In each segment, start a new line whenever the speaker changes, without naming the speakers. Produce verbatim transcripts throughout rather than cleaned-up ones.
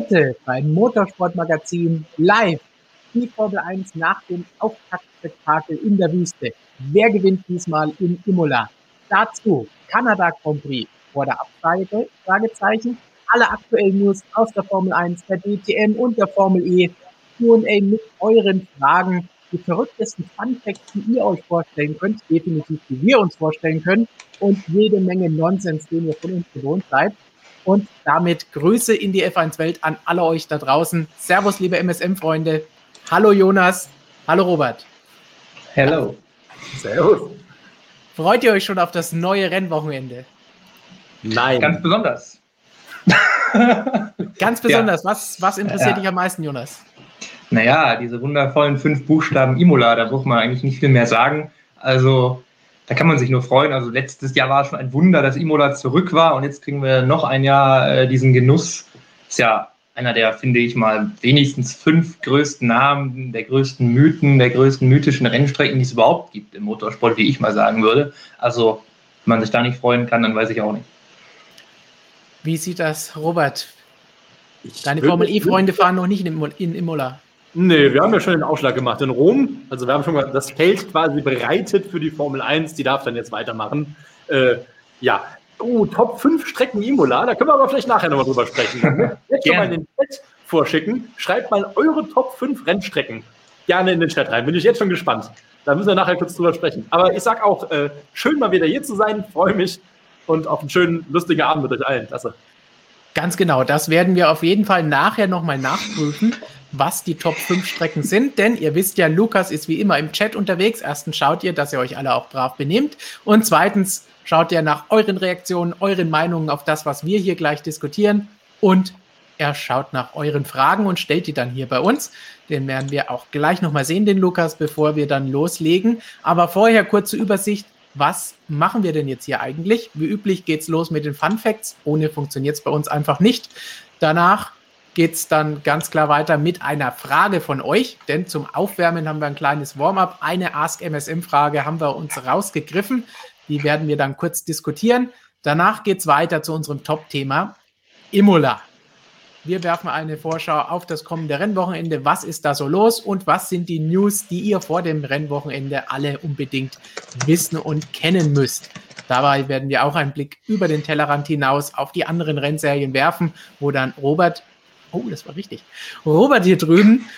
Heute beim Motorsportmagazin live die Formel eins nach dem Auftaktspektakel in der Wüste. Wer gewinnt diesmal in Imola? Dazu Kanada Grand Prix vor der Abfrage, Fragezeichen. Alle aktuellen News aus der Formel eins, der D T M und der Formel E. Q und A mit euren Fragen. Die verrücktesten Funfacts, die ihr euch vorstellen könnt, definitiv, die wir uns vorstellen können. Und jede Menge Nonsens, den ihr von uns gewohnt seid. Und damit Grüße in die F eins Welt an alle euch da draußen. Servus, liebe M S M-Freunde. Hallo Jonas. Hallo Robert.
Hello.
Servus.
Freut ihr euch schon auf das neue Rennwochenende?
Nein. Ganz besonders.
Ganz besonders.
Ja.
Was, was interessiert
ja.
dich am meisten, Jonas?
Naja, diese wundervollen fünf Buchstaben Imola, da braucht man eigentlich nicht viel mehr sagen. Also, da kann man sich nur freuen. Also, letztes Jahr war schon ein Wunder, dass Imola zurück war und jetzt kriegen wir noch ein Jahr äh, diesen Genuss. Ist ja einer der, finde ich mal, wenigstens fünf größten Namen, der größten Mythen, der größten mythischen Rennstrecken, die es überhaupt gibt im Motorsport, wie ich mal sagen würde. Also, wenn man sich da nicht freuen kann, dann weiß ich auch nicht.
Wie sieht das, Robert? Deine Formel E-Freunde fahren noch nicht in, in Imola.
Nee, wir haben ja schon den Ausschlag gemacht in Rom. Also wir haben schon mal das Feld quasi bereitet für die Formel eins. Die darf dann jetzt weitermachen. Äh, ja, oh, Top fünf Strecken Imola. Da können wir aber vielleicht nachher nochmal drüber sprechen. Jetzt schon mal in den Chat vorschicken. Schreibt mal eure Top fünf Rennstrecken gerne in den Chat rein. Bin ich jetzt schon gespannt. Da müssen wir nachher kurz drüber sprechen. Aber ich sag auch, äh, schön mal wieder hier zu sein. Freue mich. Und auf einen schönen, lustigen Abend mit euch allen. Klasse.
Ganz genau, das werden wir auf jeden Fall nachher nochmal nachprüfen, was die Top fünf Strecken sind, denn ihr wisst ja, Lukas ist wie immer im Chat unterwegs. Erstens schaut ihr, dass ihr euch alle auch brav benehmt und zweitens schaut ihr nach euren Reaktionen, euren Meinungen auf das, was wir hier gleich diskutieren und er schaut nach euren Fragen und stellt die dann hier bei uns. Den werden wir auch gleich nochmal sehen, den Lukas, bevor wir dann loslegen. Aber vorher kurze Übersicht. Was machen wir denn jetzt hier eigentlich? Wie üblich geht's los mit den Fun Facts. Ohne funktioniert's bei uns einfach nicht. Danach geht's dann ganz klar weiter mit einer Frage von euch, denn zum Aufwärmen haben wir ein kleines Warm-up. Eine Ask M S M-Frage haben wir uns rausgegriffen. Die werden wir dann kurz diskutieren. Danach geht's weiter zu unserem Top-Thema Imola. Wir werfen eine Vorschau auf das kommende Rennwochenende. Was ist da so los und was sind die News, die ihr vor dem Rennwochenende alle unbedingt wissen und kennen müsst? Dabei werden wir auch einen Blick über den Tellerrand hinaus auf die anderen Rennserien werfen, wo dann Robert, oh, das war richtig, Robert hier drüben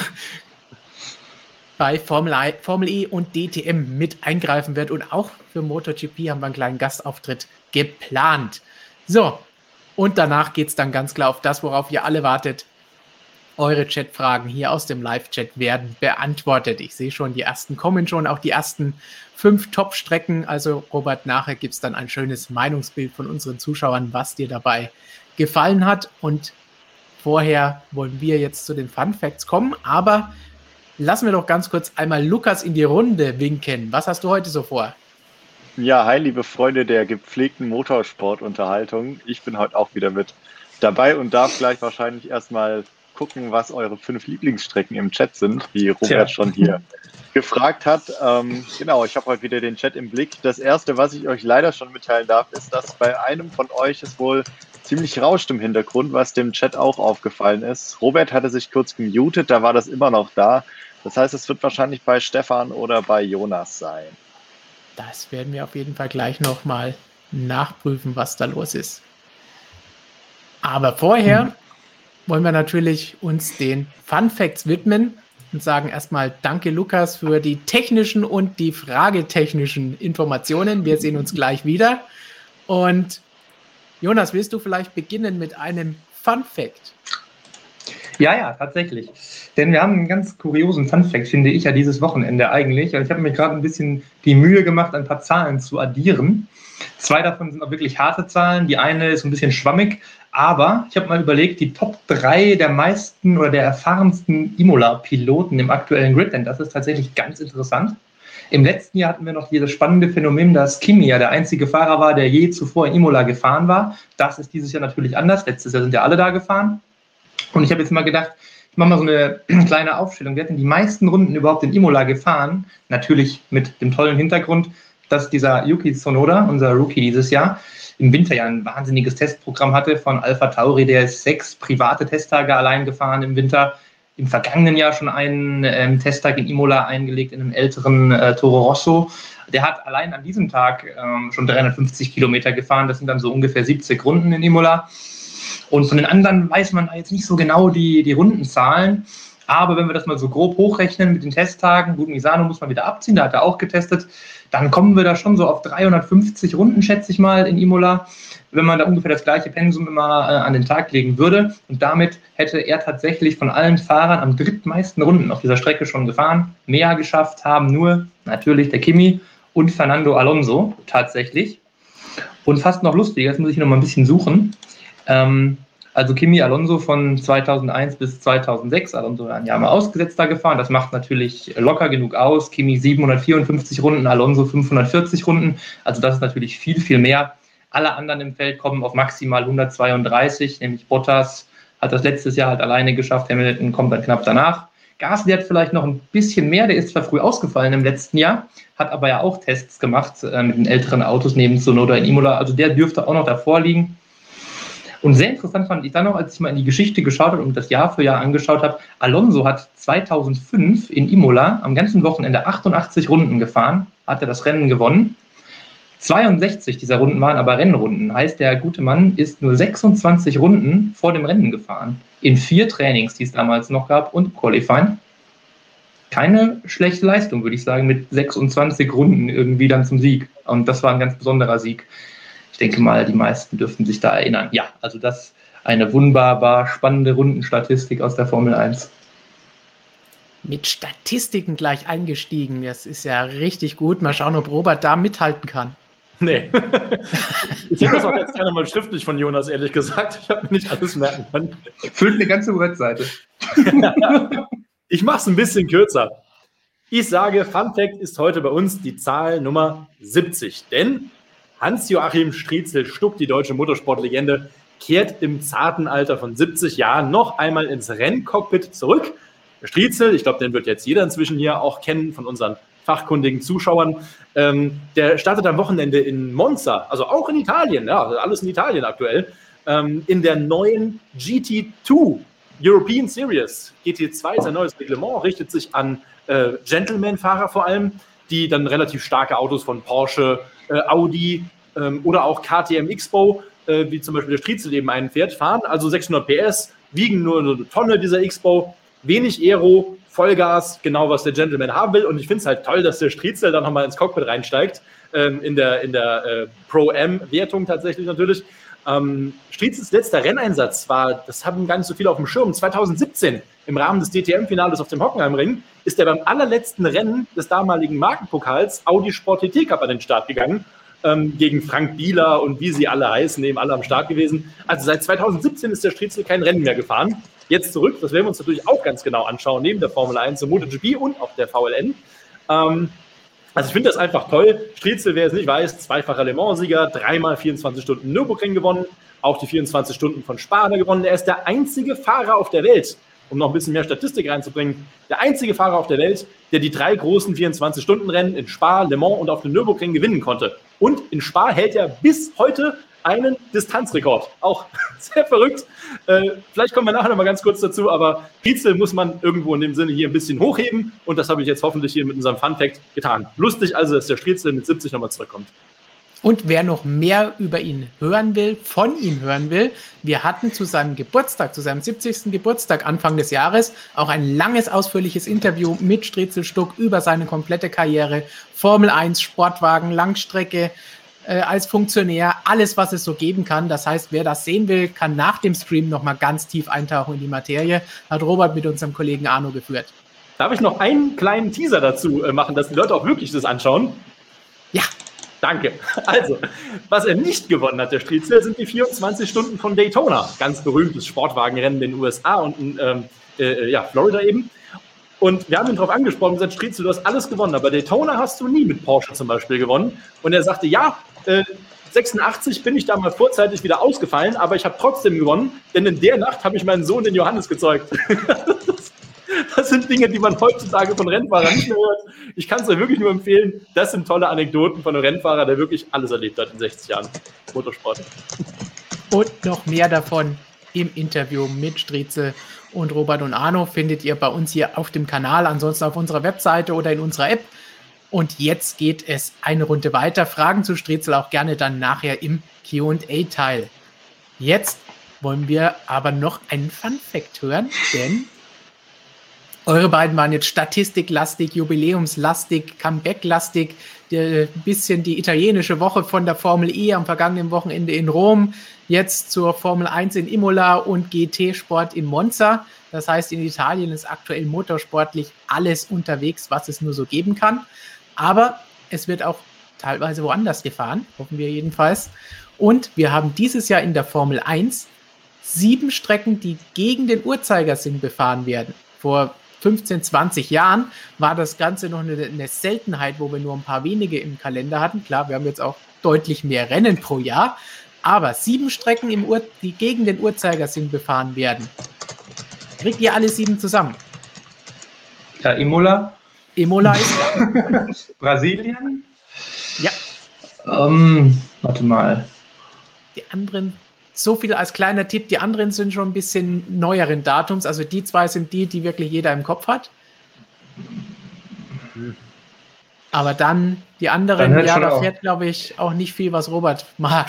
bei Formel, I, Formel E und D T M mit eingreifen wird. Und auch für MotoGP haben wir einen kleinen Gastauftritt geplant. So. Und danach geht es dann ganz klar auf das, worauf ihr alle wartet. Eure Chatfragen hier aus dem Live-Chat werden beantwortet. Ich sehe schon, die ersten kommen schon, auch die ersten fünf Top-Strecken. Also Robert, nachher gibt es dann ein schönes Meinungsbild von unseren Zuschauern, was dir dabei gefallen hat. Und vorher wollen wir jetzt zu den Fun Facts kommen. Aber lassen wir doch ganz kurz einmal Lukas in die Runde winken. Was hast du heute so vor?
Ja, hi, liebe Freunde der gepflegten Motorsportunterhaltung. Ich bin heute auch wieder mit dabei und darf gleich wahrscheinlich erstmal gucken, was eure fünf Lieblingsstrecken im Chat sind, wie Robert Tja. schon hier gefragt hat. Ähm, genau, ich habe heute wieder den Chat im Blick. Das Erste, was ich euch leider schon mitteilen darf, ist, dass bei einem von euch es wohl ziemlich rauscht im Hintergrund, was dem Chat auch aufgefallen ist. Robert hatte sich kurz gemutet, da war das immer noch da. Das heißt, es wird wahrscheinlich bei Stefan oder bei Jonas sein.
Das werden wir auf jeden Fall gleich nochmal nachprüfen, was da los ist. Aber vorher hm. wollen wir natürlich uns den Fun Facts widmen und sagen erstmal danke, Lukas, für die technischen und die fragetechnischen Informationen. Wir sehen uns gleich wieder. Und Jonas, willst du vielleicht beginnen mit einem Fun Fact?
Ja, ja, tatsächlich. Denn wir haben einen ganz kuriosen Funfact, finde ich, ja dieses Wochenende eigentlich. Ich habe mir gerade ein bisschen die Mühe gemacht, ein paar Zahlen zu addieren. Zwei davon sind auch wirklich harte Zahlen. Die eine ist ein bisschen schwammig. Aber ich habe mal überlegt, die Top drei der meisten oder der erfahrensten Imola-Piloten im aktuellen Grid. Denn das ist tatsächlich ganz interessant. Im letzten Jahr hatten wir noch dieses spannende Phänomen, dass Kimi ja der einzige Fahrer war, der je zuvor in Imola gefahren war. Das ist dieses Jahr natürlich anders. Letztes Jahr sind ja alle da gefahren. Und ich habe jetzt mal gedacht, ich mache mal so eine kleine Aufstellung. Wir hatten die meisten Runden überhaupt in Imola gefahren. Natürlich mit dem tollen Hintergrund, dass dieser Yuki Tsunoda, unser Rookie dieses Jahr, im Winter ja ein wahnsinniges Testprogramm hatte von Alpha Tauri, der ist sechs private Testtage allein gefahren im Winter. Im vergangenen Jahr schon einen ähm, Testtag in Imola eingelegt, in einem älteren äh, Toro Rosso. Der hat allein an diesem Tag ähm, schon dreihundertfünfzig Kilometer gefahren. Das sind dann so ungefähr siebzig Runden in Imola. Und von den anderen weiß man jetzt nicht so genau die, die Rundenzahlen. Aber wenn wir das mal so grob hochrechnen mit den Testtagen, gut, Misano muss man wieder abziehen, da hat er auch getestet, dann kommen wir da schon so auf dreihundertfünfzig Runden, schätze ich mal, in Imola, wenn man da ungefähr das gleiche Pensum immer äh, an den Tag legen würde. Und damit hätte er tatsächlich von allen Fahrern am drittmeisten Runden auf dieser Strecke schon gefahren. Mehr geschafft haben nur natürlich der Kimi und Fernando Alonso tatsächlich. Und fast noch lustiger, jetzt muss ich noch mal ein bisschen suchen. Ähm, Also Kimi Alonso von zweitausendeins bis zweitausendsechs, Alonso ein Jahr mal ausgesetzt da gefahren. Das macht natürlich locker genug aus. Kimi siebenhundertvierundfünfzig Runden, Alonso fünfhundertvierzig Runden. Also das ist natürlich viel, viel mehr. Alle anderen im Feld kommen auf maximal hundertzweiunddreißig, nämlich Bottas hat das letztes Jahr halt alleine geschafft. Hamilton kommt dann knapp danach. Gasly hat vielleicht noch ein bisschen mehr, der ist zwar früh ausgefallen im letzten Jahr, hat aber ja auch Tests gemacht äh, mit den älteren Autos neben Tsunoda in Imola. Also der dürfte auch noch davor liegen. Und sehr interessant fand ich dann noch, als ich mal in die Geschichte geschaut habe und das Jahr für Jahr angeschaut habe, Alonso hat zweitausendfünf in Imola am ganzen Wochenende achtundachtzig Runden gefahren, hat er das Rennen gewonnen. zweiundsechzig dieser Runden waren aber Rennrunden. Heißt, der gute Mann ist nur sechsundzwanzig Runden vor dem Rennen gefahren. In vier Trainings, die es damals noch gab, und Qualifying. Keine schlechte Leistung, würde ich sagen, mit sechsundzwanzig Runden irgendwie dann zum Sieg. Und das war ein ganz besonderer Sieg. Ich denke mal, die meisten dürften sich da erinnern. Ja, also das ist eine wunderbar spannende Rundenstatistik aus der Formel eins.
Mit Statistiken gleich eingestiegen. Das ist ja richtig gut. Mal schauen, ob Robert da mithalten kann.
Nee. Ich hätte das auch jetzt gerne mal schriftlich von Jonas, ehrlich gesagt. Ich habe mir nicht alles merken können.
Füllt eine ganze Webseite.
Ich mache es ein bisschen kürzer. Ich sage, Fun Fact ist heute bei uns die Zahl Nummer siebzig. Denn Hans-Joachim Striezel-Stuck, die deutsche Motorsportlegende, kehrt im zarten Alter von siebzig Jahren noch einmal ins Renncockpit zurück. Der Striezel, ich glaube, den wird jetzt jeder inzwischen hier auch kennen von unseren fachkundigen Zuschauern, ähm, der startet am Wochenende in Monza, also auch in Italien, ja, alles in Italien aktuell, ähm, in der neuen G T zwei European Series. G T zwei ist ein neues Reglement, richtet sich an äh, Gentleman-Fahrer vor allem, die dann relativ starke Autos von Porsche, äh, Audi ähm, oder auch K T M X-Bow, äh, wie zum Beispiel der Striezel eben einen fährt, fahren. Also sechshundert P S, wiegen nur eine Tonne dieser X-Bow, wenig Aero, Vollgas, genau was der Gentleman haben will. Und ich finde es halt toll, dass der Striezel dann nochmal ins Cockpit reinsteigt, ähm, in der, in der äh, Pro-M-Wertung tatsächlich natürlich. Ähm, Striezels letzter Renneinsatz war, das haben gar nicht so viele auf dem Schirm, zweitausendsiebzehn im Rahmen des D T M-Finales auf dem Hockenheimring ist er beim allerletzten Rennen des damaligen Markenpokals Audi Sport T T Cup an den Start gegangen, ähm, gegen Frank Bieler und wie sie alle heißen, eben alle am Start gewesen. Also seit zweitausendsiebzehn ist der Striezel kein Rennen mehr gefahren. Jetzt zurück, das werden wir uns natürlich auch ganz genau anschauen, neben der Formel eins, der MotoGP und auch der V L N. Ähm, Also ich finde das einfach toll. Striezel, wer es nicht weiß, zweifacher Le Mans-Sieger, dreimal vierundzwanzig Stunden Nürburgring gewonnen, auch die vierundzwanzig Stunden von Spa gewonnen. Er ist der einzige Fahrer auf der Welt, um noch ein bisschen mehr Statistik reinzubringen, der einzige Fahrer auf der Welt, der die drei großen vierundzwanzig-Stunden-Rennen in Spa, Le Mans und auf dem Nürburgring gewinnen konnte. Und in Spa hält er bis heute einen Distanzrekord. Auch sehr verrückt. Äh, vielleicht kommen wir nachher noch mal ganz kurz dazu, aber Striezel muss man irgendwo in dem Sinne hier ein bisschen hochheben und das habe ich jetzt hoffentlich hier mit unserem Fun-Fact getan. Lustig also, dass der Striezel mit siebzig nochmal zurückkommt.
Und wer noch mehr über ihn hören will, von ihm hören will, wir hatten zu seinem Geburtstag, zu seinem siebzigsten Geburtstag Anfang des Jahres auch ein langes, ausführliches Interview mit Striezel-Stuck über seine komplette Karriere, Formel eins, Sportwagen, Langstrecke, äh, als Funktionär, alles, was es so geben kann. Das heißt, wer das sehen will, kann nach dem Stream nochmal ganz tief eintauchen in die Materie. Hat Robert mit unserem Kollegen Arno geführt.
Darf ich noch einen kleinen Teaser dazu äh, machen, dass die Leute auch wirklich das anschauen?
Ja.
Danke. Also, was er nicht gewonnen hat, der Striezel, sind die vierundzwanzig Stunden von Daytona. Ganz berühmtes Sportwagenrennen in den U S A und in ähm, äh, ja, Florida eben. Und wir haben ihn darauf angesprochen und gesagt, Striezel, du hast alles gewonnen, aber Daytona hast du nie mit Porsche zum Beispiel gewonnen. Und er sagte, ja, äh, sechsundachtzig bin ich da mal vorzeitig wieder ausgefallen, aber ich habe trotzdem gewonnen, denn in der Nacht habe ich meinen Sohn, den Johannes, gezeugt. Das sind Dinge, die man heutzutage von Rennfahrern nicht mehr hört. Ich kann es euch wirklich nur empfehlen. Das sind tolle Anekdoten von einem Rennfahrer, der wirklich alles erlebt hat in sechzig Jahren Motorsport.
Und noch mehr davon im Interview mit Striezel und Robert und Arno findet ihr bei uns hier auf dem Kanal, ansonsten auf unserer Webseite oder in unserer App. Und jetzt geht es eine Runde weiter. Fragen zu Striezel auch gerne dann nachher im Q und A-Teil. Jetzt wollen wir aber noch einen Fun-Fact hören, denn eure beiden waren jetzt statistiklastig, jubiläumslastig, Comeback-lastig, ein bisschen die italienische Woche von der Formel E am vergangenen Wochenende in Rom, jetzt zur Formel eins in Imola und G T-Sport in Monza. Das heißt, in Italien ist aktuell motorsportlich alles unterwegs, was es nur so geben kann. Aber es wird auch teilweise woanders gefahren, hoffen wir jedenfalls. Und wir haben dieses Jahr in der Formel eins sieben Strecken, die gegen den Uhrzeigersinn befahren werden. Vor fünfzehn, zwanzig Jahren war das Ganze noch eine, eine Seltenheit, wo wir nur ein paar wenige im Kalender hatten. Klar, wir haben jetzt auch deutlich mehr Rennen pro Jahr, aber sieben Strecken, im Ur- die gegen den Uhrzeigersinn befahren werden. Kriegt ihr alle sieben zusammen?
Ja, Imola.
Imola ist
Brasilien.
Ja.
Ähm, warte mal.
Die anderen, so viel als kleiner Tipp, die anderen sind schon ein bisschen neueren Datums. Also die zwei sind die, die wirklich jeder im Kopf hat. Aber dann die anderen,
Dann
ja, da
auf.
fährt, glaube ich, auch nicht viel, was Robert mag.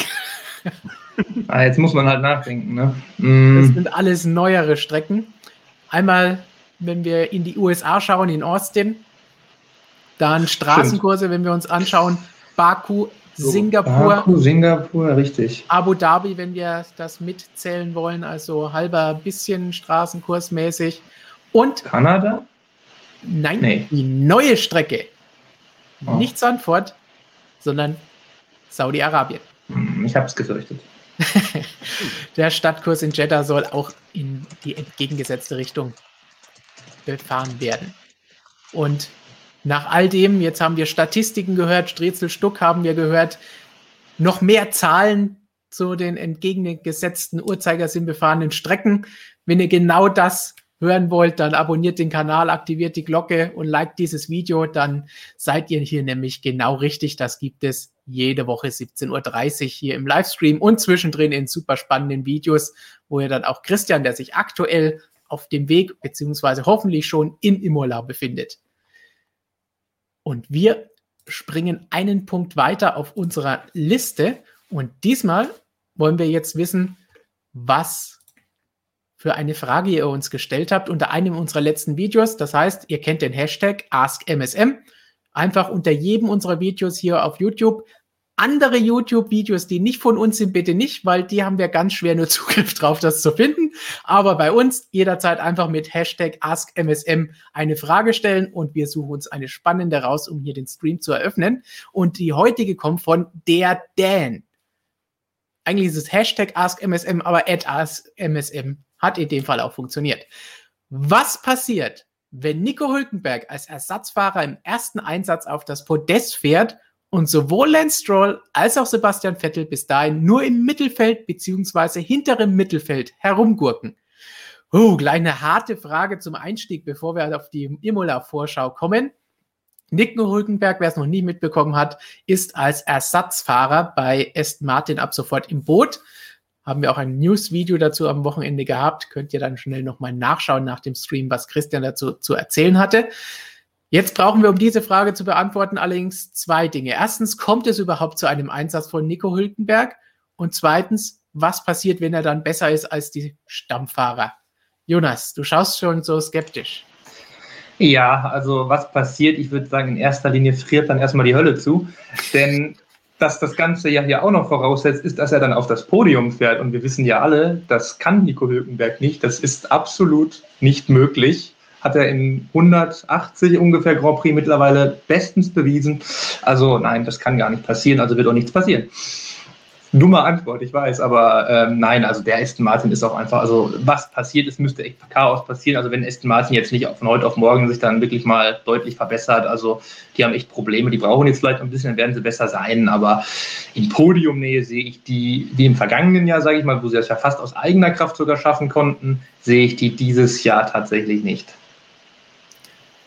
Ah, jetzt muss man halt nachdenken. Ne?
Das
Mm.
sind alles neuere Strecken. Einmal, wenn wir in die U S A schauen, in Austin, dann Straßenkurse, wenn wir uns anschauen, Baku, Singapur,
Baku, Singapur, richtig.
Abu Dhabi, wenn wir das mitzählen wollen, also halber bisschen straßenkursmäßig. Und
Kanada?
nein,
Nee.
die neue Strecke,
Oh.
nicht Zandvoort, sondern Saudi-Arabien.
Hm, Ich habe es gefürchtet.
Der Stadtkurs in Jeddah soll auch in die entgegengesetzte Richtung befahren werden. Und nach all dem, jetzt haben wir Statistiken gehört, Striezel-Stuck haben wir gehört, noch mehr Zahlen zu den entgegengesetzten Uhrzeigersinn befahrenen Strecken. Wenn ihr genau das hören wollt, dann abonniert den Kanal, aktiviert die Glocke und liked dieses Video, dann seid ihr hier nämlich genau richtig. Das gibt es jede Woche siebzehn Uhr dreißig hier im Livestream und zwischendrin in super spannenden Videos, wo ihr dann auch Christian, der sich aktuell auf dem Weg beziehungsweise hoffentlich schon in Imola befindet. Und wir springen einen Punkt weiter auf unserer Liste und diesmal wollen wir jetzt wissen, was für eine Frage ihr uns gestellt habt unter einem unserer letzten Videos. Das heißt, ihr kennt den Hashtag AskMSM. Einfach unter jedem unserer Videos hier auf YouTube. Andere YouTube-Videos, die nicht von uns sind, bitte nicht, weil die haben wir ganz schwer nur Zugriff drauf, das zu finden. Aber bei uns jederzeit einfach mit Hashtag AskMSM eine Frage stellen und wir suchen uns eine spannende raus, um hier den Stream zu eröffnen. Und die heutige kommt von der Dan. Eigentlich ist es Hashtag AskMSM, aber at AskMSM hat in dem Fall auch funktioniert. Was passiert, wenn Nico Hülkenberg als Ersatzfahrer im ersten Einsatz auf das Podest fährt und sowohl Lance Stroll als auch Sebastian Vettel bis dahin nur im Mittelfeld bzw. hinterem Mittelfeld herumgurken? Oh, gleich eine harte Frage zum Einstieg, bevor wir auf die Imola-Vorschau kommen. Nico Hülkenberg, wer es noch nie mitbekommen hat, ist als Ersatzfahrer bei Aston Martin ab sofort im Boot. Haben wir auch ein News-Video dazu am Wochenende gehabt. Könnt ihr dann schnell nochmal nachschauen nach dem Stream, was Christian dazu zu erzählen hatte. Jetzt brauchen wir, um diese Frage zu beantworten, allerdings zwei Dinge. Erstens, kommt es überhaupt zu einem Einsatz von Nico Hülkenberg? Und zweitens, was passiert, wenn er dann besser ist als die Stammfahrer? Jonas, du schaust schon so skeptisch.
Ja, also was passiert? Ich würde sagen, in erster Linie friert dann erstmal die Hölle zu. Denn dass das Ganze ja hier auch noch voraussetzt, ist, dass er dann auf das Podium fährt. Und wir wissen ja alle, das kann Nico Hülkenberg nicht. Das ist absolut nicht möglich. Hat er in hundertachtzig ungefähr Grand Prix mittlerweile bestens bewiesen. Also nein, das kann gar nicht passieren. Also wird auch nichts passieren. Dumme Antwort, ich weiß, aber ähm, nein, also der Aston Martin ist auch einfach, also was passiert ist, müsste echt Chaos passieren. Also wenn Aston Martin jetzt nicht von heute auf morgen sich dann wirklich mal deutlich verbessert, also die haben echt Probleme, die brauchen jetzt vielleicht ein bisschen, dann werden sie besser sein, aber in Podiumnähe sehe ich die, wie im vergangenen Jahr, sage ich mal, wo sie das ja fast aus eigener Kraft sogar schaffen konnten, sehe ich die dieses Jahr tatsächlich nicht.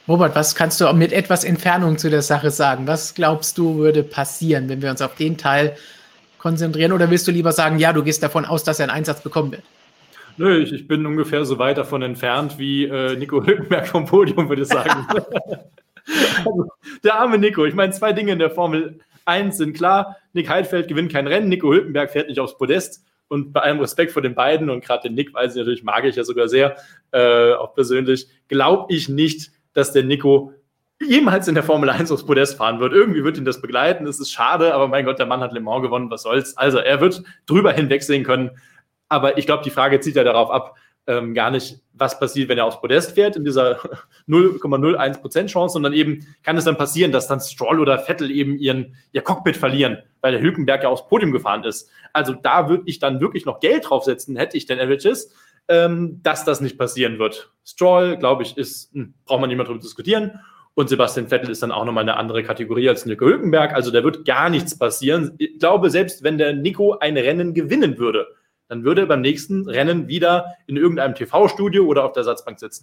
Robert, was kannst du mit etwas Entfernung zu der Sache sagen? Was glaubst du, würde passieren, wenn wir uns auf den Teil konzentrieren? Oder willst du lieber sagen, ja, du gehst davon aus, dass er einen Einsatz bekommen wird?
Nö, ich, ich bin ungefähr so weit davon entfernt wie äh, Nico Hülkenberg vom Podium, würde ich sagen. Also, der arme Nico. Ich meine, zwei Dinge in der Formel eins sind klar. Nick Heidfeld gewinnt kein Rennen, Nico Hülkenberg fährt nicht aufs Podest. Und bei allem Respekt vor den beiden, und gerade den Nick, weiß ich natürlich, mag ich ja sogar sehr, äh, auch persönlich, glaube ich nicht, dass der Nico jemals in der Formel eins aufs Podest fahren wird. Irgendwie wird ihn das begleiten. Es ist schade, aber mein Gott, der Mann hat Le Mans gewonnen, was soll's. Also er wird drüber hinwegsehen können. Aber ich glaube, die Frage zieht ja darauf ab, ähm, gar nicht, was passiert, wenn er aufs Podest fährt, in dieser null Komma null eins Prozent Chance, sondern eben, kann es dann passieren, dass dann Stroll oder Vettel eben ihren, ihr Cockpit verlieren, weil der Hülkenberg ja aufs Podium gefahren ist. Also da würde ich dann wirklich noch Geld draufsetzen, hätte ich denn Averages, ähm, dass das nicht passieren wird. Stroll, glaube ich, ist, hm, braucht man nicht mehr drüber diskutieren. Und Sebastian Vettel ist dann auch nochmal eine andere Kategorie als Nico Hülkenberg. Also da wird gar nichts passieren. Ich glaube, selbst wenn der Nico ein Rennen gewinnen würde, dann würde er beim nächsten Rennen wieder in irgendeinem T V-Studio oder auf der Ersatzbank sitzen.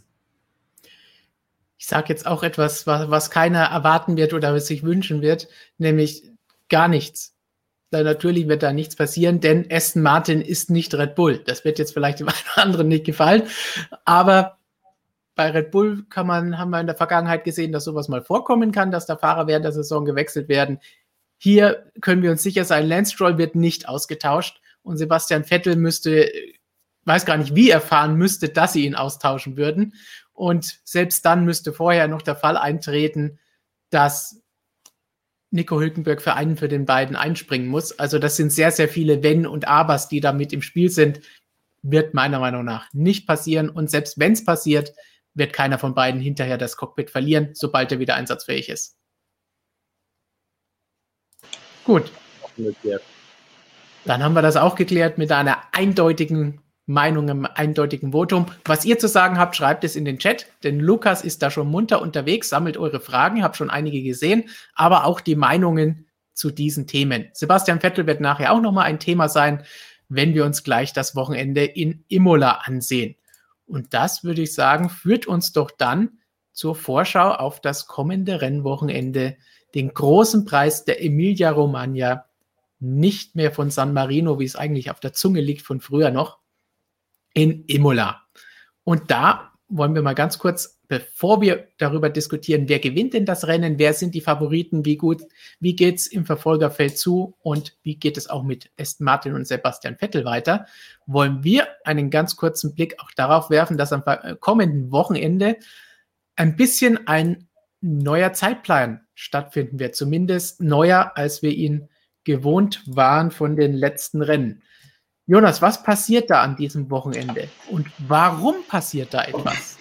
Ich sage jetzt auch etwas, was, was keiner erwarten wird oder was sich wünschen wird, nämlich gar nichts. Da natürlich wird da nichts passieren, denn Aston Martin ist nicht Red Bull. Das wird jetzt vielleicht dem einen oder anderen nicht gefallen, aber bei Red Bull kann man, haben wir in der Vergangenheit gesehen, dass sowas mal vorkommen kann, dass da Fahrer während der Saison gewechselt werden. Hier können wir uns sicher sein, Lance Stroll wird nicht ausgetauscht und Sebastian Vettel müsste, weiß gar nicht, wie er fahren müsste, dass sie ihn austauschen würden. Und selbst dann müsste vorher noch der Fall eintreten, dass Nico Hülkenberg für einen für den beiden einspringen muss. Also das sind sehr, sehr viele Wenn und Abers, die da mit im Spiel sind. Wird meiner Meinung nach nicht passieren. Und selbst wenn es passiert, wird keiner von beiden hinterher das Cockpit verlieren, sobald er wieder einsatzfähig ist. Gut. Dann haben wir das auch geklärt mit einer eindeutigen Meinung, einem eindeutigen Votum. Was ihr zu sagen habt, schreibt es in den Chat, denn Lukas ist da schon munter unterwegs, sammelt eure Fragen, habt schon einige gesehen, aber auch die Meinungen zu diesen Themen. Sebastian Vettel wird nachher auch nochmal ein Thema sein, wenn wir uns gleich das Wochenende in Imola ansehen. Und das, würde ich sagen, führt uns doch dann zur Vorschau auf das kommende Rennwochenende, den großen Preis der Emilia-Romagna, nicht mehr von San Marino, wie es eigentlich auf der Zunge liegt von früher noch, in Imola. Und da wollen wir mal ganz kurz, bevor wir darüber diskutieren, wer gewinnt denn das Rennen, wer sind die Favoriten, wie gut, wie geht es im Verfolgerfeld zu und wie geht es auch mit Aston Martin und Sebastian Vettel weiter, wollen wir einen ganz kurzen Blick auch darauf werfen, dass am kommenden Wochenende ein bisschen ein neuer Zeitplan stattfinden wird, zumindest neuer, als wir ihn gewohnt waren von den letzten Rennen. Jonas, was passiert da an diesem Wochenende und warum passiert da etwas?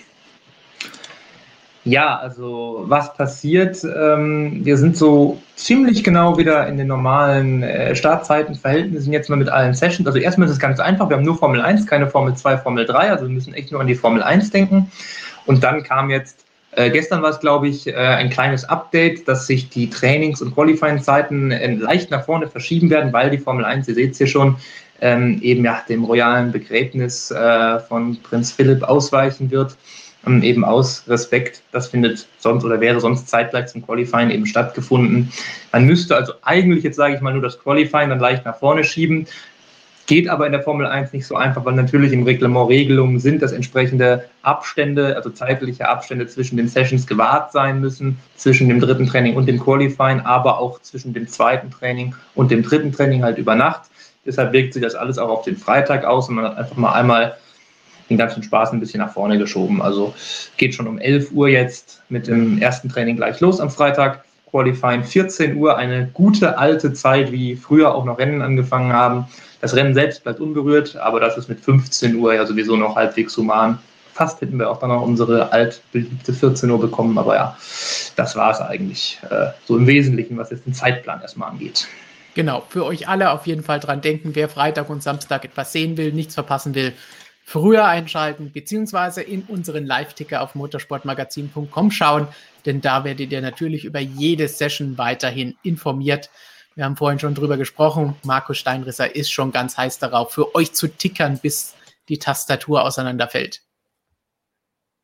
Ja, also was passiert? Ähm, wir sind so ziemlich genau wieder in den normalen äh, Startzeitenverhältnissen jetzt mal mit allen Sessions. Also erstmal ist es ganz einfach, wir haben nur Formel eins, keine Formel zwei, Formel drei, also wir müssen echt nur an die Formel eins denken. Und dann kam jetzt, äh, gestern war es glaube ich, äh, ein kleines Update, dass sich die Trainings- und Qualifying-Zeiten äh, leicht nach vorne verschieben werden, weil die Formel eins, ihr seht es hier schon, ähm, eben ja dem royalen Begräbnis äh, von Prinz Philipp ausweichen wird. Eben aus Respekt, das findet sonst oder wäre sonst zeitgleich zum Qualifying eben stattgefunden. Man müsste also eigentlich, jetzt sage ich mal, nur das Qualifying dann leicht nach vorne schieben. Geht aber in der Formel eins nicht so einfach, weil natürlich im Reglement Regelungen sind, dass entsprechende Abstände, also zeitliche Abstände zwischen den Sessions gewahrt sein müssen, zwischen dem dritten Training und dem Qualifying, aber auch zwischen dem zweiten Training und dem dritten Training halt über Nacht. Deshalb wirkt sich das alles auch auf den Freitag aus und man hat einfach mal einmal den ganzen Spaß ein bisschen nach vorne geschoben. Also geht schon um elf Uhr jetzt mit dem ersten Training gleich los am Freitag. Qualifying vierzehn Uhr, eine gute alte Zeit, wie früher auch noch Rennen angefangen haben. Das Rennen selbst bleibt unberührt, aber das ist mit fünfzehn Uhr ja sowieso noch halbwegs human. Fast hätten wir auch dann noch unsere altbeliebte vierzehn Uhr bekommen, aber ja, das war es eigentlich äh, so im Wesentlichen, was jetzt den Zeitplan erstmal angeht.
Genau, für euch alle auf jeden Fall dran denken, wer Freitag und Samstag etwas sehen will, nichts verpassen will, früher einschalten, beziehungsweise in unseren Live-Ticker auf motorsportmagazin punkt com schauen, denn da werdet ihr natürlich über jede Session weiterhin informiert. Wir haben vorhin schon drüber gesprochen, Markus Steinrisser ist schon ganz heiß darauf, für euch zu tickern, bis die Tastatur auseinanderfällt.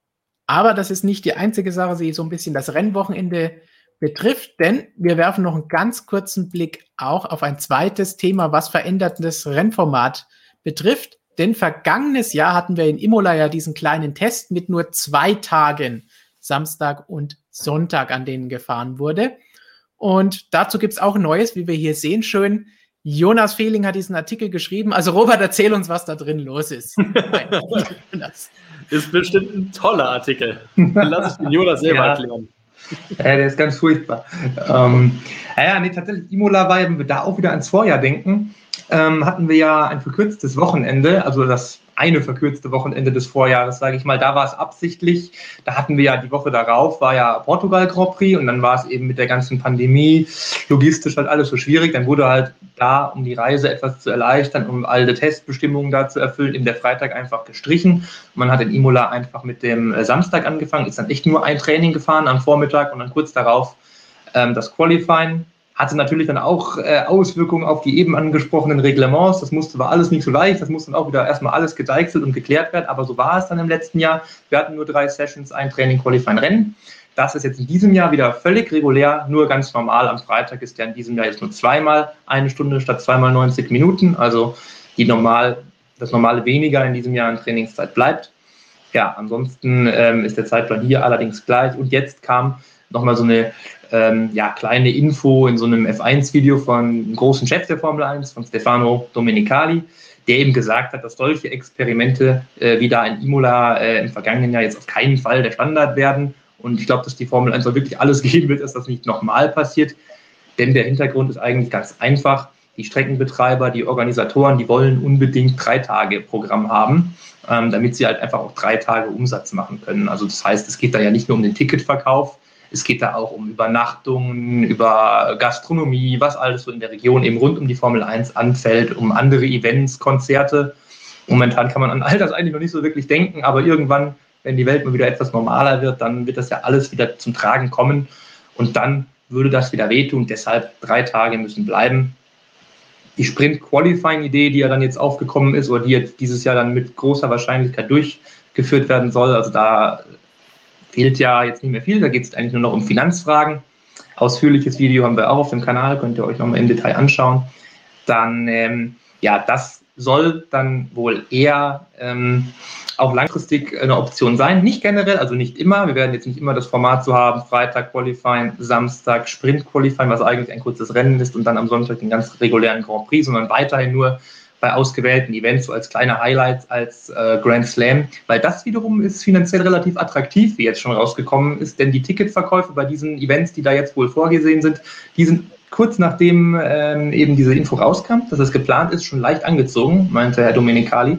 Aber das ist nicht die einzige Sache, die so ein bisschen das Rennwochenende betrifft, denn wir werfen noch einen ganz kurzen Blick auch auf ein zweites Thema, was verändertes Rennformat betrifft. Denn vergangenes Jahr hatten wir in Imola ja diesen kleinen Test mit nur zwei Tagen, Samstag und Sonntag, an denen gefahren wurde. Und dazu gibt es auch Neues, wie wir hier sehen, schön. Jonas Fehling hat diesen Artikel geschrieben. Also Robert, erzähl uns, was da drin los ist.
Ist bestimmt ein toller Artikel. Lass ich den Jonas selber ja erklären.
Ja, der ist ganz furchtbar. Ähm, ja, nee, tatsächlich, Imola war, wenn wir da auch wieder ans Vorjahr denken, ähm, hatten wir ja ein verkürztes Wochenende, also das eine verkürzte Wochenende des Vorjahres, sage ich mal. Da war es absichtlich. Da hatten wir ja die Woche darauf, war ja Portugal Grand Prix und dann war es eben mit der ganzen Pandemie logistisch halt alles so schwierig. Dann wurde halt da, um die Reise etwas zu erleichtern, um alle Testbestimmungen da zu erfüllen, eben der Freitag einfach gestrichen. Man hat in Imola einfach mit dem Samstag angefangen, ist dann echt nur ein Training gefahren am Vormittag und dann kurz darauf ähm, das Qualifying. Hatte natürlich dann auch äh, Auswirkungen auf die eben angesprochenen Reglements. Das musste, war alles nicht so leicht. Das musste dann auch wieder erstmal alles gedeichselt und geklärt werden. Aber so war es dann im letzten Jahr. Wir hatten nur drei Sessions, ein Training, Qualifying, Rennen. Das ist jetzt in diesem Jahr wieder völlig regulär, nur ganz normal. Am Freitag ist ja in diesem Jahr jetzt nur zweimal eine Stunde statt zweimal neunzig Minuten. Also die normal, das normale weniger in diesem Jahr an Trainingszeit bleibt. Ja, ansonsten ähm, ist der Zeitplan hier allerdings gleich. Und jetzt kam nochmal so eine ähm, ja, kleine Info in so einem F eins Video von einem großen Chef der Formel eins, von Stefano Domenicali, der eben gesagt hat, dass solche Experimente äh, wie da in Imola äh, im vergangenen Jahr jetzt auf keinen Fall der Standard werden. Und ich glaube, dass die Formel eins auch wirklich alles geben wird, dass das nicht nochmal passiert. Denn der Hintergrund ist eigentlich ganz einfach. Die Streckenbetreiber, die Organisatoren, die wollen unbedingt drei Tage Programm haben, ähm, damit sie halt einfach auch drei Tage Umsatz machen können. Also das heißt, es geht da ja nicht nur um den Ticketverkauf, es geht da auch um Übernachtungen, über Gastronomie, was alles so in der Region eben rund um die Formel eins anfällt, um andere Events, Konzerte. Momentan kann man an all das eigentlich noch nicht so wirklich denken, aber irgendwann, wenn die Welt mal wieder etwas normaler wird, dann wird das ja alles wieder zum Tragen kommen und dann würde das wieder wehtun. Deshalb drei Tage müssen bleiben. Die Sprint-Qualifying-Idee, die ja dann jetzt aufgekommen ist oder die jetzt dieses Jahr dann mit großer Wahrscheinlichkeit durchgeführt werden soll, also da fehlt ja jetzt nicht mehr viel, da geht es eigentlich nur noch um Finanzfragen. Ausführliches Video haben wir auch auf dem Kanal, könnt ihr euch nochmal im Detail anschauen. Dann, ähm, ja, das soll dann wohl eher ähm, auch langfristig eine Option sein. Nicht generell, also nicht immer. Wir werden jetzt nicht immer das Format so haben, Freitag Qualifying, Samstag Sprint Qualifying, was eigentlich ein kurzes Rennen ist und dann am Sonntag den ganz regulären Grand Prix, sondern weiterhin nur bei ausgewählten Events, so als kleine Highlights, als äh, Grand Slam, weil das wiederum ist finanziell relativ attraktiv, wie jetzt schon rausgekommen ist, denn die Ticketverkäufe bei diesen Events, die da jetzt wohl vorgesehen sind, die sind kurz nachdem ähm, eben diese Info rauskam, dass es geplant ist, schon leicht angezogen, meinte Herr Domenicali.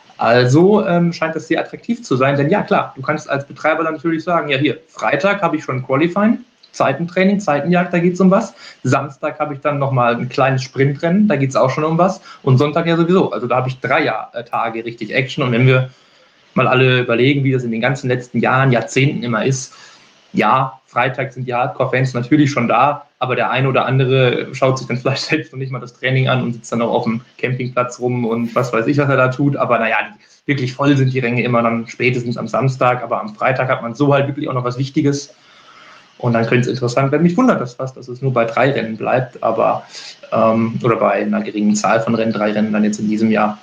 Also ähm, scheint das sehr attraktiv zu sein, denn ja klar, du kannst als Betreiber dann natürlich sagen, ja hier, Freitag habe ich schon Qualifying, Zeitentraining, Zeitenjagd, da geht es um was. Samstag habe ich dann nochmal ein kleines Sprintrennen, da geht es auch schon um was. Und Sonntag ja sowieso. Also da habe ich drei Jahr, äh, Tage richtig Action. Und wenn wir mal alle überlegen, wie das in den ganzen letzten Jahren, Jahrzehnten immer ist, ja, Freitag sind die Hardcore-Fans natürlich schon da, aber der eine oder andere schaut sich dann vielleicht selbst noch nicht mal das Training an und sitzt dann noch auf dem Campingplatz rum und was weiß ich, was er da tut. Aber naja, wirklich voll sind die Ränge immer dann spätestens am Samstag, aber am Freitag hat man so halt wirklich auch noch was Wichtiges. Und dann könnte es interessant werden. Mich wundert das fast, dass es nur bei drei Rennen bleibt, aber ähm, oder bei einer geringen Zahl von Rennen, drei Rennen dann jetzt in diesem Jahr.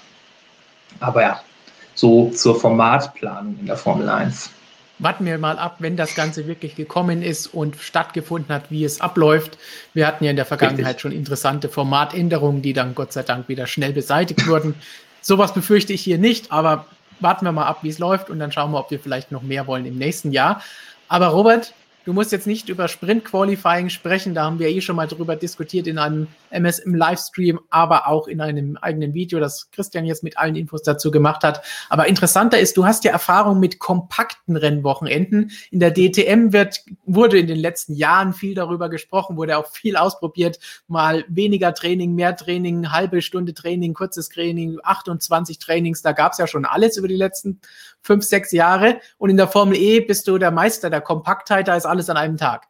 Aber ja, so zur Formatplanung in der Formel eins.
Warten wir mal ab, wenn das Ganze wirklich gekommen ist und stattgefunden hat, wie es abläuft. Wir hatten ja in der Vergangenheit Richtig. schon interessante Formatänderungen, die dann Gott sei Dank wieder schnell beseitigt wurden. Sowas befürchte ich hier nicht, aber warten wir mal ab, wie es läuft und dann schauen wir, ob wir vielleicht noch mehr wollen im nächsten Jahr. Aber Robert, du musst jetzt nicht über Sprint-Qualifying sprechen, da haben wir eh schon mal drüber diskutiert in einem M S M-Livestream, aber auch in einem eigenen Video, das Christian jetzt mit allen Infos dazu gemacht hat. Aber interessanter ist, du hast ja Erfahrung mit kompakten Rennwochenenden. In der D T M wird, wurde in den letzten Jahren viel darüber gesprochen, wurde auch viel ausprobiert, mal weniger Training, mehr Training, halbe Stunde Training, kurzes Training, achtundzwanzig Trainings, da gab es ja schon alles über die letzten fünf, sechs Jahre. Und in der Formel E bist du der Meister der Kompaktheit, da ist alles an einem Tag.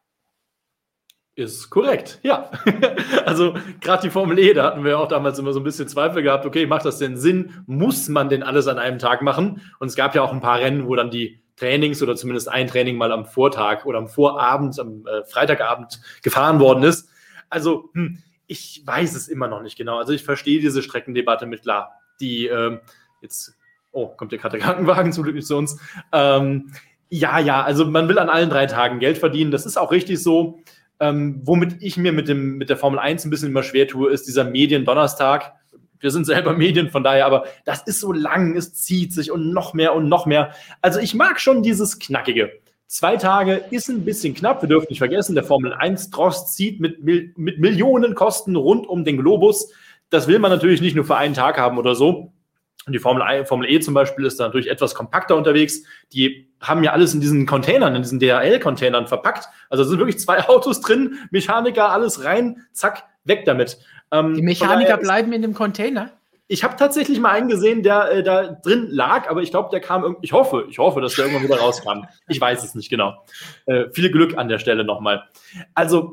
Ist korrekt, ja. Also gerade die Formel E, da hatten wir auch damals immer so ein bisschen Zweifel gehabt, okay, macht das denn Sinn? Muss man denn alles an einem Tag machen? Und es gab ja auch ein paar Rennen, wo dann die Trainings oder zumindest ein Training mal am Vortag oder am Vorabend, am äh, Freitagabend gefahren worden ist. Also hm, ich weiß es immer noch nicht genau. Also ich verstehe diese Streckendebatte mit klar. Die ähm, jetzt, oh, kommt hier gerade der Krankenwagen zum Glück nicht zu uns. Ähm, ja, ja, also man will an allen drei Tagen Geld verdienen. Das ist auch richtig so. Ähm, womit ich mir mit, dem, mit der Formel eins ein bisschen immer schwer tue, ist dieser Medien-Donnerstag. Wir sind selber Medien, von daher, aber das ist so lang, es zieht sich und noch mehr und noch mehr. Also ich mag schon dieses Knackige. Zwei Tage ist ein bisschen knapp, wir dürfen nicht vergessen, der Formel eins Trost zieht mit, mit Millionen Kosten rund um den Globus. Das will man natürlich nicht nur für einen Tag haben oder so. Und die Formel, Formel E zum Beispiel ist da natürlich etwas kompakter unterwegs. Die haben ja alles in diesen Containern, in diesen D H L-Containern verpackt. Also da sind wirklich zwei Autos drin, Mechaniker, alles rein, zack, weg damit. Ähm,
die Mechaniker bleiben in dem Container?
Ich habe tatsächlich mal einen gesehen, der äh, da drin lag, aber ich glaube, der kam irgendwie, ich hoffe, ich hoffe, dass der irgendwann wieder rauskam. Ich weiß es nicht genau. Äh, viel Glück an der Stelle nochmal. Also,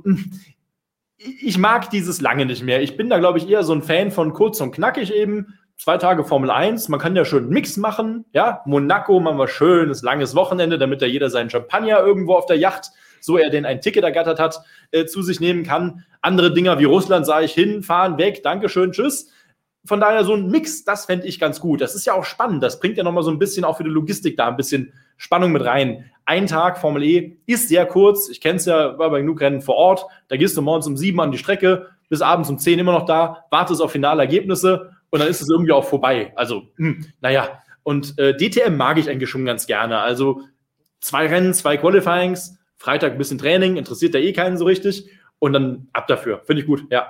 ich mag dieses lange nicht mehr. Ich bin da, glaube ich, eher so ein Fan von kurz und knackig eben. Zwei Tage Formel eins, man kann ja schön einen Mix machen, ja, Monaco, machen wir schönes, langes Wochenende, damit da jeder seinen Champagner irgendwo auf der Yacht, so er denn ein Ticket ergattert hat, äh, zu sich nehmen kann. Andere Dinger wie Russland sage ich hinfahren, weg, Dankeschön, tschüss. Von daher so ein Mix, das fände ich ganz gut. Das ist ja auch spannend, das bringt ja nochmal so ein bisschen auch für die Logistik da ein bisschen Spannung mit rein. Ein Tag Formel E ist sehr kurz, ich kenne es ja, war bei genug Rennen vor Ort, da gehst du morgens um sieben an die Strecke, bis abends um zehn immer noch da, wartest auf finale Ergebnisse, und dann ist es irgendwie auch vorbei. Also, hm, naja. Und äh, D T M mag ich eigentlich schon ganz gerne. Also zwei Rennen, zwei Qualifyings, Freitag ein bisschen Training, interessiert ja eh keinen so richtig. Und dann ab dafür. Finde ich gut, ja.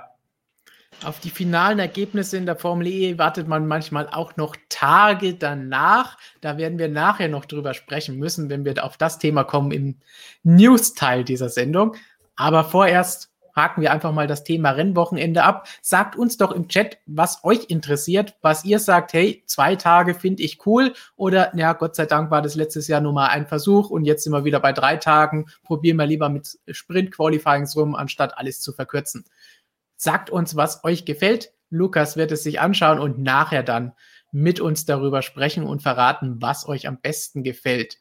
Auf die finalen Ergebnisse in der Formel E wartet man manchmal auch noch Tage danach. Da werden wir nachher noch drüber sprechen müssen, wenn wir auf das Thema kommen im News-Teil dieser Sendung. Aber vorerst haken wir einfach mal das Thema Rennwochenende ab. Sagt uns doch im Chat, was euch interessiert, was ihr sagt, hey, zwei Tage finde ich cool oder, ja, Gott sei Dank war das letztes Jahr nur mal ein Versuch und jetzt sind wir wieder bei drei Tagen. Probieren wir lieber mit Sprint-Qualifyings rum, anstatt alles zu verkürzen. Sagt uns, was euch gefällt. Lukas wird es sich anschauen und nachher dann mit uns darüber sprechen und verraten, was euch am besten gefällt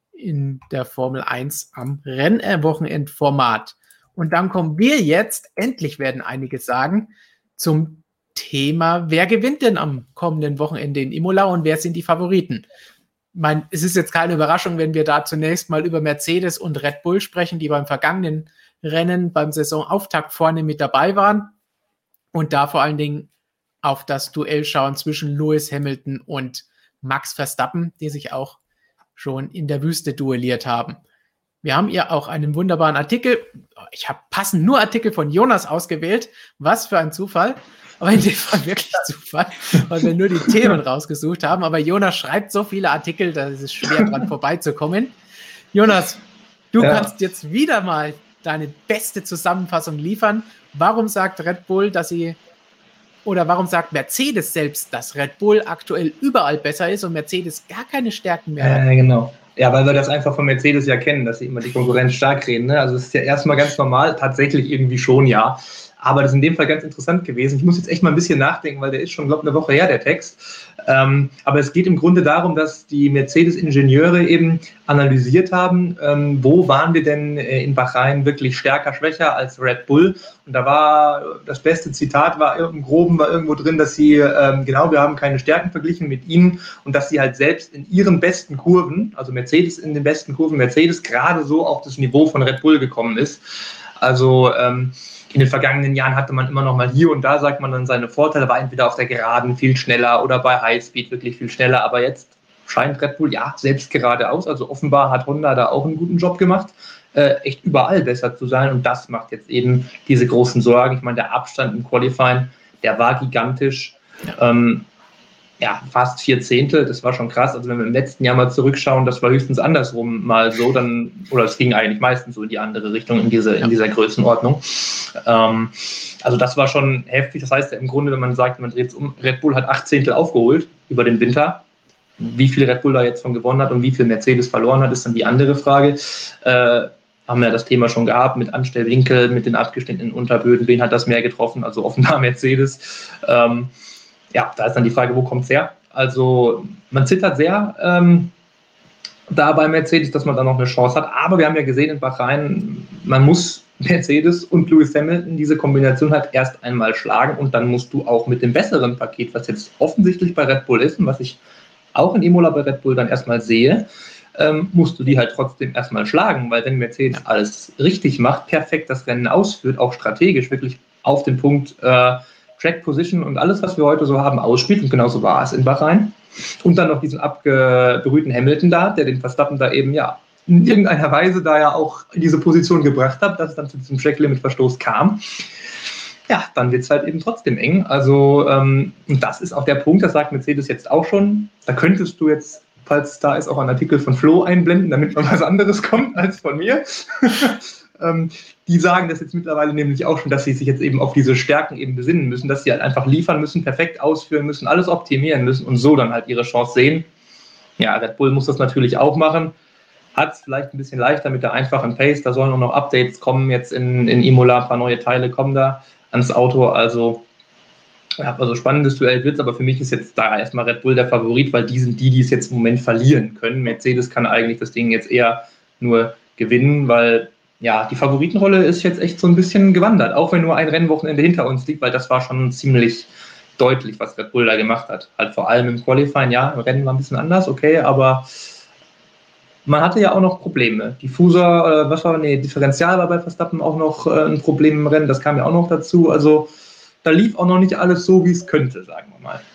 in der Formel eins am Rennwochenendformat. Und dann kommen wir jetzt, endlich werden einige sagen, zum Thema, wer gewinnt denn am kommenden Wochenende in Imola und wer sind die Favoriten? Ich meine, es ist jetzt keine Überraschung, wenn wir da zunächst mal über Mercedes und Red Bull sprechen, die beim vergangenen Rennen, beim Saisonauftakt vorne mit dabei waren und da vor allen Dingen auf das Duell schauen zwischen Lewis Hamilton und Max Verstappen, die sich auch schon in der Wüste duelliert haben. Wir haben ja auch einen wunderbaren Artikel. Ich habe passend nur Artikel von Jonas ausgewählt. Was für ein Zufall. Aber in dem Fall wirklich Zufall, weil wir nur die Themen rausgesucht haben. Aber Jonas schreibt so viele Artikel, da ist es schwer dran vorbeizukommen. Jonas, du ja. kannst jetzt wieder mal deine beste Zusammenfassung liefern. Warum sagt Red Bull, dass sie, oder warum sagt Mercedes selbst, dass Red Bull aktuell überall besser ist und Mercedes gar keine Stärken mehr hat?
Äh, genau. Ja, weil wir das einfach von Mercedes ja kennen, dass sie immer die Konkurrenz stark reden. Ne? Also es ist ja erstmal ganz normal, tatsächlich irgendwie schon, ja. Aber das ist in dem Fall ganz interessant gewesen. Ich muss jetzt echt mal ein bisschen nachdenken, weil der ist schon, glaube ich, eine Woche her, der Text. Ähm, aber es geht im Grunde darum, dass die Mercedes-Ingenieure eben analysiert haben, ähm, wo waren wir denn in Bahrain wirklich stärker, schwächer als Red Bull. Und da war das beste Zitat, war im Groben war irgendwo drin, dass sie, ähm, genau, wir haben keine Stärken verglichen mit ihnen und dass sie halt selbst in ihren besten Kurven, also Mercedes in den besten Kurven, Mercedes gerade so auf das Niveau von Red Bull gekommen ist. Also ähm, in den vergangenen Jahren hatte man immer noch mal hier und da, sagt man dann, seine Vorteile, war entweder auf der Geraden viel schneller oder bei Highspeed wirklich viel schneller, aber jetzt scheint Red Bull, ja, selbst geradeaus, also offenbar hat Honda da auch einen guten Job gemacht, äh, echt überall besser zu sein und das macht jetzt eben diese großen Sorgen. Ich meine, der Abstand im Qualifying, der war gigantisch, ja. Ähm, ja, fast vier Zehntel, das war schon krass. Also wenn wir im letzten Jahr mal zurückschauen, das war höchstens andersrum mal so, dann, oder es ging eigentlich meistens so in die andere Richtung, in diese, in dieser Größenordnung. Ähm, also das war schon heftig. Das heißt ja im Grunde, wenn man sagt, man dreht es um, Red Bull hat acht Zehntel aufgeholt über den Winter. Wie viel Red Bull da jetzt von gewonnen hat und wie viel Mercedes verloren hat, ist dann die andere Frage. Äh, haben wir ja das Thema schon gehabt mit Anstellwinkel, mit den abgeschnittenen Unterböden. Wen hat das mehr getroffen? Also offenbar Mercedes. Ähm, Ja, da ist dann die Frage, wo kommt es her? Also man zittert sehr, ähm, da bei Mercedes, dass man da noch eine Chance hat. Aber wir haben ja gesehen in Bahrain, man muss Mercedes und Lewis Hamilton diese Kombination halt erst einmal schlagen und dann musst du auch mit dem besseren Paket, was jetzt offensichtlich bei Red Bull ist und was ich auch in Imola bei Red Bull dann erstmal sehe, ähm, musst du die halt trotzdem erstmal schlagen, weil wenn Mercedes alles richtig macht, perfekt das Rennen ausführt, auch strategisch wirklich auf den Punkt äh, Track Position und alles, was wir heute so haben, ausspielt und genauso war es in Bahrain und dann noch diesen abgebrühten Hamilton da, der den Verstappen da eben ja in irgendeiner Weise da ja auch in diese Position gebracht hat, dass es dann zu diesem Track-Limit-Verstoß kam, ja, dann wird es halt eben trotzdem eng. Also, ähm, und das ist auch der Punkt, das sagt Mercedes jetzt auch schon. Da könntest du jetzt, falls da ist, auch einen Artikel von Flo einblenden, damit noch was anderes kommt als von mir. ähm, die sagen das jetzt mittlerweile nämlich auch schon, dass sie sich jetzt eben auf diese Stärken eben besinnen müssen, dass sie halt einfach liefern müssen, perfekt ausführen müssen, alles optimieren müssen und so dann halt ihre Chance sehen. Ja, Red Bull muss das natürlich auch machen. Hat es vielleicht ein bisschen leichter mit der einfachen Pace. Da sollen auch noch Updates kommen. Jetzt in, in Imola, ein paar neue Teile kommen da ans Auto. Also, ja, also spannendes Duell wird es. Aber für mich ist jetzt da erstmal Red Bull der Favorit, weil die sind die, die es jetzt im Moment verlieren können. Mercedes kann eigentlich das Ding jetzt eher nur gewinnen, weil ja, die Favoritenrolle ist jetzt echt so ein bisschen gewandert. Auch wenn nur ein Rennwochenende hinter uns liegt, weil das war schon ziemlich deutlich, was Red Bull da gemacht hat. Halt vor allem im Qualifying, ja, im Rennen war ein bisschen anders, okay, aber man hatte ja auch noch Probleme. Diffuser, äh, was war, nee, Differential war bei Verstappen auch noch äh, ein Problem im Rennen, das kam ja auch noch dazu. Also da lief auch noch nicht alles so, wie es könnte, sagen wir mal.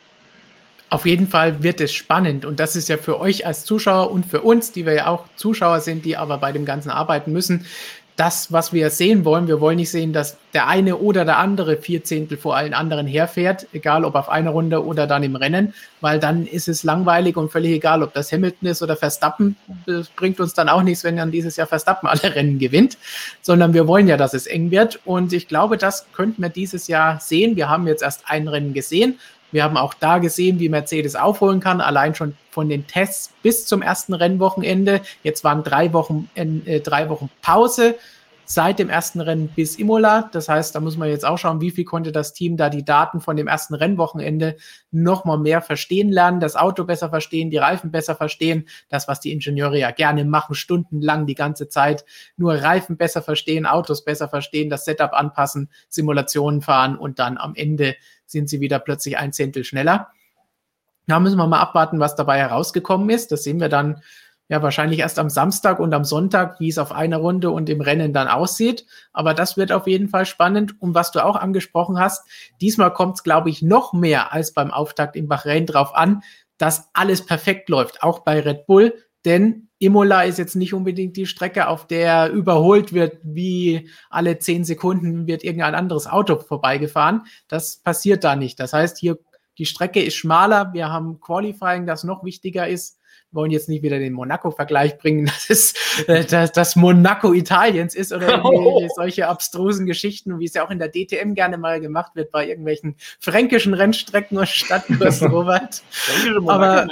Auf jeden Fall wird es spannend und das ist ja für euch als Zuschauer und für uns, die wir ja auch Zuschauer sind, die aber bei dem Ganzen arbeiten müssen, das, was wir sehen wollen. Wir wollen nicht sehen, dass der eine oder der andere vier Zehntel vor allen anderen herfährt, egal ob auf einer Runde oder dann im Rennen, weil dann ist es langweilig und völlig egal, ob das Hamilton ist oder Verstappen. Das bringt uns dann auch nichts, wenn dann dieses Jahr Verstappen alle Rennen gewinnt, sondern wir wollen ja, dass es eng wird und ich glaube, das könnten wir dieses Jahr sehen. Wir haben jetzt erst ein Rennen gesehen. Wir haben auch da gesehen, wie Mercedes aufholen kann, allein schon von den Tests bis zum ersten Rennwochenende. Jetzt waren drei Wochen, äh, drei Wochen Pause seit dem ersten Rennen bis Imola. Das heißt, da muss man jetzt auch schauen, wie viel konnte das Team da die Daten von dem ersten Rennwochenende noch mal mehr verstehen lernen, das Auto besser verstehen, die Reifen besser verstehen, das, was die Ingenieure ja gerne machen, stundenlang die ganze Zeit, nur Reifen besser verstehen, Autos besser verstehen, das Setup anpassen, Simulationen fahren und dann am Ende sind sie wieder plötzlich ein Zehntel schneller. Da müssen wir mal abwarten, was dabei herausgekommen ist. Das sehen wir dann ja wahrscheinlich erst am Samstag und am Sonntag, wie es auf einer Runde und im Rennen dann aussieht. Aber das wird auf jeden Fall spannend. Und was du auch angesprochen hast, diesmal kommt es, glaube ich, noch mehr als beim Auftakt in Bahrain drauf an, dass alles perfekt läuft, auch bei Red Bull. Denn Imola ist jetzt nicht unbedingt die Strecke, auf der überholt wird, wie alle zehn Sekunden wird irgendein anderes Auto vorbeigefahren. Das passiert da nicht. Das heißt, hier die Strecke ist schmaler. Wir haben Qualifying, das noch wichtiger ist. Wir wollen jetzt nicht wieder den Monaco-Vergleich bringen, dass es äh, das, das Monaco Italiens ist oder oh. solche abstrusen Geschichten, wie es ja auch in der D T M gerne mal gemacht wird bei irgendwelchen fränkischen Rennstrecken und Stadtkursen, Robert. Aber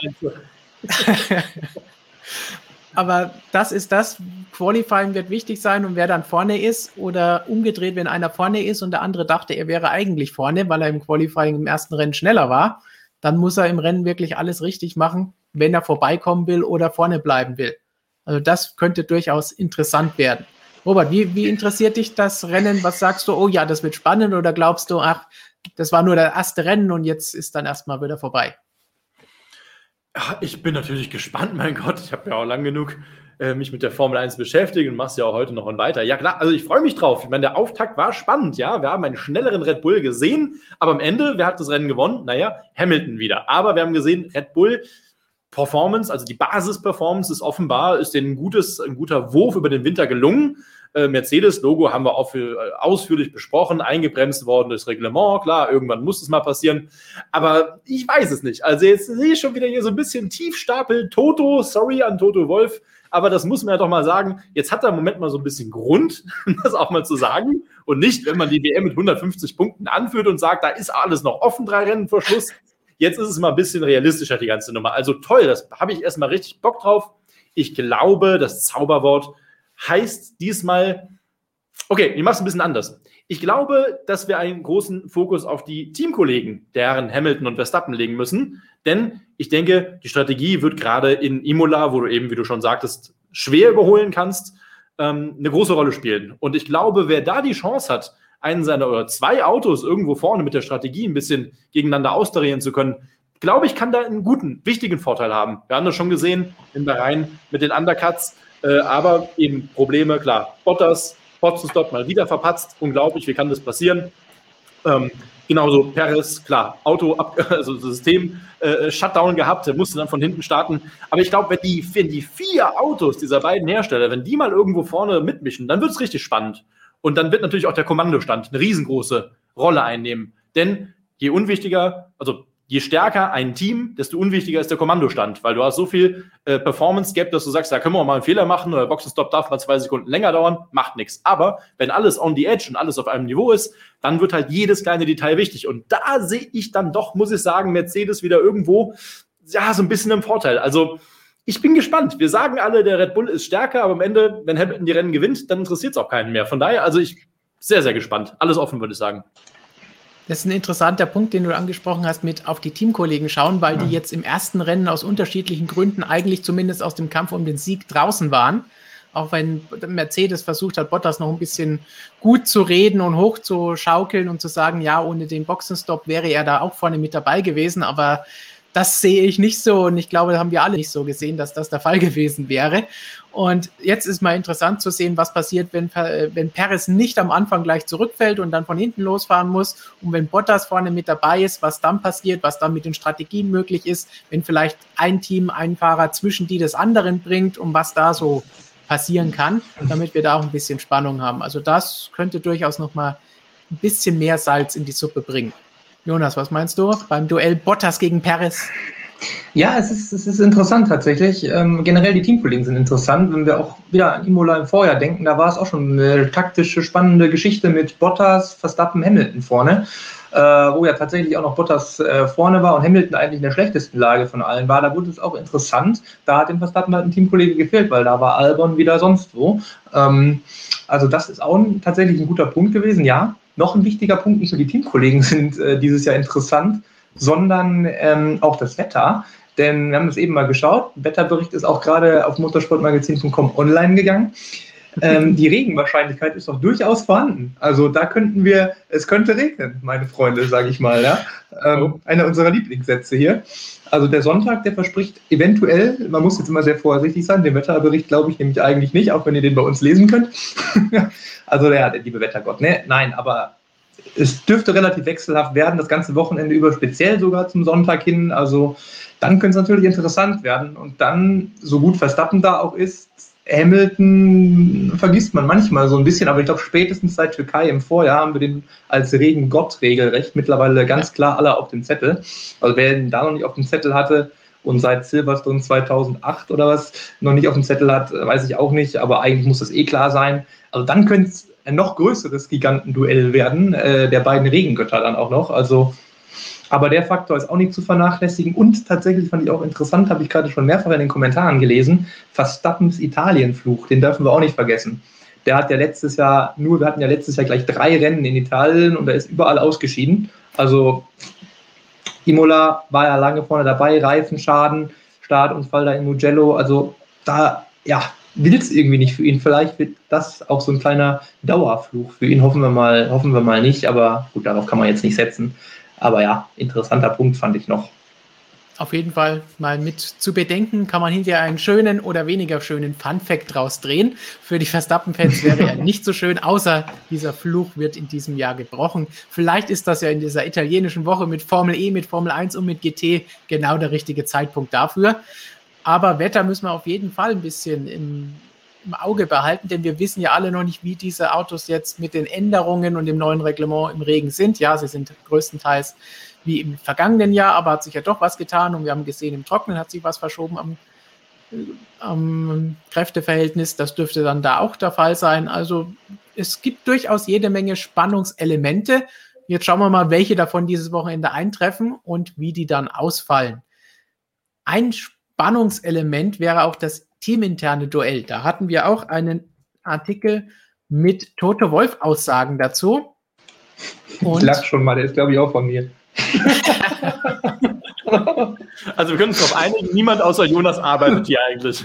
Aber das ist das, Qualifying wird wichtig sein und wer dann vorne ist oder umgedreht, wenn einer vorne ist und der andere dachte, er wäre eigentlich vorne, weil er im Qualifying im ersten Rennen schneller war, dann muss er im Rennen wirklich alles richtig machen, wenn er vorbeikommen will oder vorne bleiben will. Also das könnte durchaus interessant werden. Robert, wie, wie interessiert dich das Rennen? Was sagst du, oh ja, das wird spannend oder glaubst du, ach, das war nur das erste Rennen und jetzt ist dann erstmal wieder vorbei?
Ich bin natürlich gespannt, mein Gott. Ich habe ja auch lang genug äh, mich mit der Formel eins beschäftigt und mach's ja auch heute noch und weiter. Ja klar, also ich freue mich drauf. Ich meine, der Auftakt war spannend, ja. Wir haben einen schnelleren Red Bull gesehen, aber am Ende, wer hat das Rennen gewonnen? Naja, Hamilton wieder. Aber wir haben gesehen, Red Bull Performance, also die Basis-Performance ist offenbar, ist denen ein, gutes, ein guter Wurf über den Winter gelungen. Äh, Mercedes-Logo haben wir auch für, äh, ausführlich besprochen, eingebremst worden durchs Reglement. Klar, irgendwann muss es mal passieren. Aber ich weiß es nicht. Also jetzt sehe ich schon wieder hier so ein bisschen Tiefstapel. Toto, sorry an Toto Wolff, aber das muss man ja doch mal sagen. Jetzt hat er im Moment mal so ein bisschen Grund, das auch mal zu sagen. Und nicht, wenn man die W M mit hundertfünfzig Punkten anführt und sagt, da ist alles noch offen, drei Rennen vor Schluss. Jetzt ist es mal ein bisschen realistischer, die ganze Nummer. Also toll, das habe ich erstmal richtig Bock drauf. Ich glaube, das Zauberwort heißt diesmal Okay, ich mache es ein bisschen anders. Ich glaube, dass wir einen großen Fokus auf die Teamkollegen der Herren Hamilton und Verstappen legen müssen, denn ich denke, die Strategie wird gerade in Imola, wo du eben, wie du schon sagtest, schwer überholen kannst, ähm, eine große Rolle spielen. Und ich glaube, wer da die Chance hat, einen seiner oder zwei Autos irgendwo vorne mit der Strategie ein bisschen gegeneinander austarieren zu können, glaube ich, kann da einen guten, wichtigen Vorteil haben. Wir haben das schon gesehen in Bahrain mit den Undercuts, äh, aber eben Probleme, klar, Bottas, Boxenstopp mal wieder verpatzt, unglaublich, wie kann das passieren? Ähm, genauso Perez, klar, Auto, also System, äh, Shutdown gehabt, der musste dann von hinten starten. Aber ich glaube, wenn die, wenn die vier Autos dieser beiden Hersteller, wenn die mal irgendwo vorne mitmischen, dann wird es richtig spannend. Und dann wird natürlich auch der Kommandostand eine riesengroße Rolle einnehmen. Denn je unwichtiger, also je stärker ein Team, desto unwichtiger ist der Kommandostand, weil du hast so viel äh, Performance-Gap, dass du sagst, da können wir mal einen Fehler machen oder Boxenstopp darf mal zwei Sekunden länger dauern, macht nichts. Aber wenn alles on the edge und alles auf einem Niveau ist, dann wird halt jedes kleine Detail wichtig. Und da sehe ich dann doch, muss ich sagen, Mercedes wieder irgendwo, ja, so ein bisschen im Vorteil. Also ich bin gespannt. Wir sagen alle, der Red Bull ist stärker, aber am Ende, wenn Hamilton die Rennen gewinnt, dann interessiert es auch keinen mehr. Von daher, also ich sehr, sehr gespannt. Alles offen, würde ich sagen.
Das ist ein interessanter Punkt, den du angesprochen hast, mit auf die Teamkollegen schauen, weil die jetzt im ersten Rennen aus unterschiedlichen Gründen eigentlich zumindest aus dem Kampf um den Sieg draußen waren. Auch wenn Mercedes versucht hat, Bottas noch ein bisschen gut zu reden und hochzuschaukeln und zu sagen, ja, ohne den Boxenstopp wäre er da auch vorne mit dabei gewesen, aber das sehe ich nicht so und ich glaube, das haben wir alle nicht so gesehen, dass das der Fall gewesen wäre. Und jetzt ist mal interessant zu sehen, was passiert, wenn, wenn Perez nicht am Anfang gleich zurückfällt und dann von hinten losfahren muss und wenn Bottas vorne mit dabei ist, was dann passiert, was dann mit den Strategien möglich ist, wenn vielleicht ein Team einen Fahrer zwischen die des anderen bringt und was da so passieren kann, damit wir da auch ein bisschen Spannung haben. Also das könnte durchaus noch mal ein bisschen mehr Salz in die Suppe bringen. Jonas, was meinst du beim Duell Bottas gegen Perez?
Ja, es ist, es ist interessant tatsächlich. Ähm, generell die Teamkollegen sind interessant. Wenn wir auch wieder an Imola im Vorjahr denken, da war es auch schon eine taktische, spannende Geschichte mit Bottas, Verstappen, Hamilton vorne, äh, wo ja tatsächlich auch noch Bottas äh, vorne war und Hamilton eigentlich in der schlechtesten Lage von allen war. Da wurde es auch interessant. Da hat dem Verstappen halt ein Teamkollege gefehlt, weil da war Albon wieder sonst wo. Ähm, also das ist auch ein, tatsächlich ein guter Punkt gewesen, ja. Noch ein wichtiger Punkt, nicht nur die Teamkollegen sind äh, dieses Jahr interessant, sondern ähm, auch das Wetter. Denn wir haben das eben mal geschaut. Wetterbericht ist auch gerade auf motorsportmagazin punkt com online gegangen. Ähm, die Regenwahrscheinlichkeit ist auch durchaus vorhanden. Also da könnten wir, es könnte regnen, meine Freunde, sage ich mal. Ja? Ähm, einer unserer Lieblingssätze hier. Also der Sonntag, der verspricht eventuell, man muss jetzt immer sehr vorsichtig sein, den Wetterbericht glaube ich nämlich eigentlich nicht, auch wenn ihr den bei uns lesen könnt. Also ja, der liebe Wettergott, ne? Nein, aber es dürfte relativ wechselhaft werden, das ganze Wochenende über, speziell sogar zum Sonntag hin. Also dann könnte es natürlich interessant werden. Und dann, so gut Verstappen da auch ist, Hamilton vergisst man manchmal so ein bisschen, aber ich glaube spätestens seit Türkei im Vorjahr haben wir den als Regengott regelrecht mittlerweile ganz klar alle auf dem Zettel. Also wer ihn da noch nicht auf dem Zettel hatte und seit Silverstone zweitausendacht oder was noch nicht auf dem Zettel hat, weiß ich auch nicht, aber eigentlich muss das eh klar sein. Also dann könnte es ein noch größeres Gigantenduell werden, äh, der beiden Regengötter dann auch noch. Also, aber der Faktor ist auch nicht zu vernachlässigen. Und tatsächlich fand ich auch interessant, habe ich gerade schon mehrfach in den Kommentaren gelesen, Verstappens Italienfluch, den dürfen wir auch nicht vergessen. Der hat ja letztes Jahr, nur wir hatten ja letztes Jahr gleich drei Rennen in Italien und er ist überall ausgeschieden. Also Imola war ja lange vorne dabei, Reifenschaden, Startunfall da in Mugello. Also da, ja, will es irgendwie nicht für ihn. Vielleicht wird das auch so ein kleiner Dauerfluch für ihn. Hoffen wir mal, hoffen wir mal nicht. Aber gut, darauf kann man jetzt nicht setzen. Aber ja, interessanter Punkt fand ich noch.
Auf jeden Fall mal mit zu bedenken, kann man hinterher einen schönen oder weniger schönen Funfact draus drehen. Für die Verstappen-Fans wäre er nicht so schön, außer dieser Fluch wird in diesem Jahr gebrochen. Vielleicht ist das ja in dieser italienischen Woche mit Formel E, mit Formel eins und mit G T genau der richtige Zeitpunkt dafür. Aber Wetter müssen wir auf jeden Fall ein bisschen im, im Auge behalten, denn wir wissen ja alle noch nicht, wie diese Autos jetzt mit den Änderungen und dem neuen Reglement im Regen sind. Ja, sie sind größtenteils wie im vergangenen Jahr, aber hat sich ja doch was getan und wir haben gesehen, im Trockenen hat sich was verschoben am, am Kräfteverhältnis. Das dürfte dann da auch der Fall sein. Also es gibt durchaus jede Menge Spannungselemente. Jetzt schauen wir mal, welche davon dieses Wochenende eintreffen und wie die dann ausfallen. Ein Spannungselement wäre auch das teaminterne Duell. Da hatten wir auch einen Artikel mit Toto Wolff-Aussagen dazu.
Und ich lach schon mal, der ist, glaube ich, auch von mir.
Also wir können uns darauf einigen, niemand außer Jonas arbeitet hier eigentlich.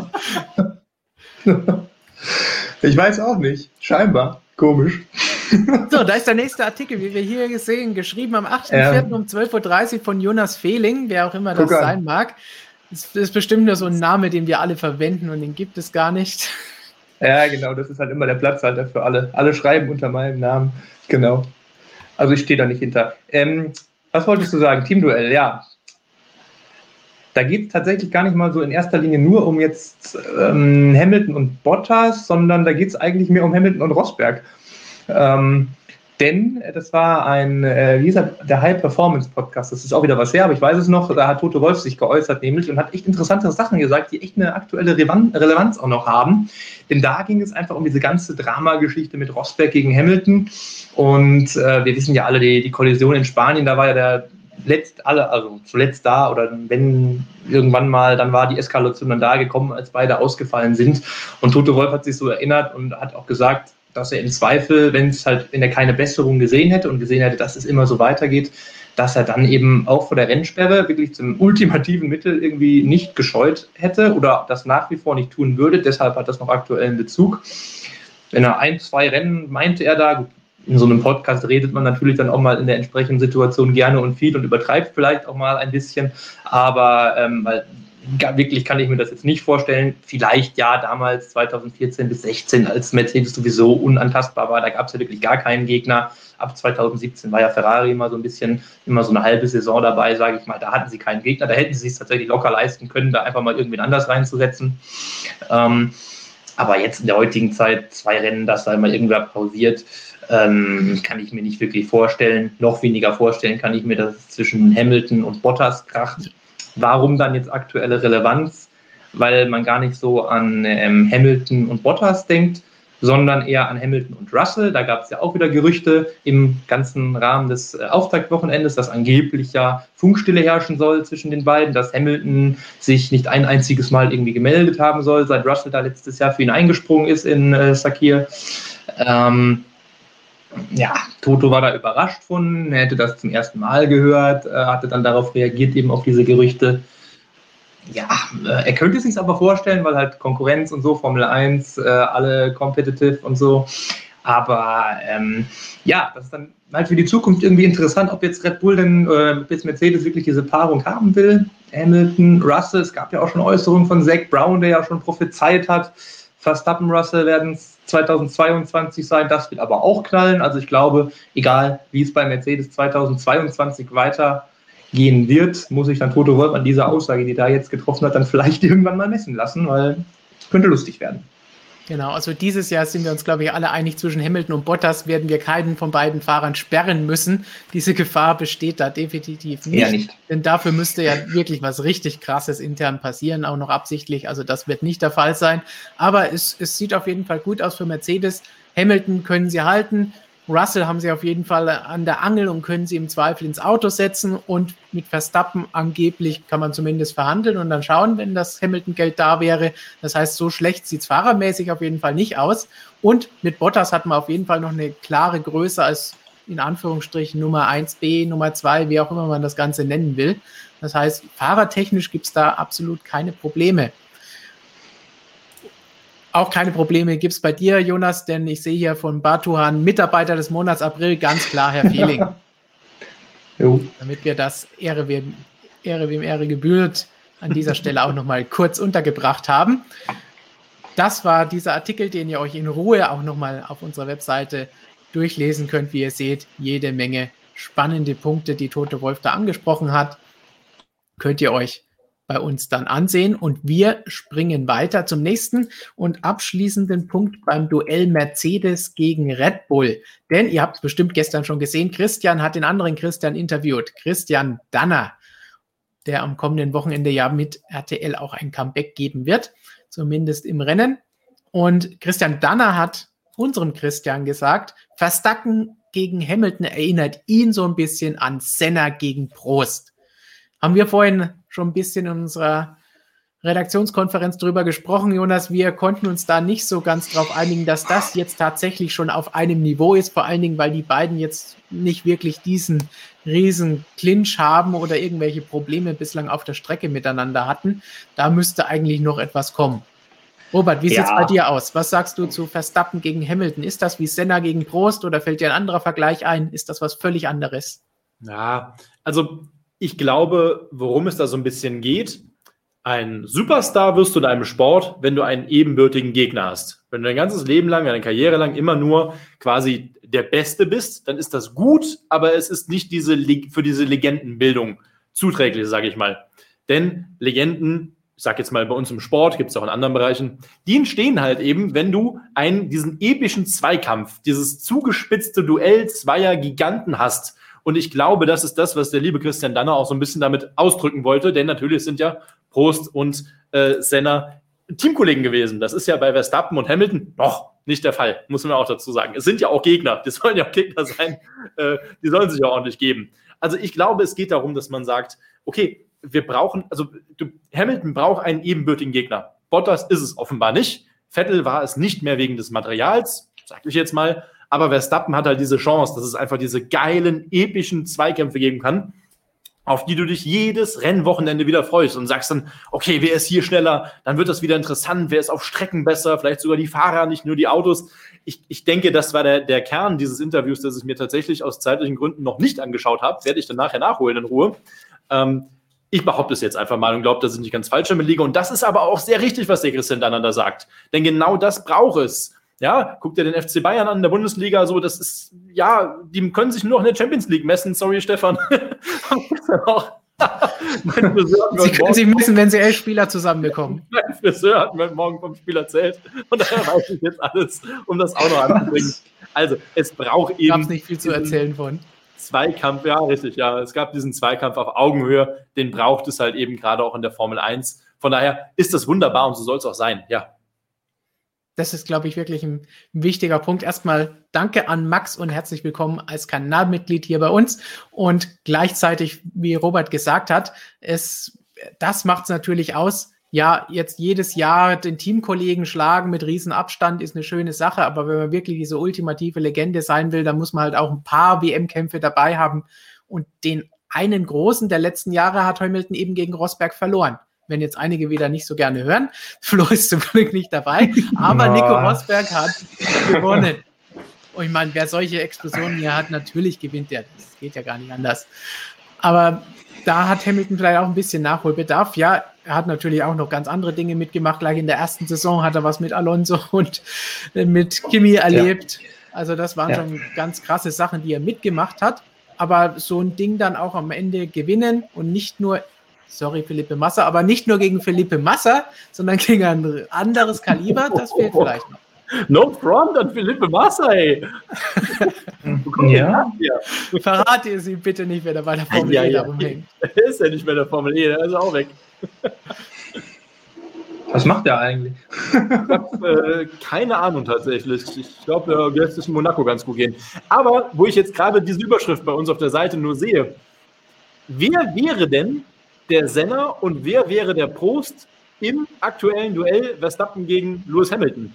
Ich weiß auch nicht. Scheinbar. Komisch.
So, da ist der nächste Artikel, wie wir hier sehen, geschrieben am achten vierten um zwölf Uhr dreißig von Jonas Fehling, wer auch immer das
Guck
sein
an.
mag. Das ist bestimmt nur so ein Name, den wir alle verwenden und den gibt es gar nicht.
Ja, genau, das ist halt immer der Platzhalter für alle. Alle schreiben unter meinem Namen. Genau. Also ich stehe da nicht hinter. Ähm, was wolltest du sagen? Teamduell, ja. Da geht es tatsächlich gar nicht mal so in erster Linie nur um jetzt ähm, Hamilton und Bottas, sondern da geht es eigentlich mehr um Hamilton und Rosberg. Ähm, denn das war ein, äh, wie gesagt, der High-Performance-Podcast, das ist auch wieder was her, aber ich weiß es noch, da hat Toto Wolff sich geäußert nämlich und hat echt interessante Sachen gesagt, die echt eine aktuelle Relevanz auch noch haben. Denn da ging es einfach um diese ganze Dramageschichte mit Rosberg gegen Hamilton und äh, wir wissen ja alle, die, die Kollision in Spanien, da war ja der letzt alle, also zuletzt da oder wenn irgendwann mal, dann war die Eskalation dann da gekommen, als beide ausgefallen sind und Toto Wolff hat sich so erinnert und hat auch gesagt, dass er im Zweifel, wenn es halt, wenn er keine Besserung gesehen hätte und gesehen hätte, dass es immer so weitergeht, dass er dann eben auch vor der Rennsperre wirklich zum ultimativen Mittel irgendwie nicht gescheut hätte oder das nach wie vor nicht tun würde. Deshalb hat das noch aktuellen Bezug. Wenn er ein, zwei Rennen meinte er da, in so einem Podcast redet man natürlich dann auch mal in der entsprechenden Situation gerne und viel und übertreibt vielleicht auch mal ein bisschen, aber ähm, weil wirklich kann ich mir das jetzt nicht vorstellen. Vielleicht ja damals zweitausendvierzehn bis sechzehn, als Mercedes sowieso unantastbar war, da gab es ja wirklich gar keinen Gegner. Ab zweitausendsiebzehn war ja Ferrari immer so ein bisschen, immer so eine halbe Saison dabei, sage ich mal. Da hatten sie keinen Gegner, da hätten sie es tatsächlich locker leisten können, da einfach mal irgendwen anders reinzusetzen. Ähm, aber jetzt in der heutigen Zeit zwei Rennen, dass da mal irgendwer pausiert, ähm, kann ich mir nicht wirklich vorstellen. Noch weniger vorstellen kann ich mir, dass es zwischen Hamilton und Bottas kracht. Warum dann jetzt aktuelle Relevanz? Weil man gar nicht so an ähm, Hamilton und Bottas denkt, sondern eher an Hamilton und Russell. Da gab es ja auch wieder Gerüchte im ganzen Rahmen des äh, Auftaktwochenendes, dass angeblich ja Funkstille herrschen soll zwischen den beiden, dass Hamilton sich nicht ein einziges Mal irgendwie gemeldet haben soll, seit Russell da letztes Jahr für ihn eingesprungen ist in äh, Sakir. Ähm, Ja, Toto war da überrascht von, er hätte das zum ersten Mal gehört, äh, hatte dann darauf reagiert, eben auf diese Gerüchte. Ja, äh, er könnte es sich aber vorstellen, weil halt Konkurrenz und so, Formel eins, äh, alle competitive und so. Aber ähm, ja, das ist dann halt für die Zukunft irgendwie interessant, ob jetzt Red Bull denn, äh, ob jetzt Mercedes wirklich diese Paarung haben will. Hamilton, Russell, es gab ja auch schon Äußerungen von Zach Brown, der ja schon prophezeit hat, Verstappen, Russell werden es zweitausendzweiundzwanzig sein, das wird aber auch knallen. Also ich glaube, egal wie es bei Mercedes zweitausendzweiundzwanzig weitergehen wird, muss sich dann Toto Wolff an dieser Aussage, die da jetzt getroffen hat, dann vielleicht irgendwann mal messen lassen, weil es könnte lustig werden.
Genau, also dieses Jahr sind wir uns, glaube ich, alle einig, zwischen Hamilton und Bottas werden wir keinen von beiden Fahrern sperren müssen. Diese Gefahr besteht da definitiv nicht,
Eher nicht.
Denn dafür müsste ja wirklich was richtig Krasses intern passieren, auch noch absichtlich. Also das wird nicht der Fall sein. Aber es, es sieht auf jeden Fall gut aus für Mercedes. Hamilton können sie halten. Russell haben sie auf jeden Fall an der Angel und können sie im Zweifel ins Auto setzen. Und mit Verstappen angeblich kann man zumindest verhandeln und dann schauen, wenn das Hamilton-Geld da wäre. Das heißt, so schlecht sieht es fahrermäßig auf jeden Fall nicht aus. Und mit Bottas hat man auf jeden Fall noch eine klare Größe als in Anführungsstrichen Nummer eins B, Nummer zwei, wie auch immer man das Ganze nennen will. Das heißt, fahrertechnisch gibt es da absolut keine Probleme. Auch keine Probleme gibt es bei dir, Jonas, denn ich sehe hier von Batuhan Mitarbeiter des Monats April, ganz klar, Herr Fehling. Damit wir das Ehre wem, Ehre wem Ehre gebührt an dieser Stelle auch nochmal kurz untergebracht haben. Das war dieser Artikel, den ihr euch in Ruhe auch nochmal auf unserer Webseite durchlesen könnt. Wie ihr seht, jede Menge spannende Punkte, die Toto Wolff da angesprochen hat, könnt ihr euch bei uns dann ansehen und wir springen weiter zum nächsten und abschließenden Punkt beim Duell Mercedes gegen Red Bull. Denn ihr habt es bestimmt gestern schon gesehen, Christian hat den anderen Christian interviewt, Christian Danner, der am kommenden Wochenende ja mit R T L auch ein Comeback geben wird, zumindest im Rennen. Und Christian Danner hat unserem Christian gesagt, Verstappen gegen Hamilton erinnert ihn so ein bisschen an Senna gegen Prost. Haben wir vorhin schon ein bisschen in unserer Redaktionskonferenz drüber gesprochen, Jonas. Wir konnten uns da nicht so ganz drauf einigen, dass das jetzt tatsächlich schon auf einem Niveau ist, vor allen Dingen, weil die beiden jetzt nicht wirklich diesen riesen Clinch haben oder irgendwelche Probleme bislang auf der Strecke miteinander hatten. Da müsste eigentlich noch etwas kommen. Robert, wie ja. sieht es bei dir aus? Was sagst du zu Verstappen gegen Hamilton? Ist das wie Senna gegen Prost oder fällt dir ein anderer Vergleich ein? Ist das was völlig anderes?
Ja, also ich glaube, worum es da so ein bisschen geht, ein Superstar wirst du in einem Sport, wenn du einen ebenbürtigen Gegner hast. Wenn du dein ganzes Leben lang, deine Karriere lang immer nur quasi der Beste bist, dann ist das gut, aber es ist nicht diese für diese Legendenbildung zuträglich, sage ich mal. Denn Legenden, ich sage jetzt mal bei uns im Sport, gibt es auch in anderen Bereichen, die entstehen halt eben, wenn du einen, diesen epischen Zweikampf, dieses zugespitzte Duell zweier Giganten hast. Und ich glaube, das ist das, was der liebe Christian Danner auch so ein bisschen damit ausdrücken wollte, denn natürlich sind ja Prost und äh, Senna Teamkollegen gewesen. Das ist ja bei Verstappen und Hamilton noch nicht der Fall, muss man auch dazu sagen. Es sind ja auch Gegner, die sollen ja auch Gegner sein, äh, die sollen sich ja ordentlich geben. Also ich glaube, es geht darum, dass man sagt, okay, wir brauchen, also du, Hamilton braucht einen ebenbürtigen Gegner. Bottas ist es offenbar nicht. Vettel war es nicht mehr wegen des Materials, sag ich jetzt mal. Aber Verstappen hat halt diese Chance, dass es einfach diese geilen, epischen Zweikämpfe geben kann, auf die du dich jedes Rennwochenende wieder freust und sagst dann, okay, wer ist hier schneller? Dann wird das wieder interessant. Wer ist auf Strecken besser? Vielleicht sogar die Fahrer, nicht nur die Autos. Ich, ich denke, das war der, der Kern dieses Interviews, das ich mir tatsächlich aus zeitlichen Gründen noch nicht angeschaut habe. Werde ich dann nachher nachholen in Ruhe. Ähm, ich behaupte es jetzt einfach mal und glaube, das ist nicht ganz falsch in der Liga. Und das ist aber auch sehr richtig, was der Christian Danner da sagt. Denn genau das braucht es. Ja, guck dir den F C Bayern an, in der Bundesliga, so, das ist, ja, die können sich nur noch in der Champions League messen, sorry, Stefan.
Sie können sich messen, wenn sie elf Spieler zusammenbekommen.
Mein Friseur hat mir morgen vom Spiel erzählt und daher weiß ich jetzt alles, um das auch noch anzubringen. Also, es braucht eben...
Gab es nicht viel zu erzählen von.
Zweikampf, ja, richtig, ja, es gab diesen Zweikampf auf Augenhöhe, den braucht es halt eben gerade auch in der Formel eins. Von daher ist das wunderbar und so soll es auch sein, ja.
Das ist, glaube ich, wirklich ein wichtiger Punkt. Erstmal danke an Max und herzlich willkommen als Kanalmitglied hier bei uns. Und gleichzeitig, wie Robert gesagt hat, es, das macht es natürlich aus. Ja, jetzt jedes Jahr den Teamkollegen schlagen mit Riesenabstand ist eine schöne Sache. Aber wenn man wirklich diese ultimative Legende sein will, dann muss man halt auch ein paar W M-Kämpfe dabei haben. Und den einen großen der letzten Jahre hat Hamilton eben gegen Rosberg verloren. Wenn jetzt einige wieder nicht so gerne hören. Flo ist zum Glück nicht dabei, aber oh. Nico Rosberg hat gewonnen. Und ich meine, wer solche Explosionen hier hat, natürlich gewinnt er. Das geht ja gar nicht anders. Aber da hat Hamilton vielleicht auch ein bisschen Nachholbedarf. Ja, er hat natürlich auch noch ganz andere Dinge mitgemacht. Gleich in der ersten Saison hat er was mit Alonso und mit Kimi erlebt. Ja. Also das waren ja. schon ganz krasse Sachen, die er mitgemacht hat. Aber so ein Ding dann auch am Ende gewinnen und nicht nur Sorry, Felipe Massa, aber nicht nur gegen Felipe Massa, sondern gegen ein anderes Kaliber, das fehlt vielleicht noch.
No front an Felipe Massa, ey.
Ja. Verrate es ihm bitte nicht, wenn er bei der Formel ja, E ja. darum hängt.
Er ist ja nicht mehr der Formel E, der ist auch weg.
Was macht er eigentlich?
Ich habe äh, keine Ahnung tatsächlich. Ich glaube, er lässt es in Monaco ganz gut gehen. Aber wo ich jetzt gerade diese Überschrift bei uns auf der Seite nur sehe, wer wäre denn der Senna und wer wäre der Prost im aktuellen Duell Verstappen gegen Lewis Hamilton?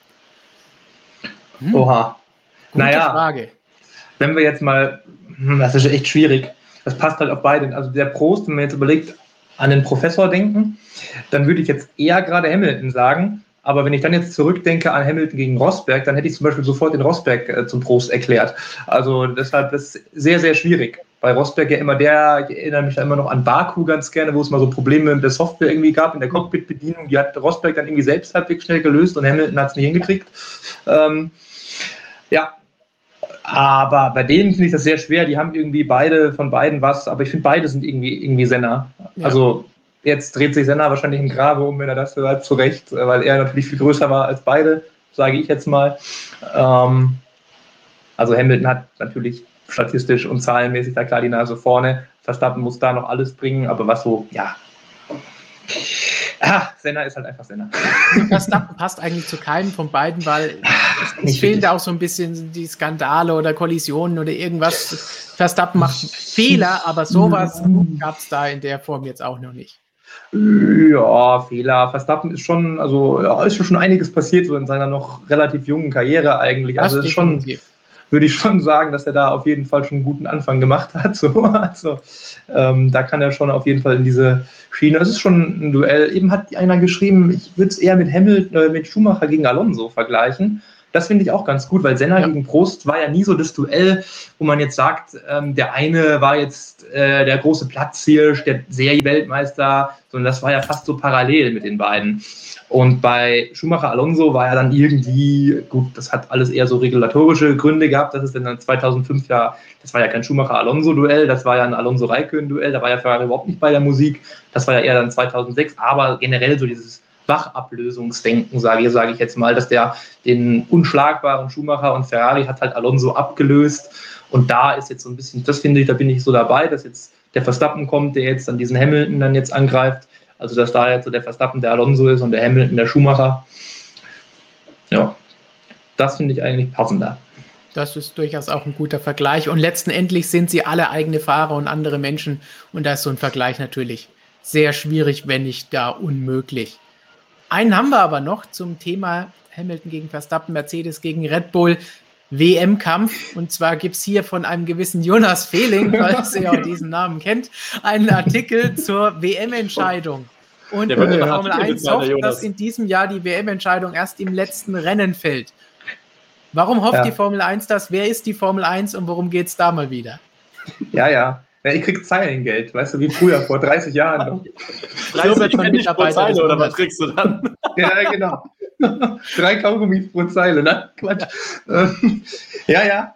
Hm. Oha.
Gute
naja,
Frage.
Wenn wir jetzt mal, das ist echt schwierig, das passt halt auf beide. Also der Prost, wenn man jetzt überlegt, an den Professor denken, dann würde ich jetzt eher gerade Hamilton sagen. Aber wenn ich dann jetzt zurückdenke an Hamilton gegen Rosberg, dann hätte ich zum Beispiel sofort den Rosberg äh, zum Prost erklärt. Also deshalb ist es sehr, sehr schwierig. Bei Rosberg ja immer der, ich erinnere mich da immer noch an Baku ganz gerne, wo es mal so Probleme mit der Software irgendwie gab, in der Cockpit-Bedienung. Die hat Rosberg dann irgendwie selbst halbwegs schnell gelöst und Hamilton hat es nicht hingekriegt. Ähm, ja, aber bei denen finde ich das sehr schwer. Die haben irgendwie beide, von beiden was, aber ich finde beide sind irgendwie, irgendwie Senna. Ja. Also jetzt dreht sich Senna wahrscheinlich im Grabe um, wenn er das hört, zu Recht, weil er natürlich viel größer war als beide, sage ich jetzt mal. Ähm, also Hamilton hat natürlich statistisch und zahlenmäßig da klar die Nase vorne. Verstappen muss da noch alles bringen, aber was so, ja. Ah, Senna ist halt einfach Senna.
Verstappen passt eigentlich zu keinem von beiden, weil es, es fehlen da auch so ein bisschen die Skandale oder Kollisionen oder irgendwas. Verstappen macht Fehler, aber sowas gab es da in der Form jetzt auch noch nicht.
Ja, Fehler. Verstappen ist schon, also ja, ist schon einiges passiert so in seiner noch relativ jungen Karriere eigentlich. Also ist schon, würde ich schon sagen, dass er da auf jeden Fall schon einen guten Anfang gemacht hat. So. Also ähm, da kann er schon auf jeden Fall in diese Schiene. Es ist schon ein Duell. Eben hat einer geschrieben, ich würde es eher mit Hamilton, äh, mit Schumacher gegen Alonso vergleichen. Das finde ich auch ganz gut, weil Senna ja. gegen Prost war ja nie so das Duell, wo man jetzt sagt, ähm, der eine war jetzt äh, der große Platzhirsch, der Serie-Weltmeister, sondern das war ja fast so parallel mit den beiden. Und bei Schumacher-Alonso war ja dann irgendwie, gut, das hat alles eher so regulatorische Gründe gehabt, dass es dann zweitausendfünf ja, das war ja kein Schumacher-Alonso-Duell, das war ja ein Alonso-Raikkonen-Duell, da war ja Ferrari überhaupt nicht bei der Musik, das war ja eher dann zweitausendsechs, aber generell so dieses Wachablösungsdenken, sage sage ich jetzt mal, dass der den unschlagbaren Schumacher und Ferrari hat halt Alonso abgelöst und da ist jetzt so ein bisschen, das finde ich, da bin ich so dabei, dass jetzt der Verstappen kommt, der jetzt an diesen Hamilton dann jetzt angreift, also dass da jetzt so der Verstappen der Alonso ist und der Hamilton der Schumacher. Ja, das finde ich eigentlich passender.
Das ist durchaus auch ein guter Vergleich und letztendlich sind sie alle eigene Fahrer und andere Menschen und da ist so ein Vergleich natürlich sehr schwierig, wenn nicht gar unmöglich. Einen haben wir aber noch zum Thema Hamilton gegen Verstappen, Mercedes gegen Red Bull, W M-Kampf. Und zwar gibt es hier von einem gewissen Jonas Fehling, falls ihr auch diesen Namen kennt, einen Artikel zur W M-Entscheidung. Und die Formel eins hofft, dass in diesem Jahr die W M-Entscheidung erst im letzten Rennen fällt. Warum hofft ja. die Formel eins das? Wer ist die Formel eins und worum geht es da mal wieder?
Ja, ja. Ja, ich krieg Zeilengeld, weißt du, wie früher, vor dreißig Jahren.
dreißig Pfennig pro Zeile, oder was kriegst du dann?
Ja, genau. Drei Kaugummis pro Zeile, ne? Quatsch. Ähm, ja, ja.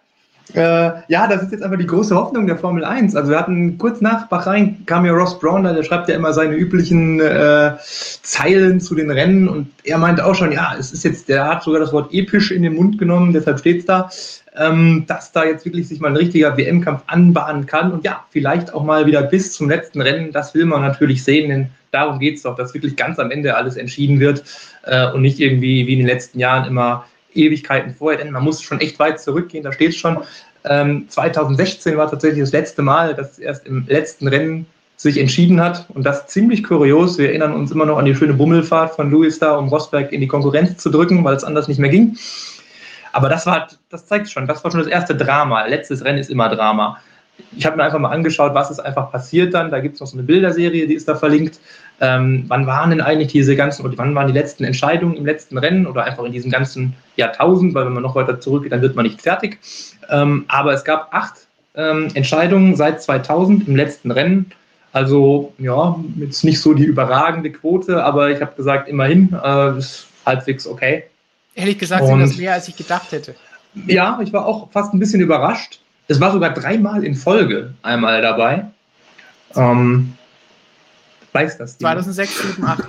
Äh, ja, das ist jetzt einfach die große Hoffnung der Formel eins. Also wir hatten kurz nach Bahrain, kam ja Ross Brown, der schreibt ja immer seine üblichen äh, Zeilen zu den Rennen und er meinte auch schon, ja, es ist jetzt, der hat sogar das Wort episch in den Mund genommen, deshalb steht es da, ähm, dass da jetzt wirklich sich mal ein richtiger W M-Kampf anbahnen kann und ja, vielleicht auch mal wieder bis zum letzten Rennen, das will man natürlich sehen, denn darum geht es doch, dass wirklich ganz am Ende alles entschieden wird äh, und nicht irgendwie wie in den letzten Jahren immer Ewigkeiten vorher, denn man muss schon echt weit zurückgehen, da steht es schon. Ähm, zweitausendsechzehn war tatsächlich das letzte Mal, dass es erst im letzten Rennen sich entschieden hat und das ziemlich kurios. Wir erinnern uns immer noch an die schöne Bummelfahrt von Lewis da, um Rosberg in die Konkurrenz zu drücken, weil es anders nicht mehr ging. Aber das war, das zeigt schon, das war schon das erste Drama. Letztes Rennen ist immer Drama. Ich habe mir einfach mal angeschaut, was ist einfach passiert dann. Da gibt es noch so eine Bilderserie, die ist da verlinkt. Ähm, wann waren denn eigentlich diese ganzen, oder wann waren die letzten Entscheidungen im letzten Rennen oder einfach in diesem ganzen Jahrtausend, weil wenn man noch weiter zurückgeht, dann wird man nicht fertig. Ähm, aber es gab acht ähm, Entscheidungen seit zweitausend im letzten Rennen. Also ja, jetzt nicht so die überragende Quote, aber ich habe gesagt, immerhin äh, ist halbwegs okay.
Ehrlich gesagt sind das mehr, als ich gedacht hätte.
Ja, ich war auch fast ein bisschen überrascht. Es war sogar dreimal in Folge einmal dabei. Ähm, weiß das die?
zweitausendsechs, sieben, acht.